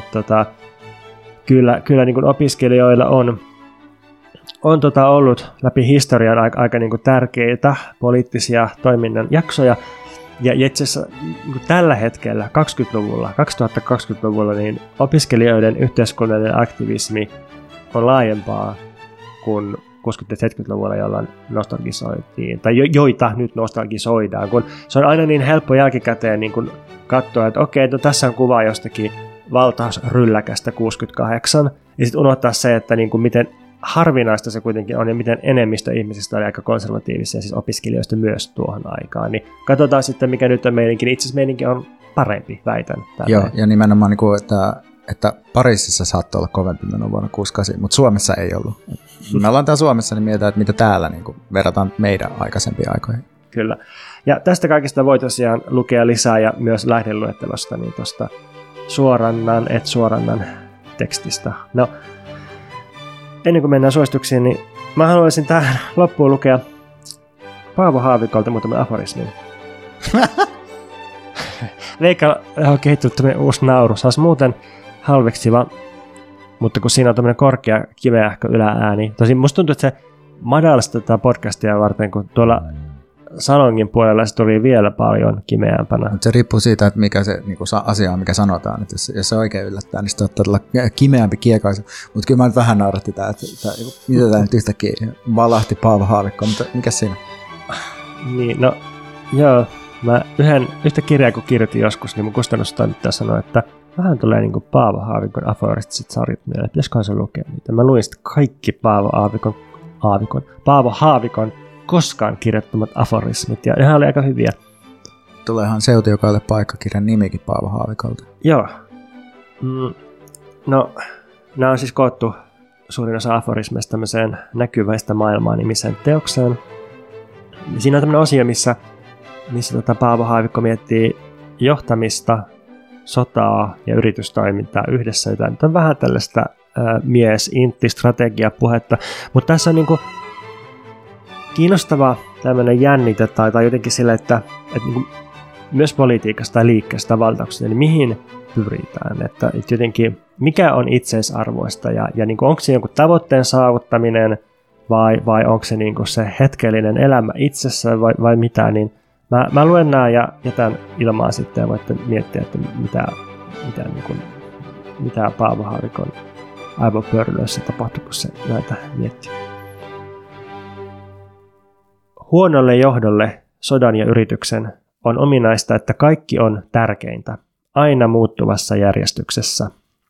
Kyllä niin opiskelijoilla on ollut läpi historian aika niin kuin tärkeitä poliittisia toiminnan jaksoja. Ja itse asiassa niin tällä hetkellä, 2020-luvulla, niin opiskelijoiden yhteiskunnallinen aktivismi on laajempaa kuin 60-70-luvulla, jolloin nostalgisoitiin, tai joita nyt nostalgisoidaan. Kun se on aina niin helppo jälkikäteen niin kuin katsoa, että okei, no tässä on kuva jostakin valtausrylläkästä 68, ja sitten unohtaa se, että niin kuin miten harvinaista se kuitenkin on ja miten enemmistö ihmisistä oli aika konservatiivisia, siis opiskelijoista myös tuohon aikaan. Niin katsotaan sitten, mikä nyt on meininki. Itse asiassa meininki on parempi, väitän. Joo, ja nimenomaan, että Pariisissa saattoi olla kovempi meno vuonna 68, mutta Suomessa ei ollut. Me ollaan täällä Suomessa, niin mietitään, että mitä täällä niin verrataan meidän aikaisempiin aikoihin. Kyllä. Ja tästä kaikesta voi tosiaan lukea lisää ja myös lähdeluettelosta niin tuosta Suorannan tekstistä. No, ennen kuin mennään suosituksiin, niin mä haluaisin tähän loppuun lukea Paavo Haavikolta muutaman aforismin. Veikka on kehittynyt tämmöinen uusi nauru. Se olisi muuten halveksiva, mutta kun siinä on tämmöinen korkea kiveähkö yläääni. Tosin musta tuntuu, että se madalsi tätä podcastia varten, kun tuolla Salongin puolella se tuli vielä paljon kimeämpänä. Mutta se riippuu siitä, että mikä se niin asia on, mikä sanotaan. Että jos se oikein yllättää, niin sitten on todella kimeämpi kiekaisu. Mutta kyllä mä nyt vähän nauratti tämä, että mitä tämä nyt yhtäkkiä valahti Paavo Haavikko, mutta mikä siinä? Niin, no joo. Mä yhtä kirjaa kun kirjoitin joskus, niin mun kustannustoimittaja sanoi, että vähän tulee niin kuin Paavo Haavikon aforistiset sarjat mieleen. Pitäisiköhän se lukea niitä? Mä luin sitten kaikki Paavo Haavikon koskaan kirjoittamat aforismit, ja nehän oli aika hyviä. Tuleehan Seutu jokalle paikkakirjan nimikin Paavo Haavikolta. Joo. No, nämä on siis koottu suurin osa aforismeista tämmöiseen Näkyväistä maailmaa -nimiseen teokseen. siinä on tämmöinen osio, missä Paavo Haavikko miettii johtamista, sotaa ja yritystoimintaa yhdessä. Nyt on vähän tällaista mies-intti-strategiapuhetta, mutta tässä on niinku kiinnostava tämmöinen jännite tai jotenkin sille, että niinku myös politiikasta tai liikkeestä valtauksesta, niin mihin pyritään, että jotenkin mikä on itseisarvoista ja niinku, onko se jonkun tavoitteen saavuttaminen vai onko se niinku se hetkellinen elämä itsessä vai mitä, niin mä luen nämä ja jätän ilmaan sitten ja voitte miettiä, että mitä Paavo Haavikon aivopyörylöissä tapahtui, kun se näitä miettii. Huonolle johdolle, sodan ja yrityksen on ominaista, että kaikki on tärkeintä, aina muuttuvassa järjestyksessä.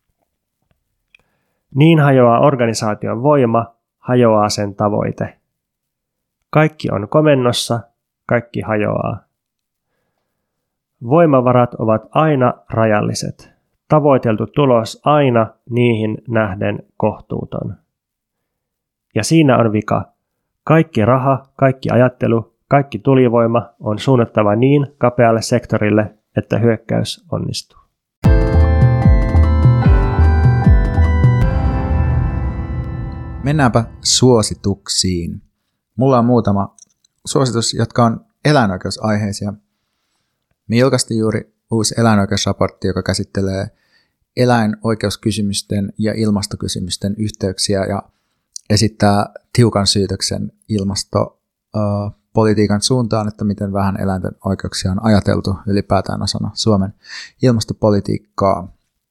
Niin hajoaa organisaation voima, hajoaa sen tavoite. Kaikki on komennossa, kaikki hajoaa. Voimavarat ovat aina rajalliset. Tavoiteltu tulos aina niihin nähden kohtuuton. Ja siinä on vika. Kaikki raha, kaikki ajattelu, kaikki tulivoima on suunnattava niin kapealle sektorille, että hyökkäys onnistuu. Mennäänpä suosituksiin. Mulla on muutama suositus, jotka on eläinoikeusaiheisia. Me julkaistiin juuri uusi eläinoikeusraportti, joka käsittelee eläinoikeuskysymysten ja ilmastokysymysten yhteyksiä ja esittää tiukan syytöksen ilmastopolitiikan suuntaan, että miten vähän eläinten oikeuksia on ajateltu ylipäätään osana Suomen ilmastopolitiikkaa.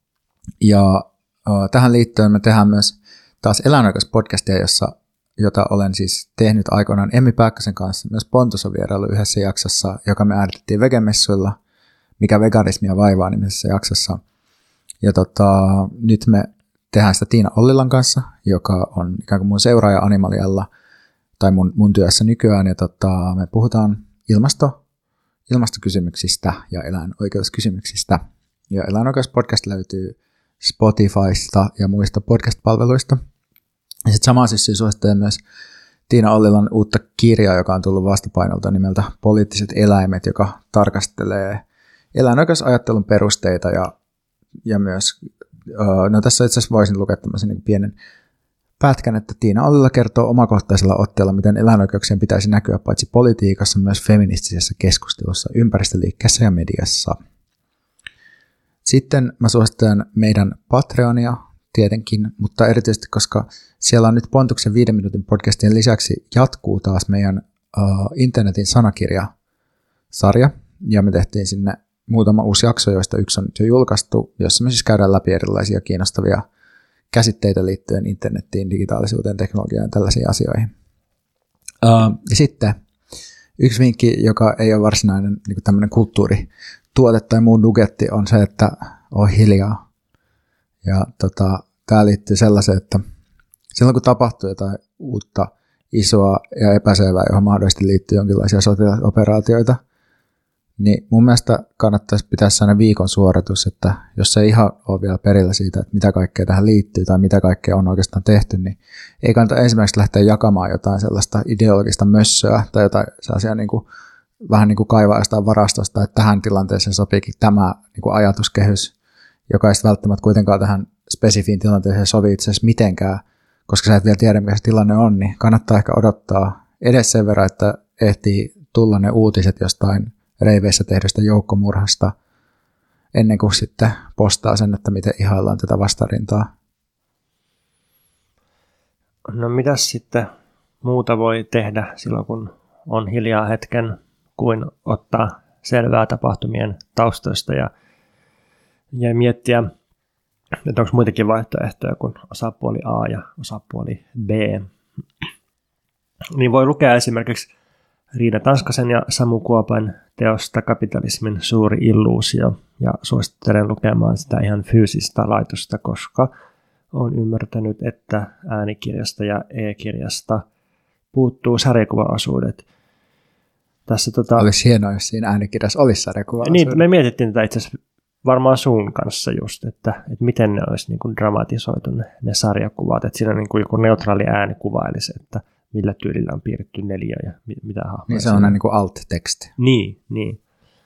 Ja tähän liittyen me tehdään myös taas eläinoikeuspodcastia, jota olen siis tehnyt aikoinaan Emmi Pääkkösen kanssa. Myös Pontus on vierailu yhdessä jaksossa, joka me äänitettiin vegemessuilla, mikä veganismia vaivaa nimisessä jaksossa. Ja nyt me tehdään sitä Tiina Ollilan kanssa, joka on ikään kuin mun seuraaja Animalialla tai mun työssä nykyään. Ja me puhutaan ilmastokysymyksistä ja eläinoikeuskysymyksistä. Ja eläinoikeuspodcast löytyy Spotifysta ja muista podcast-palveluista. Ja sitten samaan syssyyn suosittelen myös Tiina Ollilan uutta kirjaa, joka on tullut vastapainolta nimeltä Poliittiset eläimet, joka tarkastelee eläinoikeusajattelun perusteita ja myös, no tässä itse asiassa voisin lukea tämmöisen niin pienen pätkän, että Tiina Ollila kertoo omakohtaisella otteella, miten eläinoikeuksien pitäisi näkyä paitsi politiikassa, myös feministisessä keskustelussa, ympäristöliikkeessä ja mediassa. Sitten mä suosittelen meidän Patreonia tietenkin, mutta erityisesti, koska siellä on nyt Pontuksen 5 minuutin podcastien lisäksi jatkuu taas meidän internetin sanakirjasarja, ja me tehtiin sinne muutama uusi jakso, joista yksi on nyt jo julkaistu, jossa me siis käydään läpi erilaisia kiinnostavia käsitteitä liittyen internettiin, digitaalisuuteen, teknologiaan ja tällaisiin asioihin. Ja sitten yksi vinkki, joka ei ole varsinainen niin kuin tämmöinen kulttuurituote tai muu nugetti, on se, että on hiljaa. Ja tämä liittyy sellaiseen, että silloin kun tapahtuu jotain uutta, isoa ja epäselvää, johon mahdollisesti liittyy jonkinlaisia sotilasoperaatioita, niin mun mielestä kannattaisi pitää sellainen viikon suoritus, että jos ei ihan ole vielä perillä siitä, että mitä kaikkea tähän liittyy tai mitä kaikkea on oikeastaan tehty, niin ei kannata ensimmäiseksi lähteä jakamaan jotain sellaista ideologista mössöä tai jotain sellaisia niin kuin, vähän niin kuin kaivaa jostain varastosta, että tähän tilanteeseen sopiikin tämä niin kuin ajatuskehys, joka ei välttämättä kuitenkaan tähän spesifiin tilanteeseen sovi itse asiassa mitenkään, koska sä et vielä tiedä, mikä se tilanne on, niin kannattaa ehkä odottaa edes sen verran, että ehtii tulla ne uutiset jostain reiveissä tehdystä joukkomurhasta ennen kuin sitten postaa sen, että miten ihaillaan tätä vastarintaa. No mitäs sitten muuta voi tehdä silloin, kun on hiljaa hetken, kuin ottaa selvää tapahtumien taustoista ja miettiä, että onko muitakin vaihtoehtoja kuin osapuoli A ja osapuoli B. Niin voi lukea esimerkiksi Riina Tanskasen ja Samu Kuopan teosta Kapitalismin suuri illuusio, ja suosittelen lukemaan sitä ihan fyysistä laitosta, koska olen ymmärtänyt, että äänikirjasta ja e-kirjasta puuttuu sarjakuvaosuudet. Tässä, olisi hienoa, jos siinä äänikirjassa olisi sarjakuvaosuudet. Niin, me mietittiin tätä itse asiassa varmaan sun kanssa just, että miten ne olisi niin kuin dramatisoitu ne sarjakuvat, että siinä on niin kuin joku neutraali ääni kuvailisi, että millä tyylillä on piirretty neliö ja mitä hahmoja. Niin se on niin kuin alt-teksti. Niin.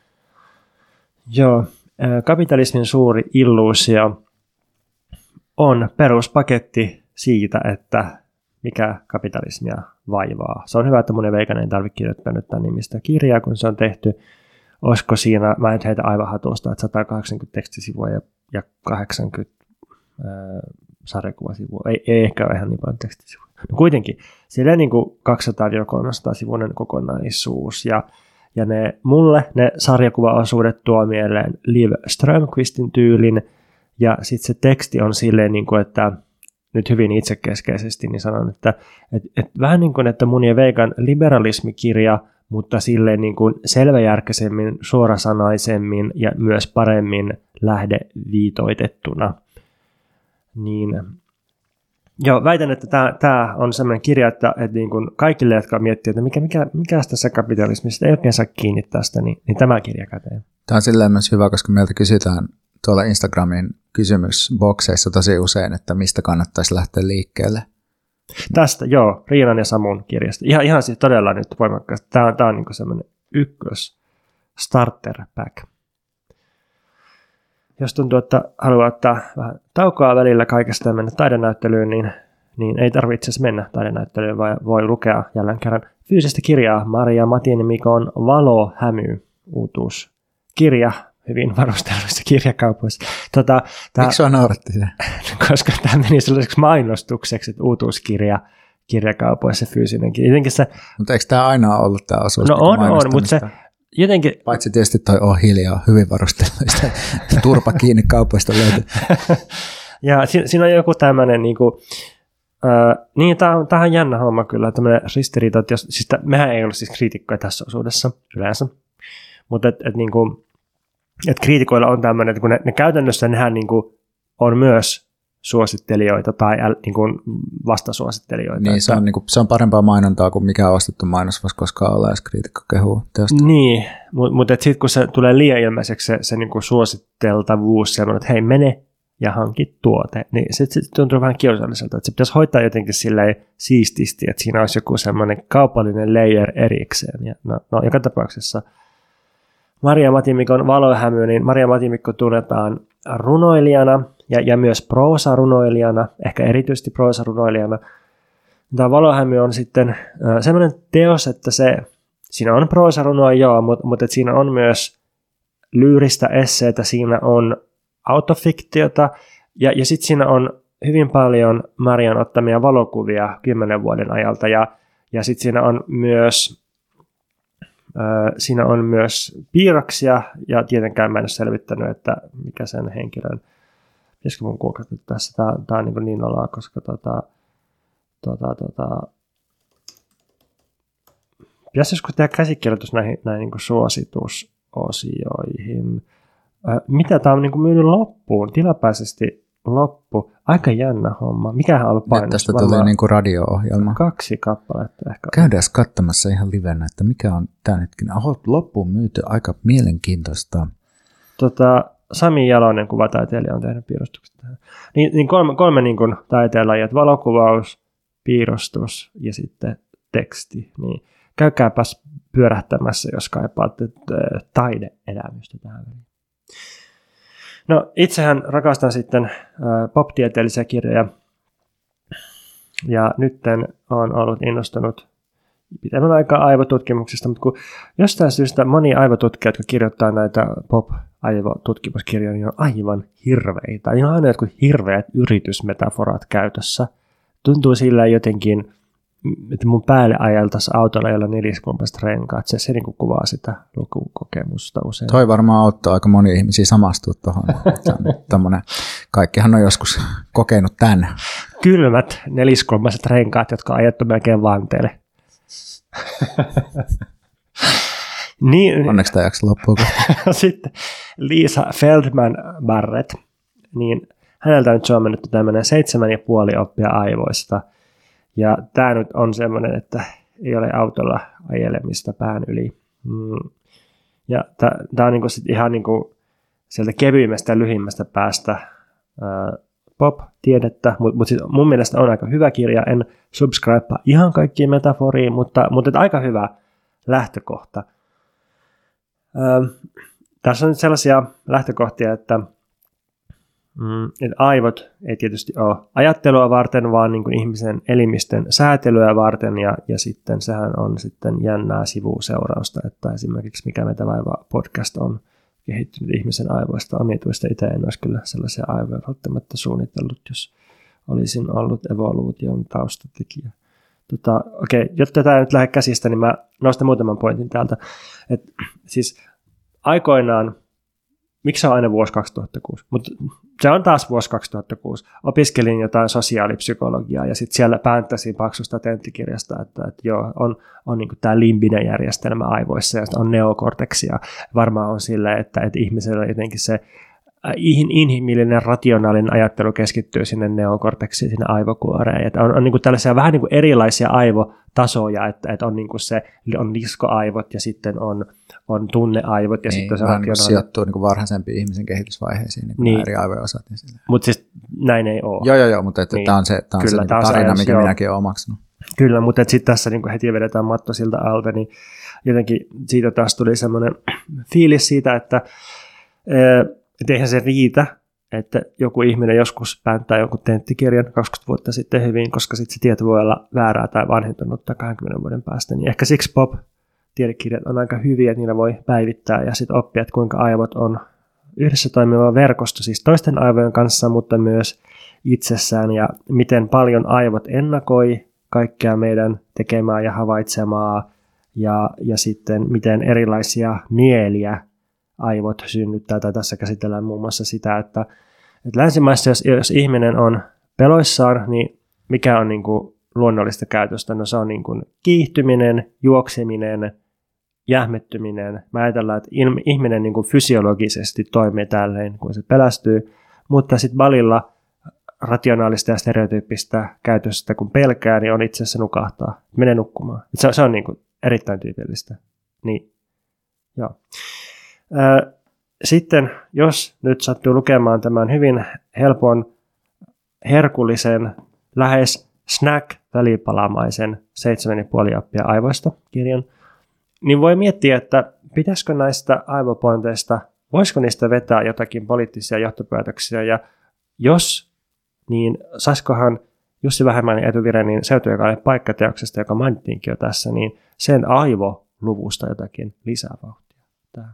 Joo, kapitalismin suuri illuusio on peruspaketti siitä, että mikä kapitalismia vaivaa. Se on hyvä, että mun ja Veikan ei tarvitse kirjoittaa nyt tämän nimistä kirjaa, kun se on tehty. Olisiko siinä, mä en heitä aivan hatusta, että 180 tekstisivua ja 80 sarjakuvasivua. Ei ehkä ole ihan niin paljon tekstisivua. No kuitenkin, siellä on niin kuin 200-300 sivuinen kokonaisuus. Ja ne sarjakuvaosuudet tuo mieleen Liv Strömqvistin tyylin. Ja sitten se teksti on silleen, niin kuin, että nyt hyvin itsekeskeisesti niin sanon, että vähän niin kuin, että mun ja Veikan liberalismikirja, mutta silleen niin kuin selväjärkäisemmin, suorasanaisemmin ja myös paremmin lähdeviitoitettuna. Niin, joo, väitän, että tämä on sellainen kirja, että niin kuin kaikille, jotka miettii, että mikä tässä kapitalismista ei oikein saa kiinni tästä, niin tämä kirja käteen. Tämä on silleen myös hyvä, koska meiltä kysytään tuolla Instagramin kysymysbokseissa tosi usein, että mistä kannattaisi lähteä liikkeelle. Tästä, joo, Riinan ja Samun kirjasta. Ihan siis todella nyt voimakkaasti. Tämä on niin kuin semmoinen ykkös starter pack. Jos tuntuu, että haluaa ottaa vähän taukoa välillä kaikesta ja mennä taidenäyttelyyn, niin ei tarvitse mennä taidenäyttelyyn, vaan voi lukea jälleen kerran fyysistä kirjaa. Maria Matinimikon Valohämy, uutuuskirja, hyvin varustelluissa kirjakaupoissa. Miksi sua nauratti se? Koska tämä meni sellaiseksi mainostukseksi, että uutuuskirja kirjakaupoissa fyysinen kirja. Mutta eikö tämä aina ole ollut tämä osuus? No on, mutta se jotenkin... Paitsi tietysti toi Hiljaa on hyvin varustelluista. Turpa kiinni kaupoista löytyy. Ja siinä on joku tämmöinen... Niin, tämä on jännä homma kyllä, tämmöinen ristiriita. Siis mehän ei ole siis kriitikkoja tässä osuudessa yleensä, mutta että kriitikoilla on tämmöinen, että kun ne käytännössä nehän niin kuin on myös suosittelijoita tai niin kuin vastasuosittelijoita. Niin, että, se on parempaa mainontaa kuin mikä ostettu mainos voisi koskaan olla, jos kriitikko kehuu teosta. Niin, mutta sitten kun se tulee liian ilmeiseksi se niin kuin suositeltavuus, ja että hei, mene ja hanki tuote, niin se tuntuu vähän kiusalliselta, että se pitäisi hoitaa jotenkin silleen siististi, että siinä olisi joku semmoinen kaupallinen layer erikseen. Ja no joka tapauksessa Maria Matimikon Valohämy, niin Maria Matimikko tunnetaan runoilijana ja myös proosarunoilijana, ehkä erityisesti proosarunoilijana. Tämä Valohämy on sitten sellainen teos, että siinä on proosarunoa joo, mutta siinä on myös lyyristä esseitä, siinä on autofiktiota ja sitten siinä on hyvin paljon Marian ottamia valokuvia 10 vuoden ajalta ja sitten siinä on myös piirroksia, ja tietenkään mä en ole selvittänyt, että mikä sen henkilön, pitäisikö mun kuulkaista tässä, tää on niin olaa, koska pitäisi joskus tehdä käsikirjoitus näihin niin kuin suositusosioihin. Mitä tää on niin kuin myynyt loppuun, tilapäisesti loppu, aika jännä homma. Mikähän on ollut painos? Tästä tuli niin kuin radio-ohjelma. 2 kappaletta ehkä. Käydään katsomassa ihan livenä, että mikä on tämän hetken. Loppuun myyty, aika mielenkiintoista. Sami Jalonen, kuvataiteilija, on tehnyt piirustukset tähän. Niin kolme niin kuin taiteenlajia, valokkuvaus, piirustus ja sitten teksti. Niin käykääpäs pyörähtämässä, jos kaipaatte taide-elämystä tähän väliin. No itsehän rakastan sitten pop-tieteellisiä kirjoja ja nytten olen ollut innostunut pitemmän aikaa aivotutkimuksista, mutta kun jostain syystä moni aivotutkija, jotka kirjoittaa näitä pop-aivotutkimuskirjoja, niin on aivan hirveitä. Niin on aina jotkut hirveät yritysmetaforat käytössä. Tuntuu sillä jotenkin, että mun päälle ajeltaisiin autolla, jolla 4-kulmaiset renkaat. Se niin kuin kuvaa sitä lukukokemusta usein. Toi varmaan auttaa aika moni ihmisiä samastua tuohon. Kaikkihan on joskus kokenut tämän. Kylmät 4-kulmaiset renkaat, jotka on ajettu melkein vanteelle. Niin, onneksi tämä jakso loppuu. Sitten Lisa Feldman Barrett, niin häneltä nyt se on mennyt tämmöinen 7,5 oppia aivoista. Ja tämä nyt on semmoinen, että ei ole autolla ajelemista pään yli. Ja tämä on niinku sit ihan niinku sieltä kevyimmästä ja lyhimmästä päästä pop-tiedettä, mutta siis mun mielestä on aika hyvä kirja. En subscribea ihan kaikkiin metaforiin, mutta aika hyvä lähtökohta. Tässä on nyt sellaisia lähtökohtia, että aivot ei tietysti ole ajattelua varten, vaan niin kuin ihmisen elimistön säätelyä varten, ja sitten sehän on sitten jännää sivuseurausta, että esimerkiksi Mikä meitä vaivaa podcast on kehittynyt ihmisen aivoista omituista. Itse en olisi kyllä sellaisia aivoja välttämättä suunnitellut, jos olisin ollut evoluution taustatekijä. Okei, jotta tämä nyt lähde käsistä, niin mä nostan muutaman pointin täältä. Siis aikoinaan, miksi se on aina vuosi 2006? Mutta se on taas vuosi 2006. Opiskelin jotain sosiaalipsykologiaa ja sitten siellä pääntäisin paksusta tenttikirjasta, että joo, on niin kuin tämä limbinen järjestelmä aivoissa ja on neokorteksia. Varmaan on silleen, että ihmisellä jotenkin se inhimillinen rationaalinen ajattelu keskittyy sinne neokorteksiin, sinne aivokuoreen. Että on niin kuin tällaisia vähän niin kuin erilaisia aivotasoja, että on niin kuin on liskoaivot ja sitten on tunneaivot. Ja niin, sitten se vähän niin sijoittuu niin varhaisempiin ihmisen kehitysvaiheisiin niin eri aivojen osat. Mutta siis näin ei ole. Joo, mutta niin. Tämä on se tarina, mikä minäkin olen omaksunut. Kyllä, mutta sitten tässä niin heti vedetään matto siltä alta, niin jotenkin siitä taas tuli semmoinen fiilis siitä, että eihän se riitä, että joku ihminen joskus päättää jonkun tenttikirjan 20 vuotta sitten hyvin, koska sitten se tieto voi olla väärää tai vanhentunutta 20 vuoden päästä. Niin ehkä siksi pop-tiedekirjat on aika hyviä, että niillä voi päivittää ja sitten oppia, että kuinka aivot on yhdessä toimiva verkosto, siis toisten aivojen kanssa, mutta myös itsessään, ja miten paljon aivot ennakoi kaikkea meidän tekemää ja havaitsemaa, ja sitten miten erilaisia mieliä aivot synnyttää, tai tässä käsitellään muun muassa sitä, että länsimaissa, jos ihminen on peloissaan, niin mikä on niin kuin luonnollista käytöstä? No se on niin kuin kiihtyminen, juokseminen, jähmettyminen. Mä ajatellaan, että ihminen niin kuin fysiologisesti toimii tälleen, kun se pelästyy, mutta sitten Balilla rationaalista ja stereotyyppistä käytöstä, kun pelkää, niin on itse asiassa nukahtaa, menee nukkumaan. Se on niin kuin erittäin tyypillistä. Niin, joo. Sitten, jos nyt sattuu lukemaan tämän hyvin helpon, herkullisen, lähes snack-välipalamaisen 7,5 oppia aivoista kirjan, niin voi miettiä, että pitäisikö näistä aivopointeista, voisiko niistä vetää jotakin poliittisia johtopäätöksiä, ja jos, niin saisikohan Jussi Vähämäen Etuvirenin Seutujakaajan paikkateoksesta, joka mainittiinkin jo tässä, niin sen aivoluvusta jotakin lisävauhtia tähän.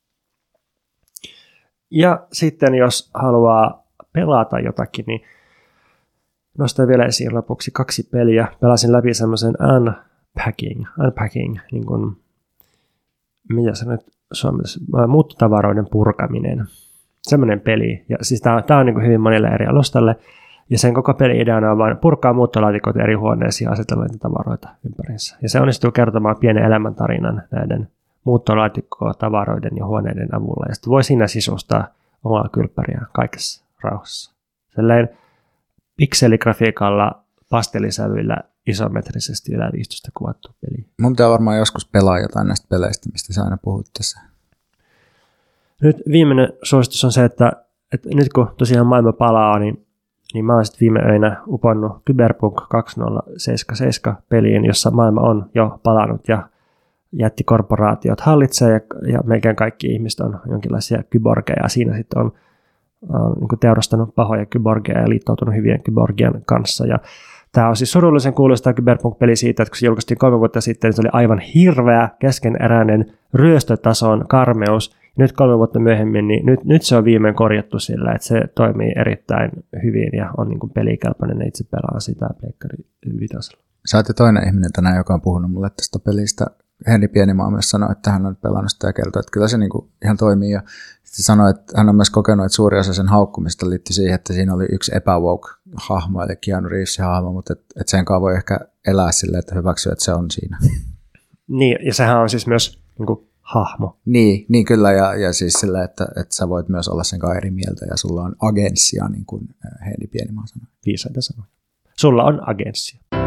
Ja sitten jos haluaa pelata jotakin, niin nostan vielä esiin lopuksi 2 peliä. Pelasin läpi semmoisen unpacking, niin kuin, mitä se nyt suomessa, muuttotavaroiden purkaminen. Semmoinen peli. Ja siis tämä on niin kuin hyvin monelle eri alustalle. Ja sen koko peli-ideana on vain purkaa muuttolaatikot eri huoneisiin ja asetella niitä tavaroita ympäriinsä. Ja se onnistuu kertomaan pienen elämäntarinan näiden muuttolaatikkoa tavaroiden ja huoneiden avulla. Ja sitten voi siinä sisustaa omaa kylppäriä kaikessa rauhassa. Sellainen pikseligrafiikalla, pastelisävyillä, isometrisesti yllä 15 kuvattu peli. Mun pitää varmaan joskus pelaa jotain näistä peleistä, mistä sä aina puhut tässä. Nyt viimeinen suositus on se, että nyt kun tosiaan maailma palaa, niin mä oon sitten viime öinä uponnut Cyberpunk 2077 peliin, jossa maailma on jo palannut ja jättikorporaatiot hallitsee ja melkein kaikki ihmiset on jonkinlaisia kyborgeja. Siinä sitten on niin teurastanut pahoja kyborgeja ja liittoutunut hyvien kyborgien kanssa. Ja tämä on siis surullisen kuuluisa Cyberpunk-peli siitä, että kun se julkaistiin 3 vuotta sitten, niin se oli aivan hirveä keskeneräinen ryöstötason karmeus. Ja nyt 3 vuotta myöhemmin, niin nyt se on viimein korjattu sillä, että se toimii erittäin hyvin ja on niin kuin pelikelpoinen, ja itse pelaa sitä Pleikkari 5. Sä oot toinen ihminen tänään, joka on puhunut mulle tästä pelistä. Henri Pienimaa myös sanoi, että hän on pelannut sitä ja kertoi, että kyllä se niinku ihan toimii. Ja sitten sanoi, että hän on myös kokenut, että suuri osa sen haukkumista liittyi siihen, että siinä oli yksi epäwoke-hahmo, eli Keanu Reevesin hahmo, mutta että sen kanssa voi ehkä elää silleen, että hyväksyy, että se on siinä. Niin, ja sehän on siis myös niinku hahmo. Niin kyllä, ja siis silleen, että sä voit myös olla sen kanssa eri mieltä, ja sulla on agenssia, niin kuin Henri Pienimaa sanoi. Viisaita sanoja. Sulla on agenssia.